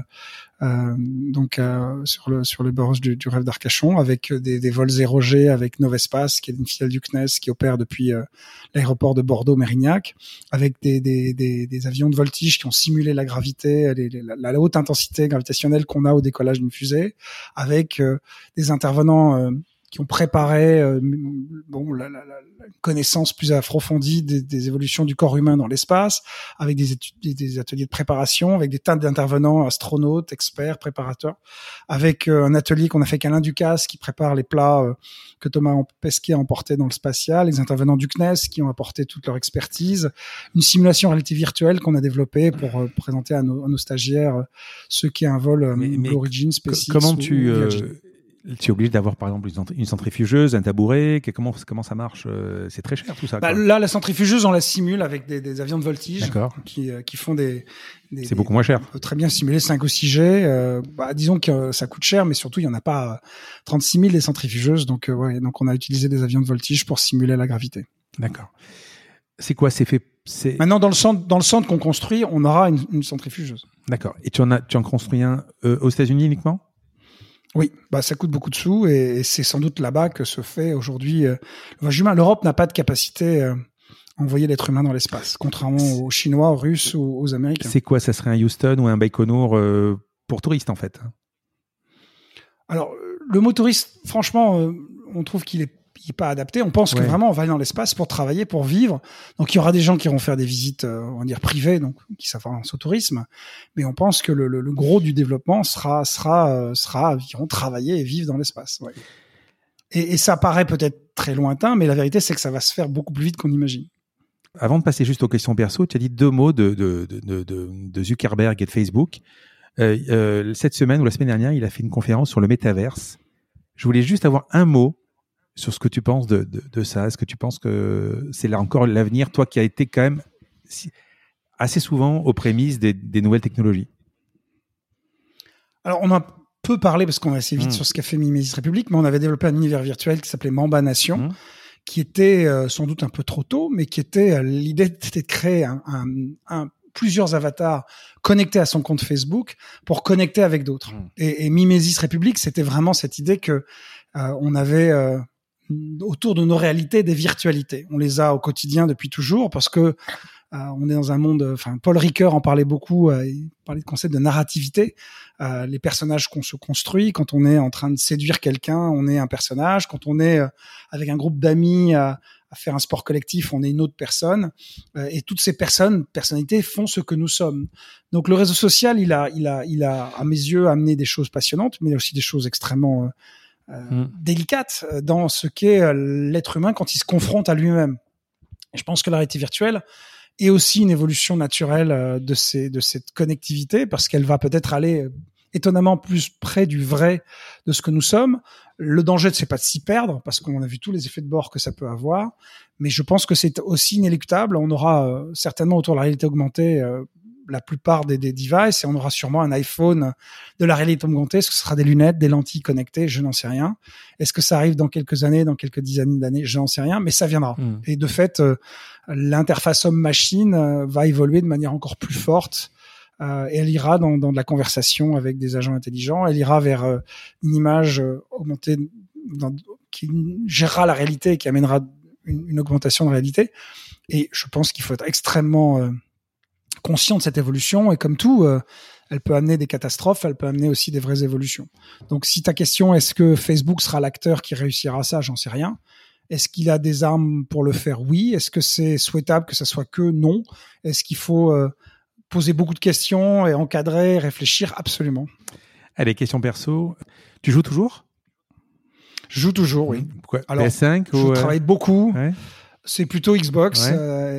sur le bord du Rêve d'Arcachon, avec des vols 0G avec Novespace, qui est une filiale du CNES qui opère depuis l'aéroport de Bordeaux-Mérignac, avec des avions de voltige qui ont simulé la gravité, la haute intensité gravitationnelle qu'on a au décollage d'une fusée, avec des intervenants qui ont préparé la connaissance plus approfondie des évolutions du corps humain dans l'espace, avec des ateliers de préparation, avec des tas d'intervenants, astronautes, experts, préparateurs, avec un atelier qu'on a fait avec Alain Ducasse qui prépare les plats que Thomas Pesquet a emportés dans le spatial, les intervenants du CNES qui ont apporté toute leur expertise, une simulation réalité virtuelle qu'on a dévelocée pour présenter à nos stagiaires ce qu'est un vol Blue Origin, SpaceX. Comment tu es obligé d'avoir, par exemple, une centrifugeuse, un tabouret. Comment ça marche ? C'est très cher, tout ça. Là, la centrifugeuse, on la simule avec des avions de voltige. D'accord. Qui font c'est beaucoup moins cher. On peut très bien simuler 5 ou 6 G. Disons que ça coûte cher, mais surtout, il y en a pas 36 000 des centrifugeuses. Donc on a utilisé des avions de voltige pour simuler la gravité. D'accord. C'est quoi ? Maintenant, dans le centre qu'on construit, on aura une centrifugeuse. D'accord. Et tu en construis un aux États-Unis uniquement ? Oui, ça coûte beaucoup de sous et c'est sans doute là-bas que se fait aujourd'hui le voyage humain. L'Europe n'a pas de capacité à envoyer l'être humain dans l'espace, contrairement aux Chinois, aux Russes ou aux Américains. C'est quoi ? Ça serait un Houston ou un Baïkonour pour touristes, en fait ? Alors, le mot touriste, franchement, on trouve qu'il est pas adapté. On pense que vraiment on va aller dans l'espace pour travailler, pour vivre. Donc il y aura des gens qui iront faire des visites, on va dire privées, donc qui s'avancent au tourisme. Mais on pense que le gros du développement sera ils iront travailler et vivre dans l'espace. Ouais. Et ça paraît peut-être très lointain, mais la vérité c'est que ça va se faire beaucoup plus vite qu'on imagine. Avant de passer juste aux questions perso, tu as dit 2 mots de Zuckerberg et de Facebook. Cette semaine ou la semaine dernière, il a fait une conférence sur le métaverse. Je voulais juste avoir un mot sur ce que tu penses de ça. Est-ce que tu penses que c'est là encore l'avenir, toi qui as été quand même assez souvent aux prémices des nouvelles technologies? Alors, on a peu parlé parce qu'on est assez vite sur ce qu'a fait Mimesis République, mais on avait développé un univers virtuel qui s'appelait Mamba Nation, qui était sans doute un peu trop tôt, mais qui était l'idée c'était de créer plusieurs avatars connectés à son compte Facebook pour connecter avec d'autres. Et Mimesis République, c'était vraiment cette idée que on avait autour de nos réalités des virtualités. On les a au quotidien depuis toujours parce que on est dans un monde. Enfin, Paul Ricoeur en parlait beaucoup. Il parlait de concept de narrativité. Les personnages qu'on se construit quand on est en train de séduire quelqu'un, on est un personnage. Quand on est avec un groupe d'amis à faire un sport collectif, on est une autre personne. Et toutes ces personnalités font ce que nous sommes. Donc le réseau social, il a à mes yeux amené des choses passionnantes, mais aussi des choses extrêmement délicates dans ce qu'est l'être humain quand il se confronte à lui-même. Et je pense que la réalité virtuelle est aussi une évolution naturelle de cette connectivité parce qu'elle va peut-être aller étonnamment plus près du vrai de ce que nous sommes. Le danger, c'est pas de s'y perdre parce qu'on a vu tous les effets de bord que ça peut avoir, mais je pense que c'est aussi inéluctable. On aura certainement autour de la réalité augmentée la plupart des devices et on aura sûrement un iPhone de la réalité augmentée. Est-ce que ce sera des lunettes, des lentilles connectées? Je n'en sais rien. Est-ce que ça arrive dans quelques années, dans quelques dizaines d'années? Je n'en sais rien, mais ça viendra. Et de fait, l'interface homme-machine va évoluer de manière encore plus forte. Et elle ira dans de la conversation avec des agents intelligents. Elle ira vers une image augmentée qui gérera la réalité et qui amènera une augmentation de réalité. Et je pense qu'il faut être extrêmement conscient de cette évolution. Et comme tout, elle peut amener des catastrophes, elle peut amener aussi des vraies évolutions. Donc si ta question, est-ce que Facebook sera l'acteur qui réussira ça? J'en sais rien. Est-ce qu'il a des armes pour le faire? Oui. Est-ce que c'est souhaitable que ça soit que? Non. Est-ce qu'il faut poser beaucoup de questions et encadrer, réfléchir? Absolument. Allez, question perso. Tu joues toujours? Je joue toujours, oui. Pourquoi? Alors, PS5 je travaille beaucoup. Ouais. C'est plutôt Xbox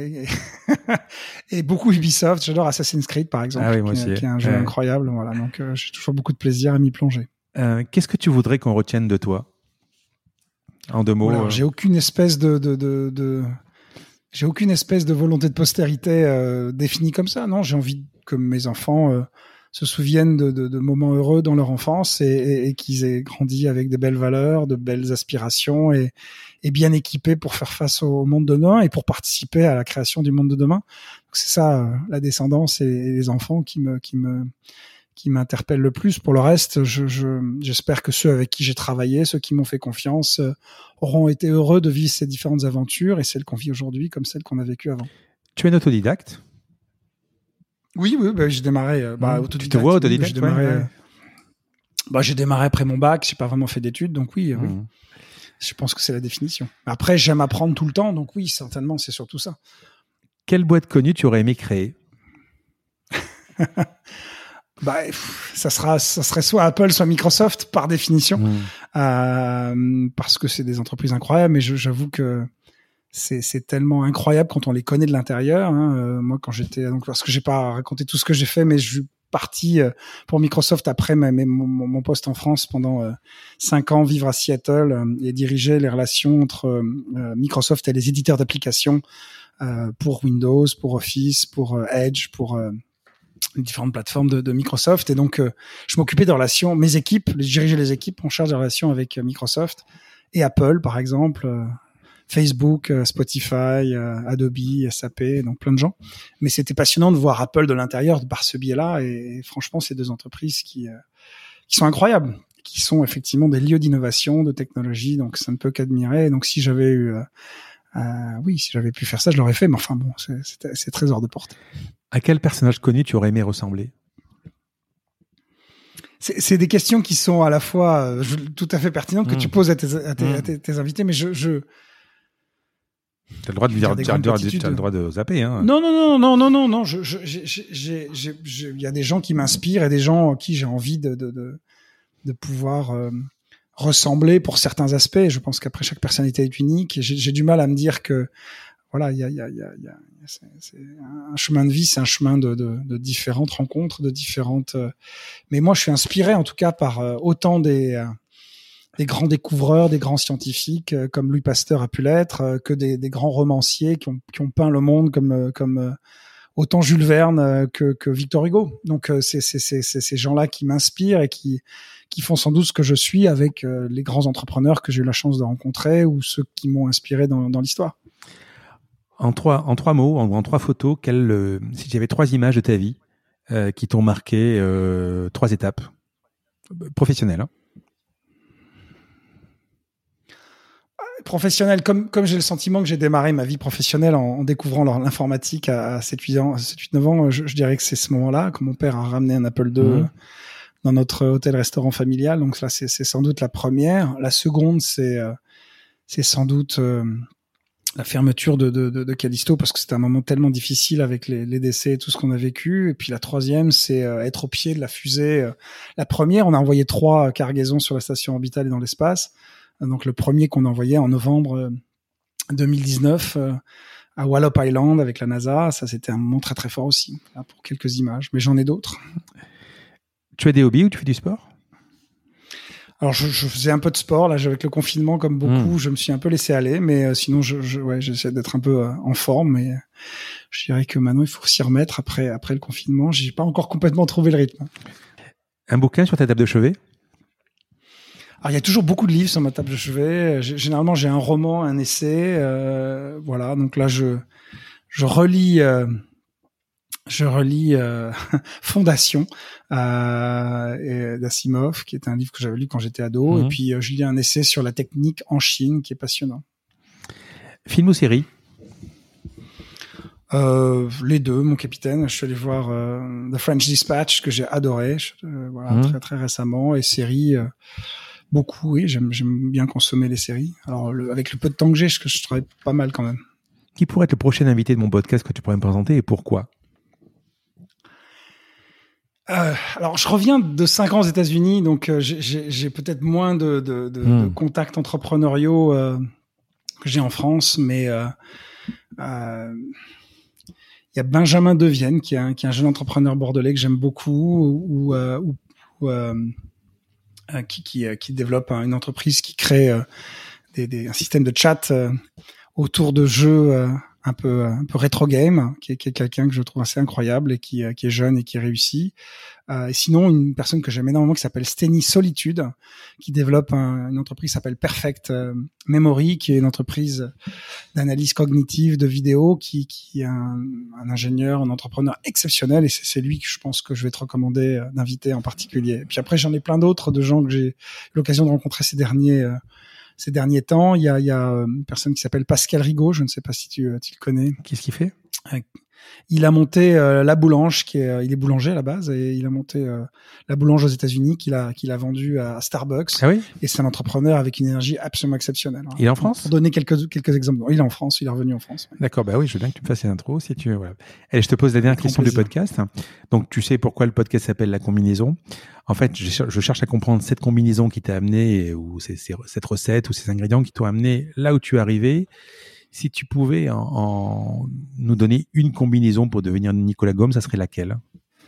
et beaucoup Ubisoft. J'adore Assassin's Creed, par exemple, qui est un jeu incroyable. Voilà, donc j'ai toujours beaucoup de plaisir à m'y plonger. Qu'est-ce que tu voudrais qu'on retienne de toi? En deux mots. Alors, j'ai aucune espèce j'ai aucune espèce de volonté de postérité définie comme ça. Non, j'ai envie que mes enfants se souviennent de moments heureux dans leur enfance et qu'ils aient grandi avec des belles valeurs, de belles aspirations et bien équipés pour faire face au monde de demain et pour participer à la création du monde de demain. Donc c'est ça, la descendance et les enfants qui m'interpellent le plus. Pour le reste, j'espère que ceux avec qui j'ai travaillé, ceux qui m'ont fait confiance, auront été heureux de vivre ces différentes aventures et celles qu'on vit aujourd'hui comme celles qu'on a vécues avant. Tu es un autodidacte? Oui, j'ai démarré autodidacte. Tu te vois autodidacte? J'ai démarré après mon bac, j'ai pas vraiment fait d'études, donc oui. Je pense que c'est la définition. Après, j'aime apprendre tout le temps, donc oui, certainement, c'est surtout ça. Quelle boîte connue tu aurais aimé créer? Ça serait soit Apple, soit Microsoft, par définition, parce que c'est des entreprises incroyables, mais j'avoue que c'est tellement incroyable quand on les connaît de l'intérieur. Moi, parce que j'ai pas raconté tout ce que j'ai fait, mais je suis parti pour Microsoft après mon poste en France pendant 5 ans, vivre à Seattle et diriger les relations entre Microsoft et les éditeurs d'applications pour Windows, pour Office, pour Edge, pour les différentes plateformes de Microsoft. Et donc, je m'occupais des relations, mes équipes, je dirigeais les équipes en charge des relations avec Microsoft et Apple, par exemple, Facebook, Spotify, Adobe, SAP, donc plein de gens. Mais c'était passionnant de voir Apple de l'intérieur par ce biais-là. Et franchement, c'est deux entreprises qui sont incroyables, qui sont effectivement des lieux d'innovation, de technologie. Donc, ça ne peut qu'admirer. Donc, si j'avais si j'avais pu faire ça, je l'aurais fait. Mais enfin bon, c'est très hors de portée. À quel personnage connu tu aurais aimé ressembler? C'est des questions qui sont à la fois tout à fait pertinentes que tu poses à tes invités, mais T'as le droit de dire, t'as le droit de zapper, hein. Non. Il y a des gens qui m'inspirent et des gens à qui j'ai envie de pouvoir ressembler pour certains aspects. Je pense qu'après chaque personnalité est unique. Et j'ai du mal à me dire que voilà, c'est un chemin de vie, c'est un chemin de différentes rencontres, de différentes. Mais moi, je suis inspiré en tout cas par autant des grands découvreurs, des grands scientifiques comme Louis Pasteur a pu l'être, que des grands romanciers qui ont peint le monde comme autant Jules Verne que Victor Hugo. Donc c'est ces gens-là qui m'inspirent et qui font sans doute ce que je suis avec les grands entrepreneurs que j'ai eu la chance de rencontrer ou ceux qui m'ont inspiré dans l'histoire. En trois mots, en 3 photos, si j'avais 3 images de ta vie qui t'ont marqué 3 étapes professionnelles, hein. Professionnel, comme j'ai le sentiment que j'ai démarré ma vie professionnelle en découvrant l'informatique à 7-8 ans, je dirais que c'est ce moment-là que mon père a ramené un Apple II dans notre hôtel-restaurant familial. Donc là, c'est sans doute la première. La seconde, c'est sans doute la fermeture de Callisto, parce que c'était un moment tellement difficile avec les décès et tout ce qu'on a vécu. Et puis la troisième, c'est être au pied de la fusée. La première, on a envoyé 3 cargaisons sur la station orbitale et dans l'espace. Donc le premier qu'on a envoyé en novembre 2019 à Wallop Island avec la NASA, ça c'était un moment très très fort aussi, là, pour quelques images, mais j'en ai d'autres. Tu as des hobbies ou tu fais du sport ? Alors je faisais un peu de sport là, avec le confinement comme beaucoup, je me suis un peu laissé aller, mais sinon j'essaie d'être un peu en forme, mais je dirais que maintenant il faut s'y remettre après le confinement. J'ai pas encore complètement trouvé le rythme. Un bouquin sur ta table de chevet ? Alors, il y a toujours beaucoup de livres sur ma table de chevet. Généralement, j'ai un roman, un essai, voilà. Donc là, je relis Fondation d'Asimov, qui est un livre que j'avais lu quand j'étais ado. Et puis, je lis un essai sur la technique en Chine, qui est passionnant. Film ou série ? Les deux, mon capitaine. Je suis allé voir The French Dispatch, que j'ai adoré, très très récemment. Et série. Beaucoup, oui, j'aime bien consommer les séries. Alors, avec le peu de temps que j'ai, je travaille pas mal quand même. Qui pourrait être le prochain invité de mon podcast que tu pourrais me présenter et pourquoi ? Alors, je reviens de 5 ans aux États-Unis, donc j'ai peut-être moins de contacts entrepreneuriaux que j'ai en France, mais il y a Benjamin Devienne, qui est un jeune entrepreneur bordelais que j'aime beaucoup, qui développe une entreprise qui crée un système de chat autour de jeux un peu rétro game, qui est quelqu'un que je trouve assez incroyable et qui est jeune et qui réussit. Et sinon, une personne que j'aime énormément qui s'appelle Steny Solitude, qui développe une entreprise qui s'appelle Perfect Memory, qui est une entreprise d'analyse cognitive de vidéo, qui est un ingénieur, un entrepreneur exceptionnel, et c'est lui que je pense que je vais te recommander d'inviter en particulier. Et puis après, j'en ai plein d'autres de gens que j'ai eu l'occasion de rencontrer ces derniers temps. Il y a une personne qui s'appelle Pascal Rigaud, je ne sais pas si tu le connais. Qu'est-ce qu'il fait ? Il a monté La Boulange, il est boulanger à la base, et il a monté La Boulange aux États-Unis, qu'il a vendu à Starbucks. Ah oui ? Et c'est un entrepreneur avec une énergie absolument exceptionnelle. Il est en France ? Pour donner quelques exemples. Il est en France, il est revenu en France. Ouais. D'accord, bah oui, je veux bien que tu me fasses l'intro si tu veux. Voilà. Et je te pose la dernière question du podcast. Donc, tu sais pourquoi le podcast s'appelle La Combinaison. En fait, je cherche à comprendre cette combinaison qui t'a amené, ou cette recette, ou ces ingrédients qui t'ont amené là où tu es arrivé. Si tu pouvais nous donner une combinaison pour devenir Nicolas Gaume, ça serait laquelle ?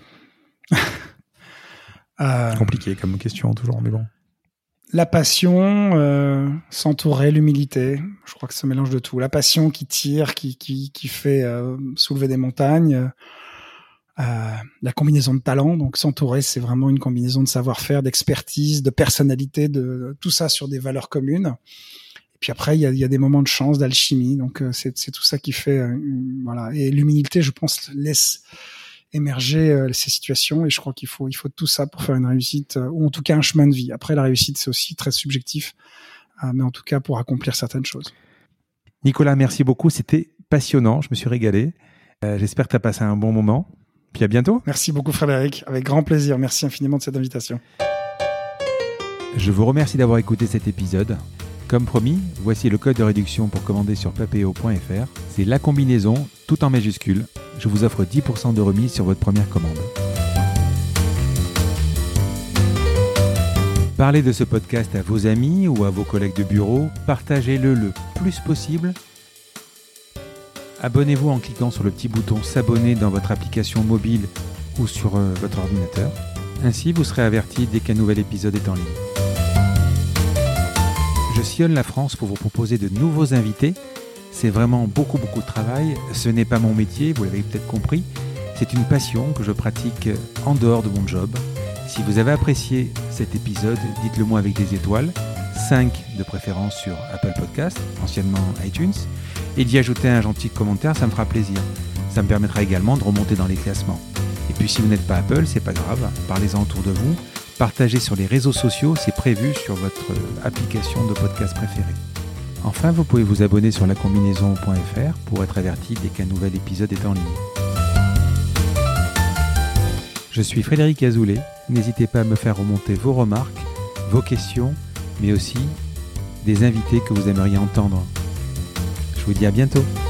Compliqué comme question toujours, mais bon. La passion, s'entourer, l'humilité. Je crois que c'est un mélange de tout. La passion qui tire, qui fait soulever des montagnes. La combinaison de talent. Donc s'entourer, c'est vraiment une combinaison de savoir-faire, d'expertise, de personnalité, de tout ça sur des valeurs communes. Puis après, il y a des moments de chance, d'alchimie. Donc, c'est tout ça qui fait, voilà. Et l'humilité, je pense, laisse émerger ces situations. Et je crois qu'il faut tout ça pour faire une réussite, ou en tout cas un chemin de vie. Après, la réussite, c'est aussi très subjectif, mais en tout cas pour accomplir certaines choses. Nicolas, merci beaucoup. C'était passionnant. Je me suis régalé. J'espère que tu as passé un bon moment. Puis à bientôt. Merci beaucoup, Frédéric. Avec grand plaisir. Merci infiniment de cette invitation. Je vous remercie d'avoir écouté cet épisode. Comme promis, voici le code de réduction pour commander sur papéo.fr. C'est la combinaison, tout en majuscule. Je vous offre 10% de remise sur votre première commande. Parlez de ce podcast à vos amis ou à vos collègues de bureau. Partagez-le le plus possible. Abonnez-vous en cliquant sur le petit bouton s'abonner dans votre application mobile ou sur votre ordinateur. Ainsi, vous serez averti dès qu'un nouvel épisode est en ligne. sillonne la France pour vous proposer de nouveaux invités. C'est vraiment beaucoup de travail. Ce n'est pas mon métier, vous l'avez peut-être compris. C'est une passion que je pratique en dehors de mon job. Si vous avez apprécié cet épisode, dites-le moi avec des étoiles, 5 de préférence sur Apple Podcast, anciennement iTunes, et d'y ajouter un gentil commentaire, ça me fera plaisir. Ça me permettra également de remonter dans les classements. Et puis si vous n'êtes pas Apple, c'est pas grave, parlez-en autour de vous, partagez sur les réseaux sociaux, c'est prévu sur votre application de podcast préférée. Enfin, vous pouvez vous abonner sur lacombinaison.fr pour être averti dès qu'un nouvel épisode est en ligne. Je suis Frédéric Azoulay, n'hésitez pas à me faire remonter vos remarques, vos questions, mais aussi des invités que vous aimeriez entendre. Je vous dis à bientôt.